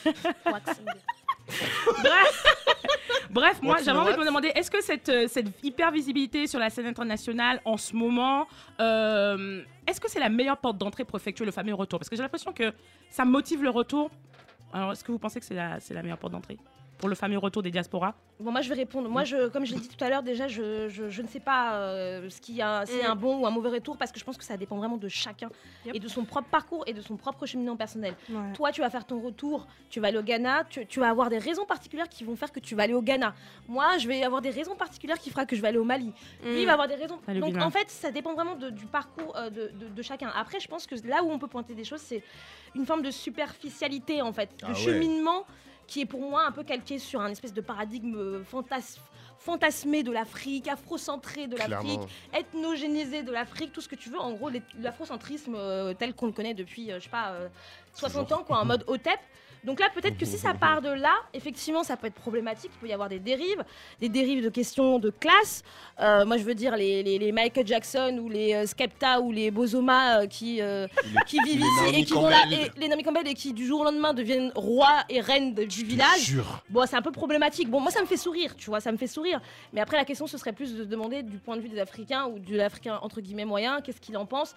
Speaker 1: Bref, moi j'avais envie de me demander, est-ce que cette hyper visibilité sur la scène internationale en ce moment, est-ce que c'est la meilleure porte d'entrée pour effectuer le fameux retour? Parce que j'ai l'impression que ça motive le retour. Alors, est-ce que vous pensez que c'est la meilleure porte d'entrée pour le fameux retour des diasporas?
Speaker 4: Bon, moi je vais répondre. Moi, comme je l'ai dit tout à l'heure, déjà, je ne sais pas s'il y a un bon ou un mauvais retour, parce que je pense que ça dépend vraiment de chacun et de son propre parcours et de son propre cheminement personnel. Toi, tu vas faire ton retour, tu vas aller au Ghana, tu vas avoir des raisons particulières qui vont faire que tu vas aller au Ghana. Moi, je vais avoir des raisons particulières qui fera que je vais aller au Mali. Lui, il va avoir des raisons. Donc, en fait, ça dépend vraiment du parcours de chacun. Après, je pense que là où on peut pointer des choses, c'est une forme de superficialité, en fait, de cheminement qui est pour moi un peu calqué sur un espèce de paradigme fantasmé de l'Afrique, afrocentré de l'Afrique, ethnogénisé de l'Afrique, tout ce que tu veux. En gros, l'afrocentrisme tel qu'on le connaît depuis, 60 ans, quoi, en mode OTEP. Donc là, peut-être que si ça part de là, effectivement, ça peut être problématique. Il peut y avoir des dérives de questions de classe. Moi, je veux dire les Michael Jackson ou les Skepta ou les Bozoma qui vivent ici et qui vont là, et les Naomi Campbell, et qui du jour au lendemain deviennent rois et reines du village. Bon, c'est un peu problématique. Bon, moi, ça me fait sourire, tu vois, ça me fait sourire. Mais après, la question, ce serait plus de demander du point de vue des Africains ou de l'Africain entre guillemets moyen, qu'est-ce qu'il en pense.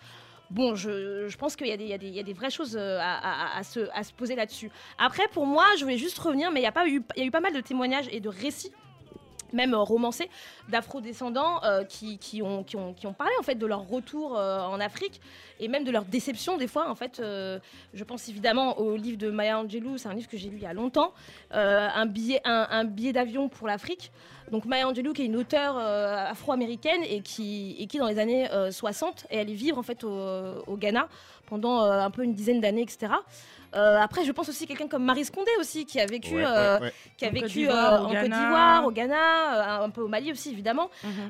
Speaker 4: bon, je pense qu'il y a des vraies choses à se poser là-dessus. Après, pour moi, je voulais juste revenir, mais il y a eu pas mal de témoignages et de récits, même romancés, d'afro-descendants qui ont parlé en fait de leur retour en Afrique et même de leur déception des fois en fait. Je pense évidemment au livre de Maya Angelou, c'est un livre que j'ai lu il y a longtemps, un billet d'avion pour l'Afrique. Donc Maya Angelou qui est une auteure afro-américaine et qui dans les années 60 est allée vivre en fait au Ghana pendant un peu une dizaine d'années, etc. Après, je pense aussi quelqu'un comme Maryse Condé aussi, qui a vécu, qui a vécu en Côte d'Ivoire, au Ghana, un peu au Mali aussi, évidemment.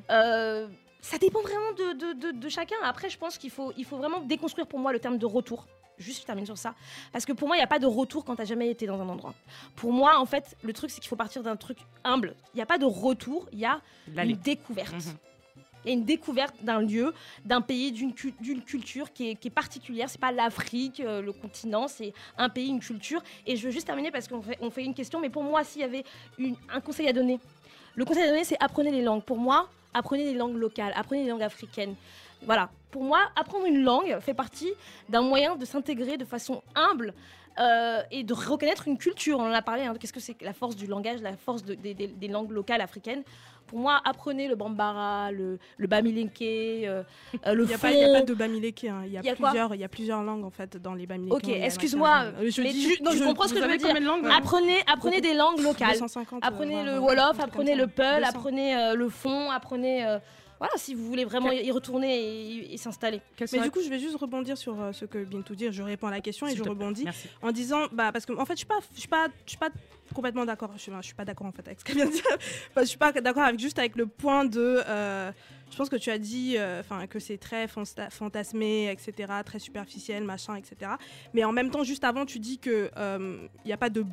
Speaker 4: Ça dépend vraiment de chacun. Après, je pense qu'il faut vraiment déconstruire pour moi le terme de retour. Juste, je termine sur ça. Parce que pour moi, il n'y a pas de retour quand tu n'as jamais été dans un endroit. Pour moi, en fait, le truc, c'est qu'il faut partir d'un truc humble. Il n'y a pas de retour, il y a une découverte. Il y a une découverte d'un lieu, d'un pays, d'une culture qui est particulière. C'est pas l'Afrique, le continent, c'est un pays, une culture. Et je veux juste terminer parce qu'on fait une question. Mais pour moi, s'il y avait un conseil à donner, le conseil à donner, c'est apprenez les langues. Pour moi, apprenez les langues locales, apprenez les langues africaines. Voilà. Pour moi, apprendre une langue fait partie d'un moyen de s'intégrer de façon humble. Et de reconnaître une culture. On en a parlé, hein. Qu'est-ce que c'est la force du langage, la force des langues locales africaines. Pour moi, apprenez le bambara, le bamilenke, le
Speaker 2: Il n'y a pas de bamilenke, hein. Il y a plusieurs langues en fait dans les bamilenke.
Speaker 4: Ok, excuse-moi, je comprends ce que je veux dire. Apprenez des langues locales.
Speaker 2: 250,
Speaker 4: apprenez le wolof, apprenez le peul, apprenez le fon, apprenez... Voilà, si vous voulez vraiment y retourner et s'installer.
Speaker 2: Mais du coup, je vais juste rebondir sur ce que Bintou dit. Je réponds à la question et je rebondis en disant, parce que en fait, je suis pas complètement d'accord. Je suis pas d'accord en fait avec ce qu'elle vient de dire. Je suis pas d'accord avec le point de. Je pense que tu as dit, que c'est très fantasmé, etc., très superficiel, machin, etc. Mais en même temps, juste avant, tu dis que il y a pas de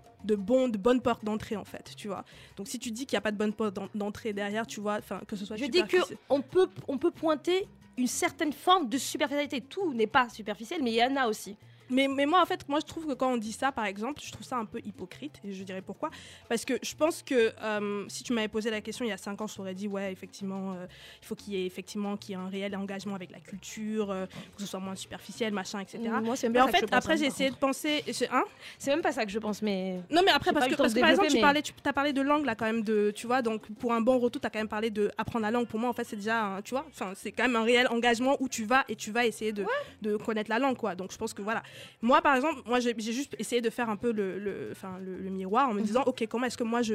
Speaker 2: bonne porte d'entrée en fait, tu vois. Donc si tu dis qu'il n'y a pas de bonne porte d'entrée derrière, tu vois, que ce soit
Speaker 4: je dis qu'on peut pointer une certaine forme de superficialité. Tout n'est pas superficiel, mais il y en a aussi.
Speaker 2: Mais moi, en fait, je trouve que quand on dit ça, par exemple, je trouve ça un peu hypocrite, et je dirais pourquoi. Parce que je pense que si tu m'avais posé la question il y a 5 ans, je t'aurais dit, ouais, effectivement, il faut qu'il y ait un réel engagement avec la culture, que ce soit moins superficiel, machin, etc.
Speaker 4: Moi, c'est même
Speaker 2: mais
Speaker 4: pas
Speaker 2: en
Speaker 4: ça que
Speaker 2: fait,
Speaker 4: je pense,
Speaker 2: après, j'ai essayé de penser...
Speaker 4: C'est même pas ça que je pense, mais...
Speaker 2: Non, mais après, parce que par exemple, tu as parlé de langue, là, quand même, tu vois, donc pour un bon retour, tu as quand même parlé d'apprendre la langue. Pour moi, en fait, c'est déjà, tu vois, c'est quand même un réel engagement où tu vas essayer de connaître la langue, quoi. Donc, je pense que voilà. Moi, par exemple, j'ai juste essayé de faire un peu le miroir en me disant, ok, comment est-ce que moi,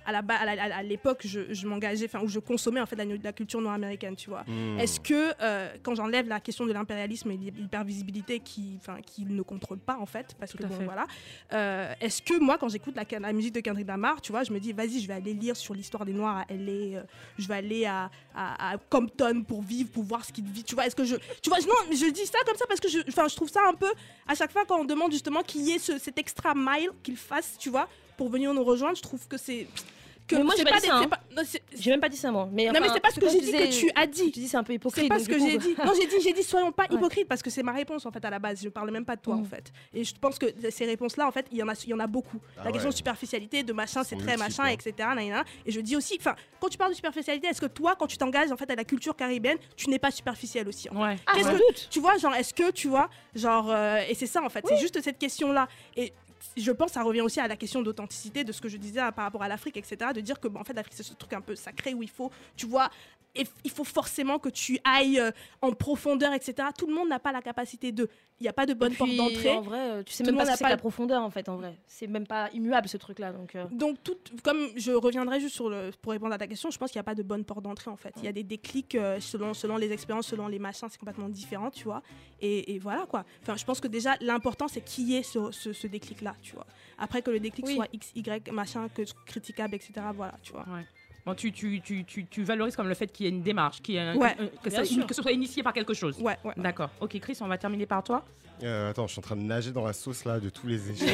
Speaker 2: à l'époque, je m'engageais, où je consommais en fait la culture nord-américaine, tu vois. Est-ce que quand j'enlève la question de l'impérialisme et de l'hypervisibilité qui ne contrôle pas en fait, parce que bon, voilà, est-ce que moi, quand j'écoute la musique de Kendrick Lamar, tu vois, je me dis, vas-y, je vais aller lire sur l'histoire des Noirs à LA, je vais aller à Compton pour voir ce qu'ils vivent, tu vois. Est-ce que je dis ça comme ça parce que je trouve ça un peu à chaque fois quand on demande justement qu'il y ait cet extra mile qu'il fasse, tu vois, pour venir nous rejoindre, je trouve que c'est...
Speaker 4: Mais moi, j'ai pas dit ça. J'ai même pas dit ça, moi.
Speaker 2: Mais non, mais c'est pas ce que j'ai dit que tu as dit.
Speaker 4: Tu dis c'est un peu hypocrite.
Speaker 2: C'est pas ce que j'ai dit. Non, j'ai dit soyons pas hypocrites parce que c'est ma réponse en fait à la base. Je parle même pas de toi en fait. Et je pense que ces réponses-là, en fait, il y en a beaucoup. La question de superficialité, de machin, c'est très machin, etc. Et je dis aussi, quand tu parles de superficialité, est-ce que toi, quand tu t'engages en fait à la culture caribéenne, tu n'es pas superficiel aussi?
Speaker 4: Ouais.
Speaker 2: Tu vois, genre, est-ce que tu vois, genre, et c'est ça en fait. C'est juste cette question-là. Et je pense que ça revient aussi à la question d'authenticité de ce que je disais par rapport à l'Afrique, etc. De dire que en fait l'Afrique c'est ce truc un peu sacré où il faut, tu vois, et il faut forcément que tu ailles en profondeur, etc. Tout le monde n'a pas la capacité de. Il n'y a pas de bonne porte d'entrée.
Speaker 4: En vrai, tu sais même pas ce que c'est la profondeur en fait. En vrai, c'est même pas immuable ce truc-là.
Speaker 2: Donc comme je reviendrai juste pour répondre à ta question, je pense qu'il n'y a pas de bonne porte d'entrée en fait. Il y a des déclics selon les expériences, selon les machins, c'est complètement différent, tu vois. Et voilà quoi. Enfin, je pense que déjà l'important c'est qu'il y ait ce déclic-là, tu vois. Après que le déclic soit X, Y, machin, que critiquable, etc. Voilà, tu vois.
Speaker 1: Ouais. Bon, tu valorises comme le fait qu'il y ait une démarche, que ce soit initié par quelque chose.
Speaker 2: Ouais.
Speaker 1: D'accord. Ok, Chris, on va terminer par toi.
Speaker 3: Attends, je suis en train de nager dans la sauce là de tous les échecs.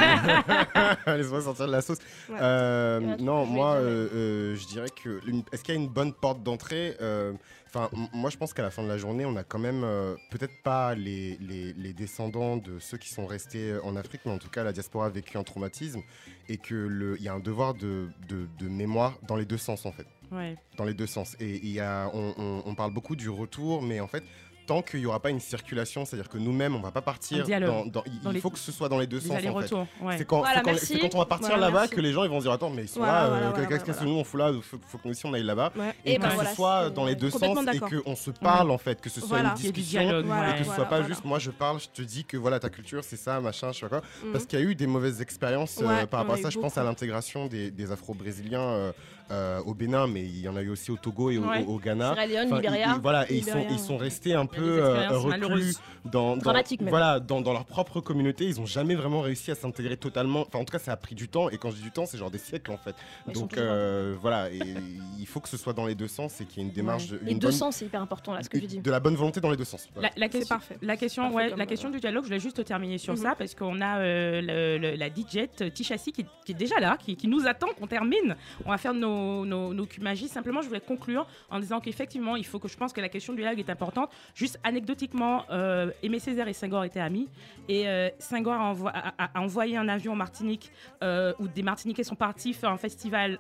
Speaker 3: Laisse-moi sortir de la sauce. Non, moi, je dirais que est-ce qu'il y a une bonne porte d'entrée? Moi, je pense qu'à la fin de la journée, on a quand même peut-être pas les descendants de ceux qui sont restés en Afrique, mais en tout cas, la diaspora a vécu un traumatisme et qu'il y a un devoir de mémoire dans les deux sens en fait.
Speaker 1: Ouais.
Speaker 3: Dans les deux sens. Et on parle beaucoup du retour, mais en fait, tant qu'il n'y aura pas une circulation, c'est-à-dire que nous-mêmes, on ne va pas partir il faut que ce soit dans les deux sens.
Speaker 1: Allers-retours,
Speaker 3: en fait. C'est quand on va partir là-bas que les gens ils vont se dire attends, mais ils sont là, qu'est-ce que nous on fout là, il faut que nous aussi on aille là-bas. Et que ce soit dans les deux sens et qu'on se parle en fait, que ce soit une discussion et que ce soit pas juste moi je parle, je te dis que voilà ta culture c'est ça, machin, je sais pas quoi. Parce qu'il y a eu des mauvaises expériences par rapport à ça. Je pense à l'intégration des Afro-Brésiliens au Bénin, mais il y en a eu aussi au Togo et au Ghana.
Speaker 4: Sierra Leone, Libéria.
Speaker 3: Ils sont restés un peu reclus dans leur propre communauté. Ils n'ont jamais vraiment réussi à s'intégrer totalement. Enfin, en tout cas, ça a pris du temps. Et quand je dis du temps, c'est genre des siècles en fait. Donc voilà, et il faut que ce soit dans les deux sens et qu'il y ait une démarche.
Speaker 4: Les deux sens, c'est hyper important là, ce que je dis.
Speaker 3: De la bonne volonté dans les deux sens.
Speaker 1: Voilà. C'est parfait. La question du dialogue, je voulais juste terminer sur ça parce qu'on a la DJ Tichassi qui est déjà là, qui nous attend qu'on termine. On va faire nos Kumaji. Simplement, je voulais conclure en disant qu'effectivement, je pense que la question du dialogue est importante. Juste anecdotiquement, Aimé Césaire et Senghor étaient amis et Senghor a envoyé un avion en Martinique où des Martiniquais sont partis faire un festival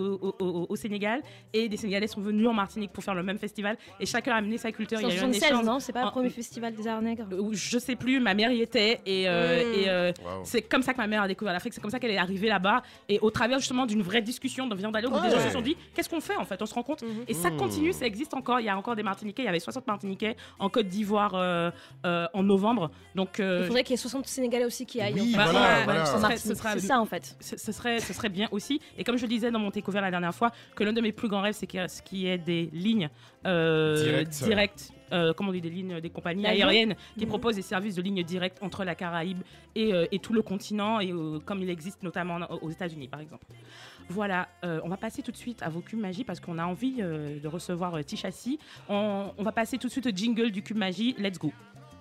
Speaker 1: au Sénégal et des Sénégalais sont venus en Martinique pour faire le même festival et chacun a amené sa culture.
Speaker 4: C'est en 1976, non ? C'est pas le premier festival des Arts Nègres ?
Speaker 1: Je sais plus, ma mère y était et c'est comme ça que ma mère a découvert l'Afrique, c'est comme ça qu'elle est arrivée là-bas et au travers justement d'une vraie discussion dans Viande à l'eau où des gens se sont dit qu'est-ce qu'on fait en fait, on se rend compte et ça continue, ça existe encore, il y a encore des Martiniquais, il y avait 60 Martiniquais en Côte d'Ivoire en novembre, donc
Speaker 4: il faudrait qu'il y ait 60 Sénégalais aussi qui aillent.
Speaker 1: C'est
Speaker 4: ça en fait.
Speaker 1: Ce serait bien aussi et comme je le disais dans mon takeover la dernière fois que l'un de mes plus grands rêves c'est qu'il y ait des lignes directes. Comment on dit, des compagnies aériennes qui proposent des services de ligne directe entre la Caraïbe et tout le continent, et comme il existe notamment aux États-Unis par exemple. Voilà, on va passer tout de suite à vos Kumaji parce qu'on a envie de recevoir Tichassi. On va passer tout de suite au jingle du Kumaji. Let's go.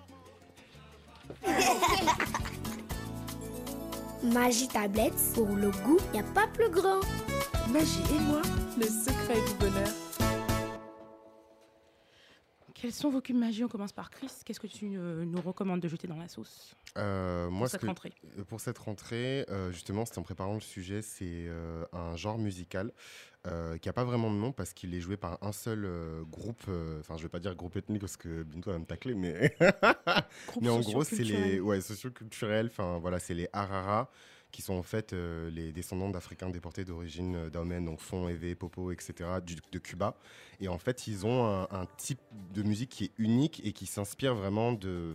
Speaker 10: Magie tablette, pour le goût, y a pas plus grand.
Speaker 11: Magie et moi, le secret du bonheur.
Speaker 1: Quels sont vos Kumaji ? On commence par Chris. Qu'est-ce que tu nous recommandes de jeter dans la sauce
Speaker 3: pour cette rentrée, justement, c'était en préparant le sujet, c'est un genre musical qui n'a pas vraiment de nom parce qu'il est joué par un seul groupe. Enfin, je ne vais pas dire groupe ethnique parce que Bintou va me tacler, mais en gros, c'est les socioculturels. Enfin, voilà, c'est les Harara, qui sont en fait les descendants d'Africains déportés d'origine daoméenne, donc Fon, Evé, Popo, etc., de Cuba. Et en fait, ils ont un type de musique qui est unique et qui s'inspire vraiment de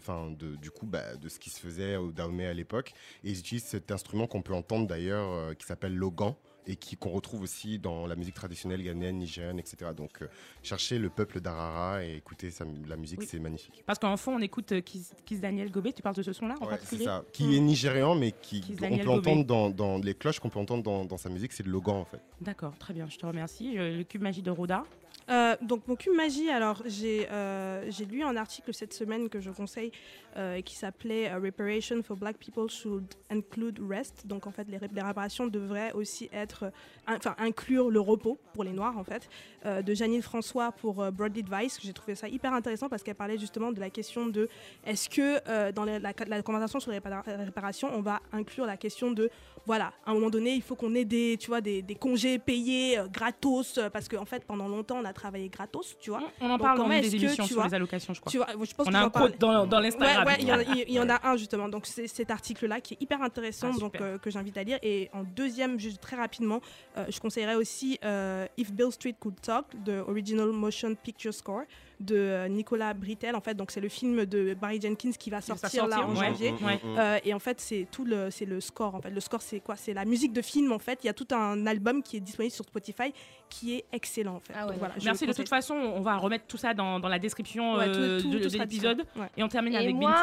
Speaker 3: ce qui se faisait au Dahomey à l'époque. Et ils utilisent cet instrument qu'on peut entendre d'ailleurs, qui s'appelle l'ogan, et qu'on retrouve aussi dans la musique traditionnelle ghanéenne, nigérienne, etc. Donc, cherchez le peuple d'Harara et écoutez la musique, c'est magnifique.
Speaker 1: Parce qu'en fond, on écoute Kiss Daniel Gobé, tu parles de ce son-là en particulier ?
Speaker 3: C'est ça, qui est nigérian, mais on peut entendre dans les cloches qu'on peut entendre dans sa musique, c'est de l'ogan en fait.
Speaker 1: D'accord, très bien, je te remercie. Le Kumaji de Roda.
Speaker 2: Donc mon Kumaji, alors j'ai lu un article cette semaine que je conseille qui s'appelait Reparation for Black People should include rest. Donc en fait les réparations devraient aussi inclure le repos pour les Noirs en fait, de Janine François pour Broadly Advice. J'ai trouvé ça hyper intéressant parce qu'elle parlait justement de la question de est-ce que dans la conversation sur les réparations on va inclure la question de voilà, à un moment donné il faut qu'on ait des congés payés gratos parce qu'en fait pendant longtemps on a travaillé gratos, tu vois.
Speaker 1: On en parle dans des émissions sur les allocations, je crois.
Speaker 2: Tu vois, je pense
Speaker 1: on a un quote dans l'Instagram.
Speaker 2: Ouais, il y en a un justement. Donc c'est cet article-là qui est hyper intéressant, que j'invite à lire. Et en deuxième, juste très rapidement, je conseillerais aussi If Beale Street Could Talk, de Original Motion Picture Score de Nicolas Britell. En fait, donc c'est le film de Barry Jenkins qui va sortir là en janvier. Et en fait, c'est le score. En fait, le score, c'est quoi ? C'est la musique de film. En fait, il y a tout un album qui est disponible sur Spotify qui est excellent. En fait.
Speaker 1: Donc, voilà, merci. De toute façon, on va remettre tout ça dans la description de l'épisode. Et on termine avec Bintou.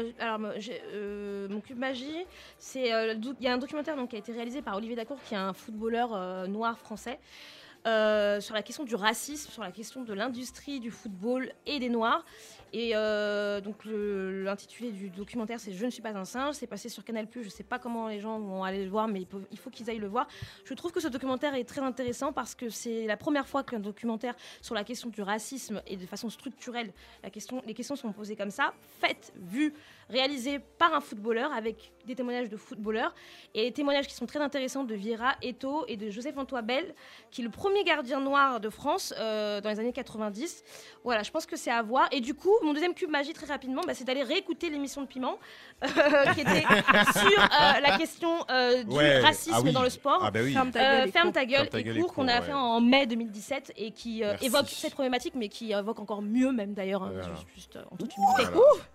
Speaker 4: Mon Kumaji, il y a un documentaire qui a été réalisé par Olivier Dacour, qui est un footballeur noir français. Sur la question du racisme, sur la question de l'industrie du football et des Noirs. Et donc l'intitulé du documentaire, c'est « Je ne suis pas un singe ». C'est passé sur Canal+. Je ne sais pas comment les gens vont aller le voir, mais il faut qu'ils aillent le voir. Je trouve que ce documentaire est très intéressant parce que c'est la première fois qu'un documentaire sur la question du racisme et de façon structurelle, les questions sont posées comme ça, réalisé par un footballeur avec des témoignages de footballeurs et des témoignages qui sont très intéressants de Vieira Eto et de Joseph-Antoine Bell, qui est le premier gardien noir de France dans les années 90. Voilà, je pense que c'est à voir. Et du coup, mon deuxième cube magie, très rapidement, c'est d'aller réécouter l'émission de Piment, qui était sur la question du racisme dans le sport.
Speaker 3: Ah bah oui.
Speaker 4: Ferme ta gueule et cours qu'on a fait en mai 2017 et qui évoque cette problématique, mais qui évoque encore mieux même d'ailleurs, juste en toute humilité.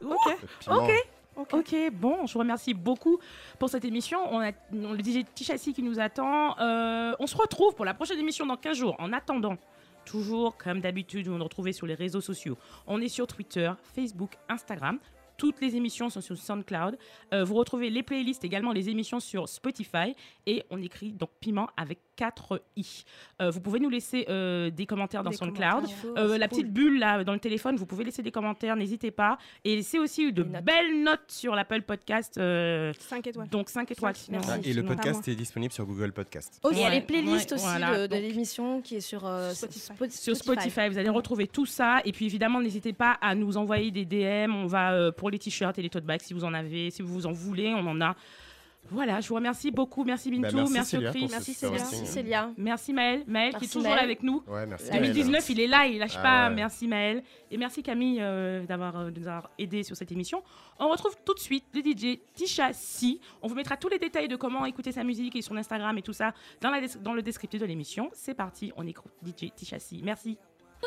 Speaker 1: Ok, bon, je vous remercie beaucoup pour cette émission. On a le DJ Tichassi qui nous attend. On se retrouve pour la prochaine émission dans 15 jours. En attendant, toujours comme d'habitude, vous nous retrouvez sur les réseaux sociaux. On est sur Twitter, Facebook, Instagram. Toutes les émissions sont sur SoundCloud. Vous retrouvez les playlists, également les émissions sur Spotify. Et on écrit donc Piment avec 4 i. Vous pouvez nous laisser des commentaires dans SoundCloud. La petite bulle là dans le téléphone, vous pouvez laisser des commentaires, n'hésitez pas. Et laissez aussi de belles notes sur l'Apple Podcast.
Speaker 2: 5 étoiles.
Speaker 1: Donc 5 étoiles.
Speaker 3: Et le podcast est disponible sur Google Podcast.
Speaker 4: Il y a les playlists aussi de l'émission qui est sur
Speaker 1: Spotify. Vous allez retrouver tout ça. Et puis évidemment, n'hésitez pas à nous envoyer des DM. On va pour les t-shirts et les tote bags si vous en avez, si vous en voulez, on en a. Voilà, je vous remercie beaucoup. Merci Bintou, merci Chris.
Speaker 4: Merci Célia.
Speaker 1: Merci Maël qui est toujours là avec nous.
Speaker 3: Ouais, merci
Speaker 1: 2019, il est là, il lâche pas. Ouais. Merci Maël. Et merci Camille de nous avoir aidé sur cette émission. On retrouve tout de suite le DJ Tichassi. On vous mettra tous les détails de comment écouter sa musique et son Instagram et tout ça dans le descriptif de l'émission. C'est parti, on écoute DJ Tichassi. Merci.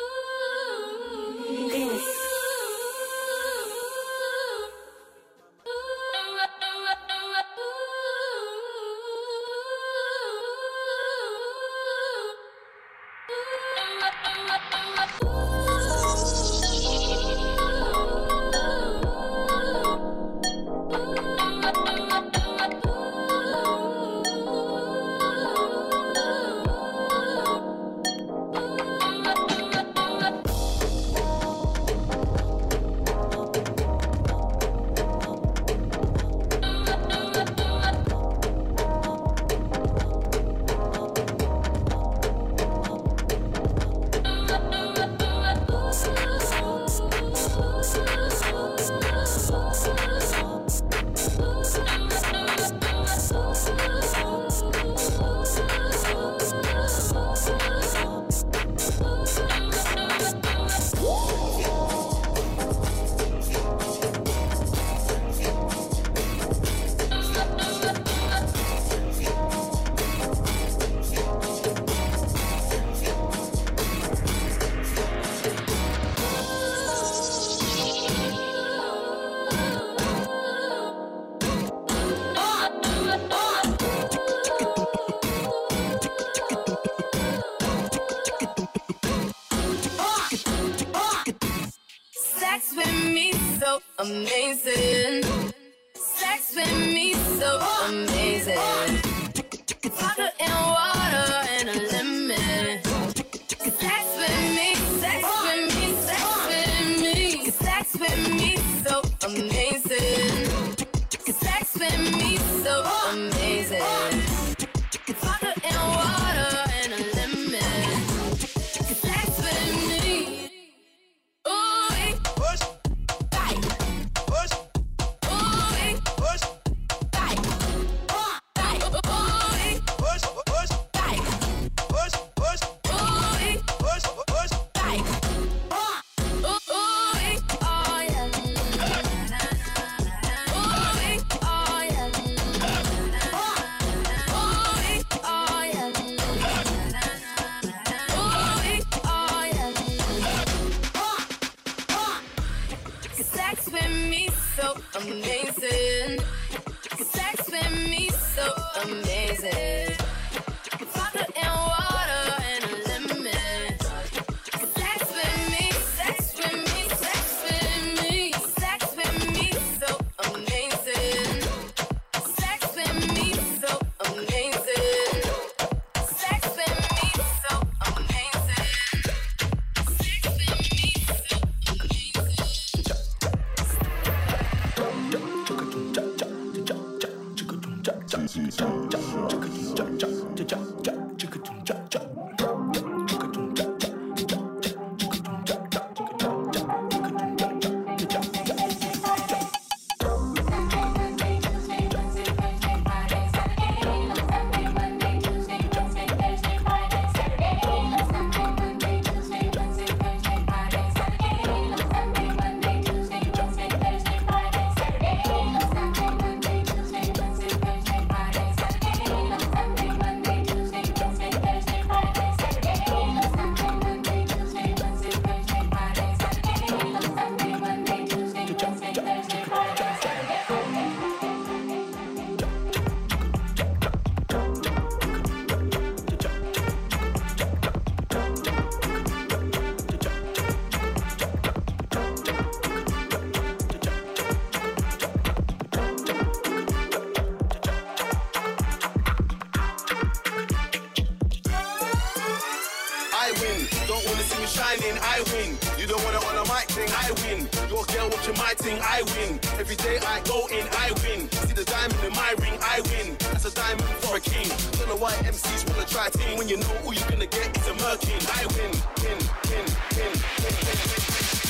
Speaker 12: Amazing. Sex with me so amazing. Vodka and water and a lemon. Sex with me, sex with me, sex with me. Sex with me so amazing. Sex with me so amazing. Vodka and water and a lemon. Sex with me. Ooh, push. Amazing. Sex with me so amazing. Vodka and water and a lemon. Sex with me, sex with me, sex with me. Sex with me so amazing. Sex with me so amazing. Sex with me so amazing. Sex with me
Speaker 13: shining, I win. You don't want it on a mic thing, I win. Your girl watching my thing, I win. Every day I go in, I win. See the diamond in my ring, I win. That's a diamond for a king. Don't know why MCs wanna try team when you know all you're gonna get is a merkin. I win, win, win, win, win, win, win.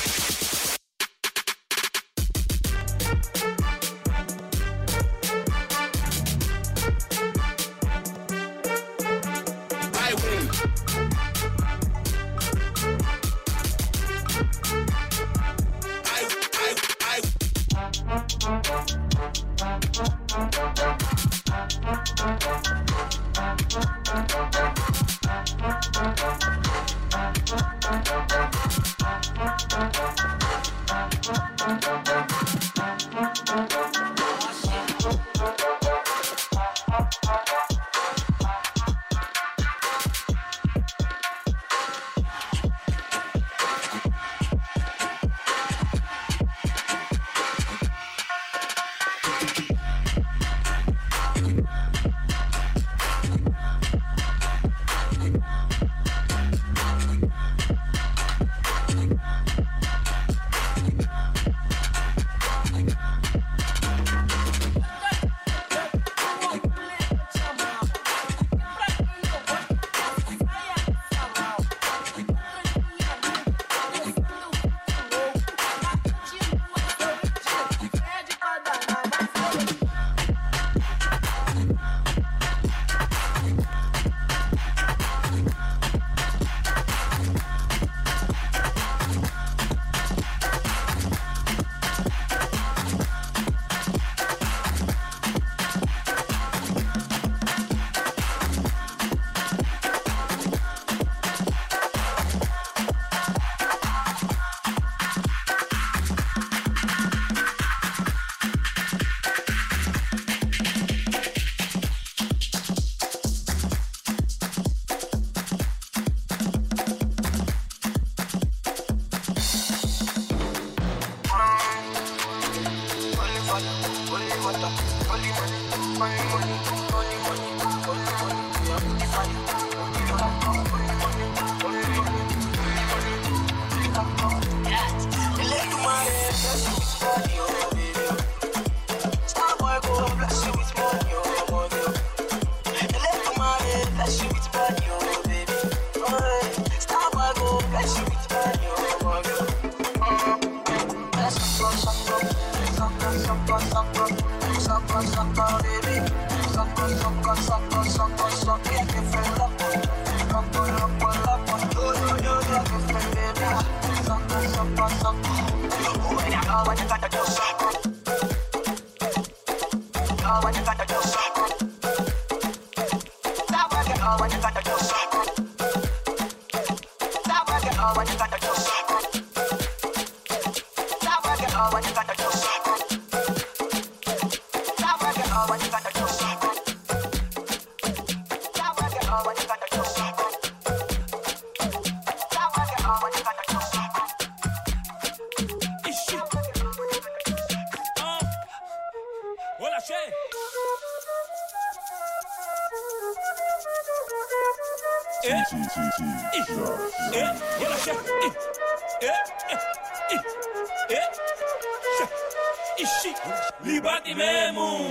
Speaker 14: Libati memu.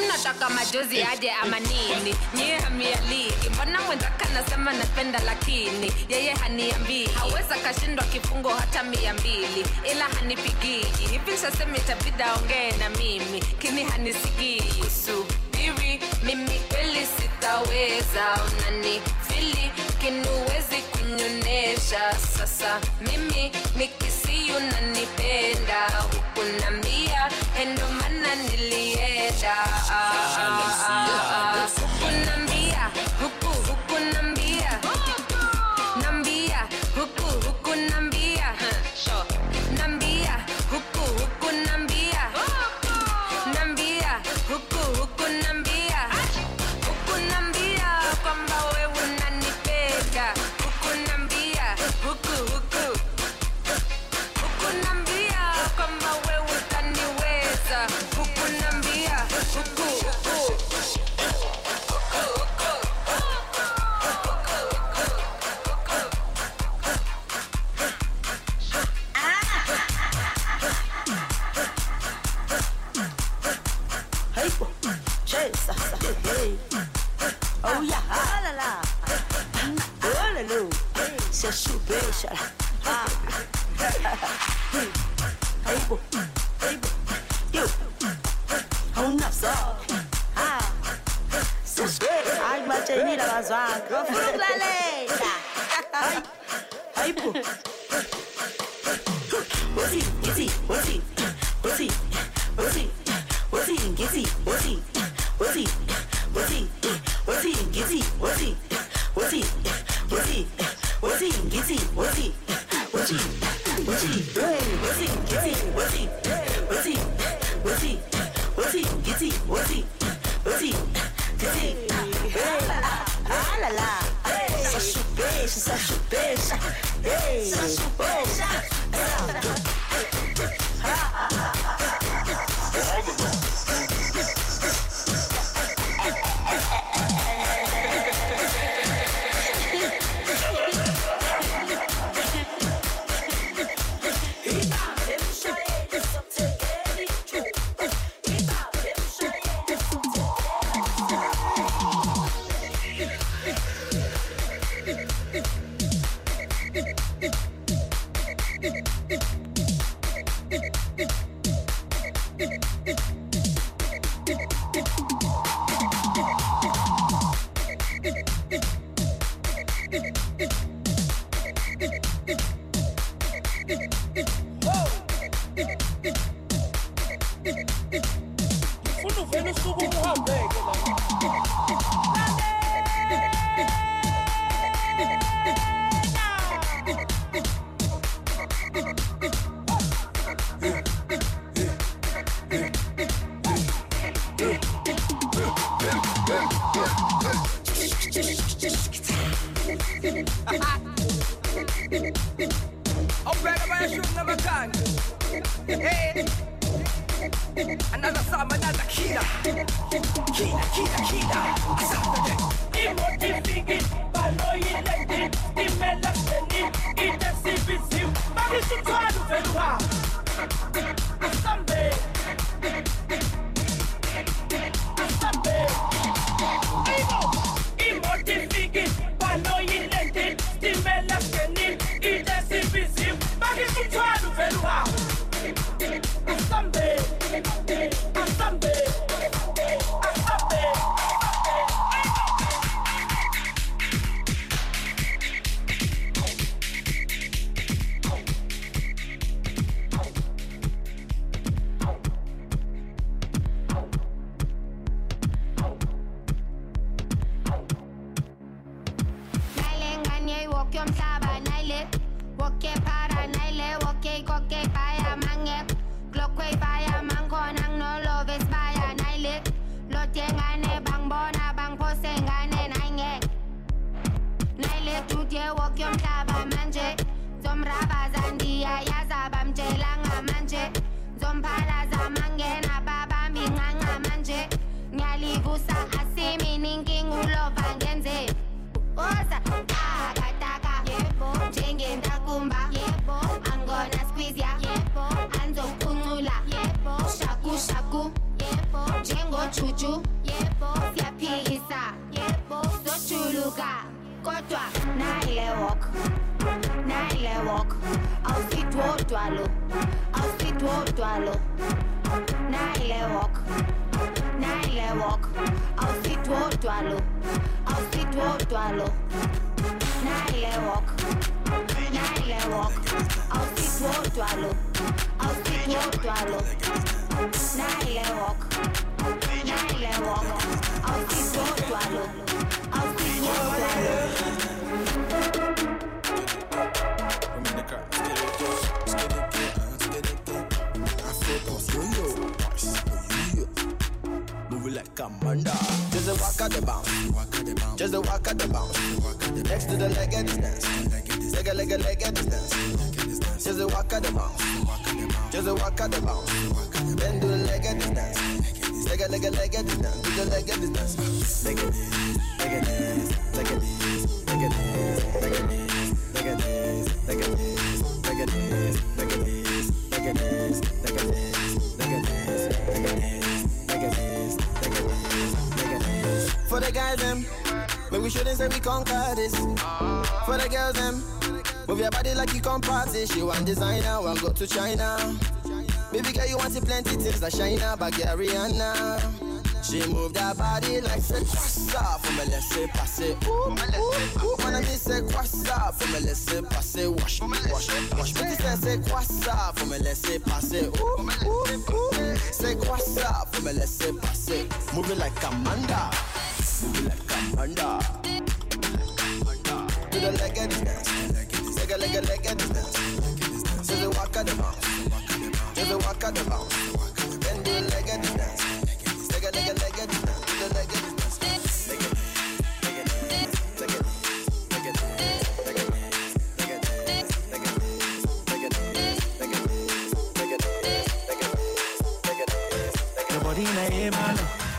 Speaker 14: Nataka majozi aje ama nini? Nyie hamialiki, mbona mwenzaka nasema napenda lakini yeye haniambii. Haweza kashindwa kifungo hata 200, ila hanipigii. Hivi sasemi itabidi aongee na mimi, kini hanisikii. Subiri, mimi kweli sitaweza. Unanifili kinuwezi kunyonesha. Sasa mimi nikisi unanipenda. Hukunambia endo mana nilienda. Hukunambia, hukunambia. Nambia, hukunambia. Nambia, hukunambia. Nambia, hukunambia. Hukunambia kwamba wewe unanipenda. Hukunambia, hukunambia kwamba wewe utaniweza. Hukunambia,
Speaker 8: oh yeah, ah la la, oh la la, c'est super ça. Hey bo, yo, on a ça. Ah, c'est super. Ay, ma chérie la bazar, confronte la ley. Hey bo. What's it?
Speaker 5: Another summer, another killer.
Speaker 10: Chuchu
Speaker 15: twalo, ausitwo twalo. Na ile walk, ausitwo twalo, ausitwo twalo. Na ile walk, ausitwo twalo, ausitwo twalo. Na ile walk, ausitwo twalo, ausitwo twalo.
Speaker 16: Move like Amanda. Just a walk at the bounce. Just a walk at the bounce. Next to the leg at the dance. Leg at the dance. Just a walk at the bounce. Just a walk at the bounce. Then do the leg at the dance. Leg at the dance. Do the leg at the dance. Leg at this. Leg at this. Leg at this. Leg at this. Leg at this. Leg at this. Leg at this. Leg at this. Leg at this. Leg at this. Leg at this. Leg at this. Leg at this. For the guys them, but we shouldn't say we conquer this. For the girls them, move your body like you come party. She want designer, want go to China. Baby girl, you want to plenty things like China, but get Rihanna. She moved her body like say croissant. For me laisser passer. Ooh, ooh, ooh. Mon ami c'est croissant. For me laisser passer. Wash, wash, wash. Petit c'est croissant. For me laisser passer. Ooh, ooh, ooh. C'est croissant. For me laisser passer. Move it like Amanda. Move it like Amanda. Do the leg at this dance. Leg at this dance. Just a walk at the bounce. Just a walk at the bounce. Then do the leg at this dance. Leg at this dance. Do the leg at this dance. Leg at this. Leg at this. Leg at this. Leg at this. Leg at this. Leg at this. Leg at this. Leg at this. Leg at this. Leg at this. Leg at this.
Speaker 17: Your body na man.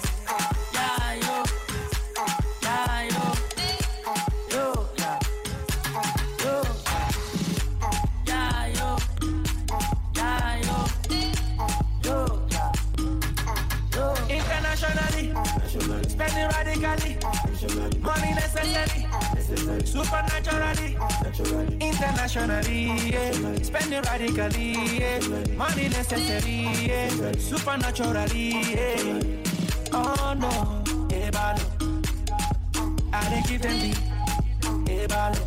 Speaker 17: Spending radically, money necessary, supernaturally, internationally, yeah. Spending radically, yeah. Money necessary, yeah. Supernaturally, yeah. Oh no, ebalo, I didn't give them the ebalo.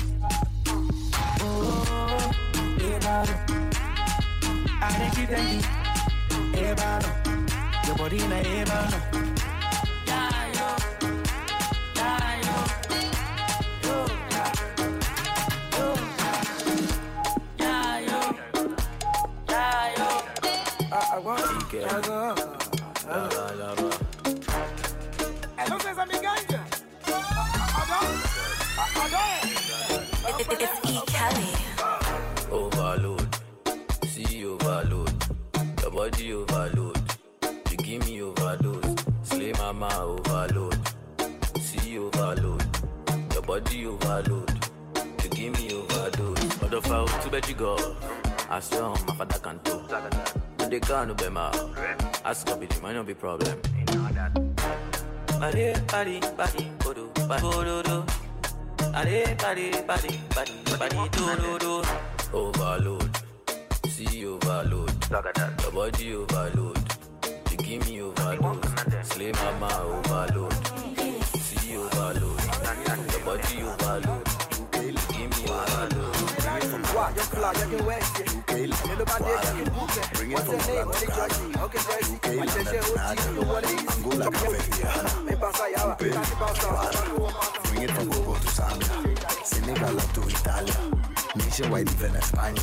Speaker 17: Oh, ebalo, I didn't give them the ebalo. Your body na ebalo.
Speaker 12: It's E. Kelly.
Speaker 18: Overload, see overload, your body overload, you give me overdose, slay mama overload, see overload, your body overload, you give me overdose. Other foul, too bad you go. I saw my father can't do. But they can't be my ask up it, might not be problem. Body, body, body, bodo, bodo. Body, body, body, body, body, do. Overload, see overload, your body overload, you give me overdose, slay mama overload, see overload, your body overload, you give me overdose.
Speaker 19: What? Your fly, you can wear shit. You look at this, you can book it. What's your name? What is your name? Okay, Tracy. What's your shit? What is it?
Speaker 20: Bring it from Gogo to Zambia, Senegal up to Italia, nationwide even España.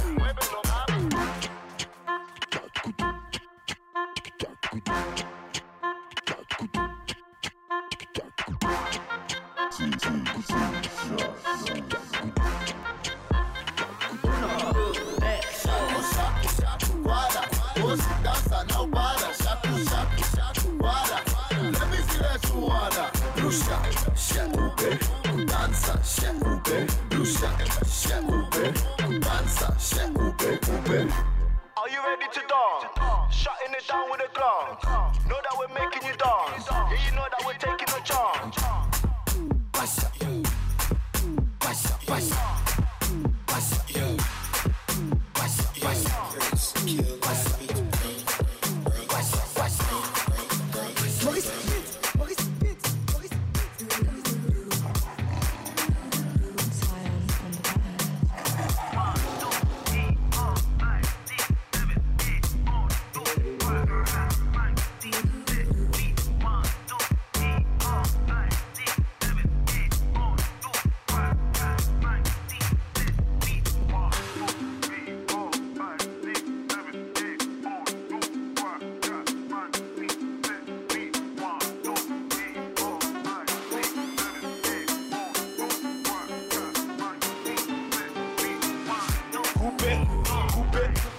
Speaker 16: Are you ready to dance? Shutting it down with a glance. Know that we're making you dance. Yeah, you know that we're taking a chance. Pasa, pasa, pasa, pasa, pasa, pasa.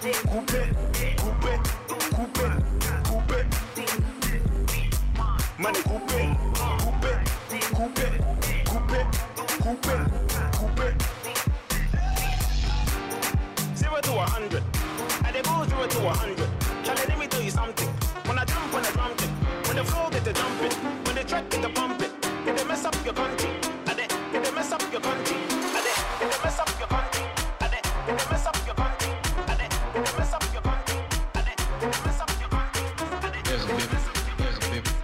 Speaker 17: Coupé, coupé, coupé, coupé. Money coupé, coupé, coupé, coupé, coupé, coupé. 0 to 100. And they go 0 to 100. Charlie, let me tell you something. When I jump on the drum pit, when the flow get to jumping, when the track get to pumping, can they mess up your country? Can they mess up your country? Can they mess up your country? Can they mess up your country? Can they mess up your country? Can they mess up your country? There's a baby. There's a baby.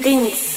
Speaker 12: Remix.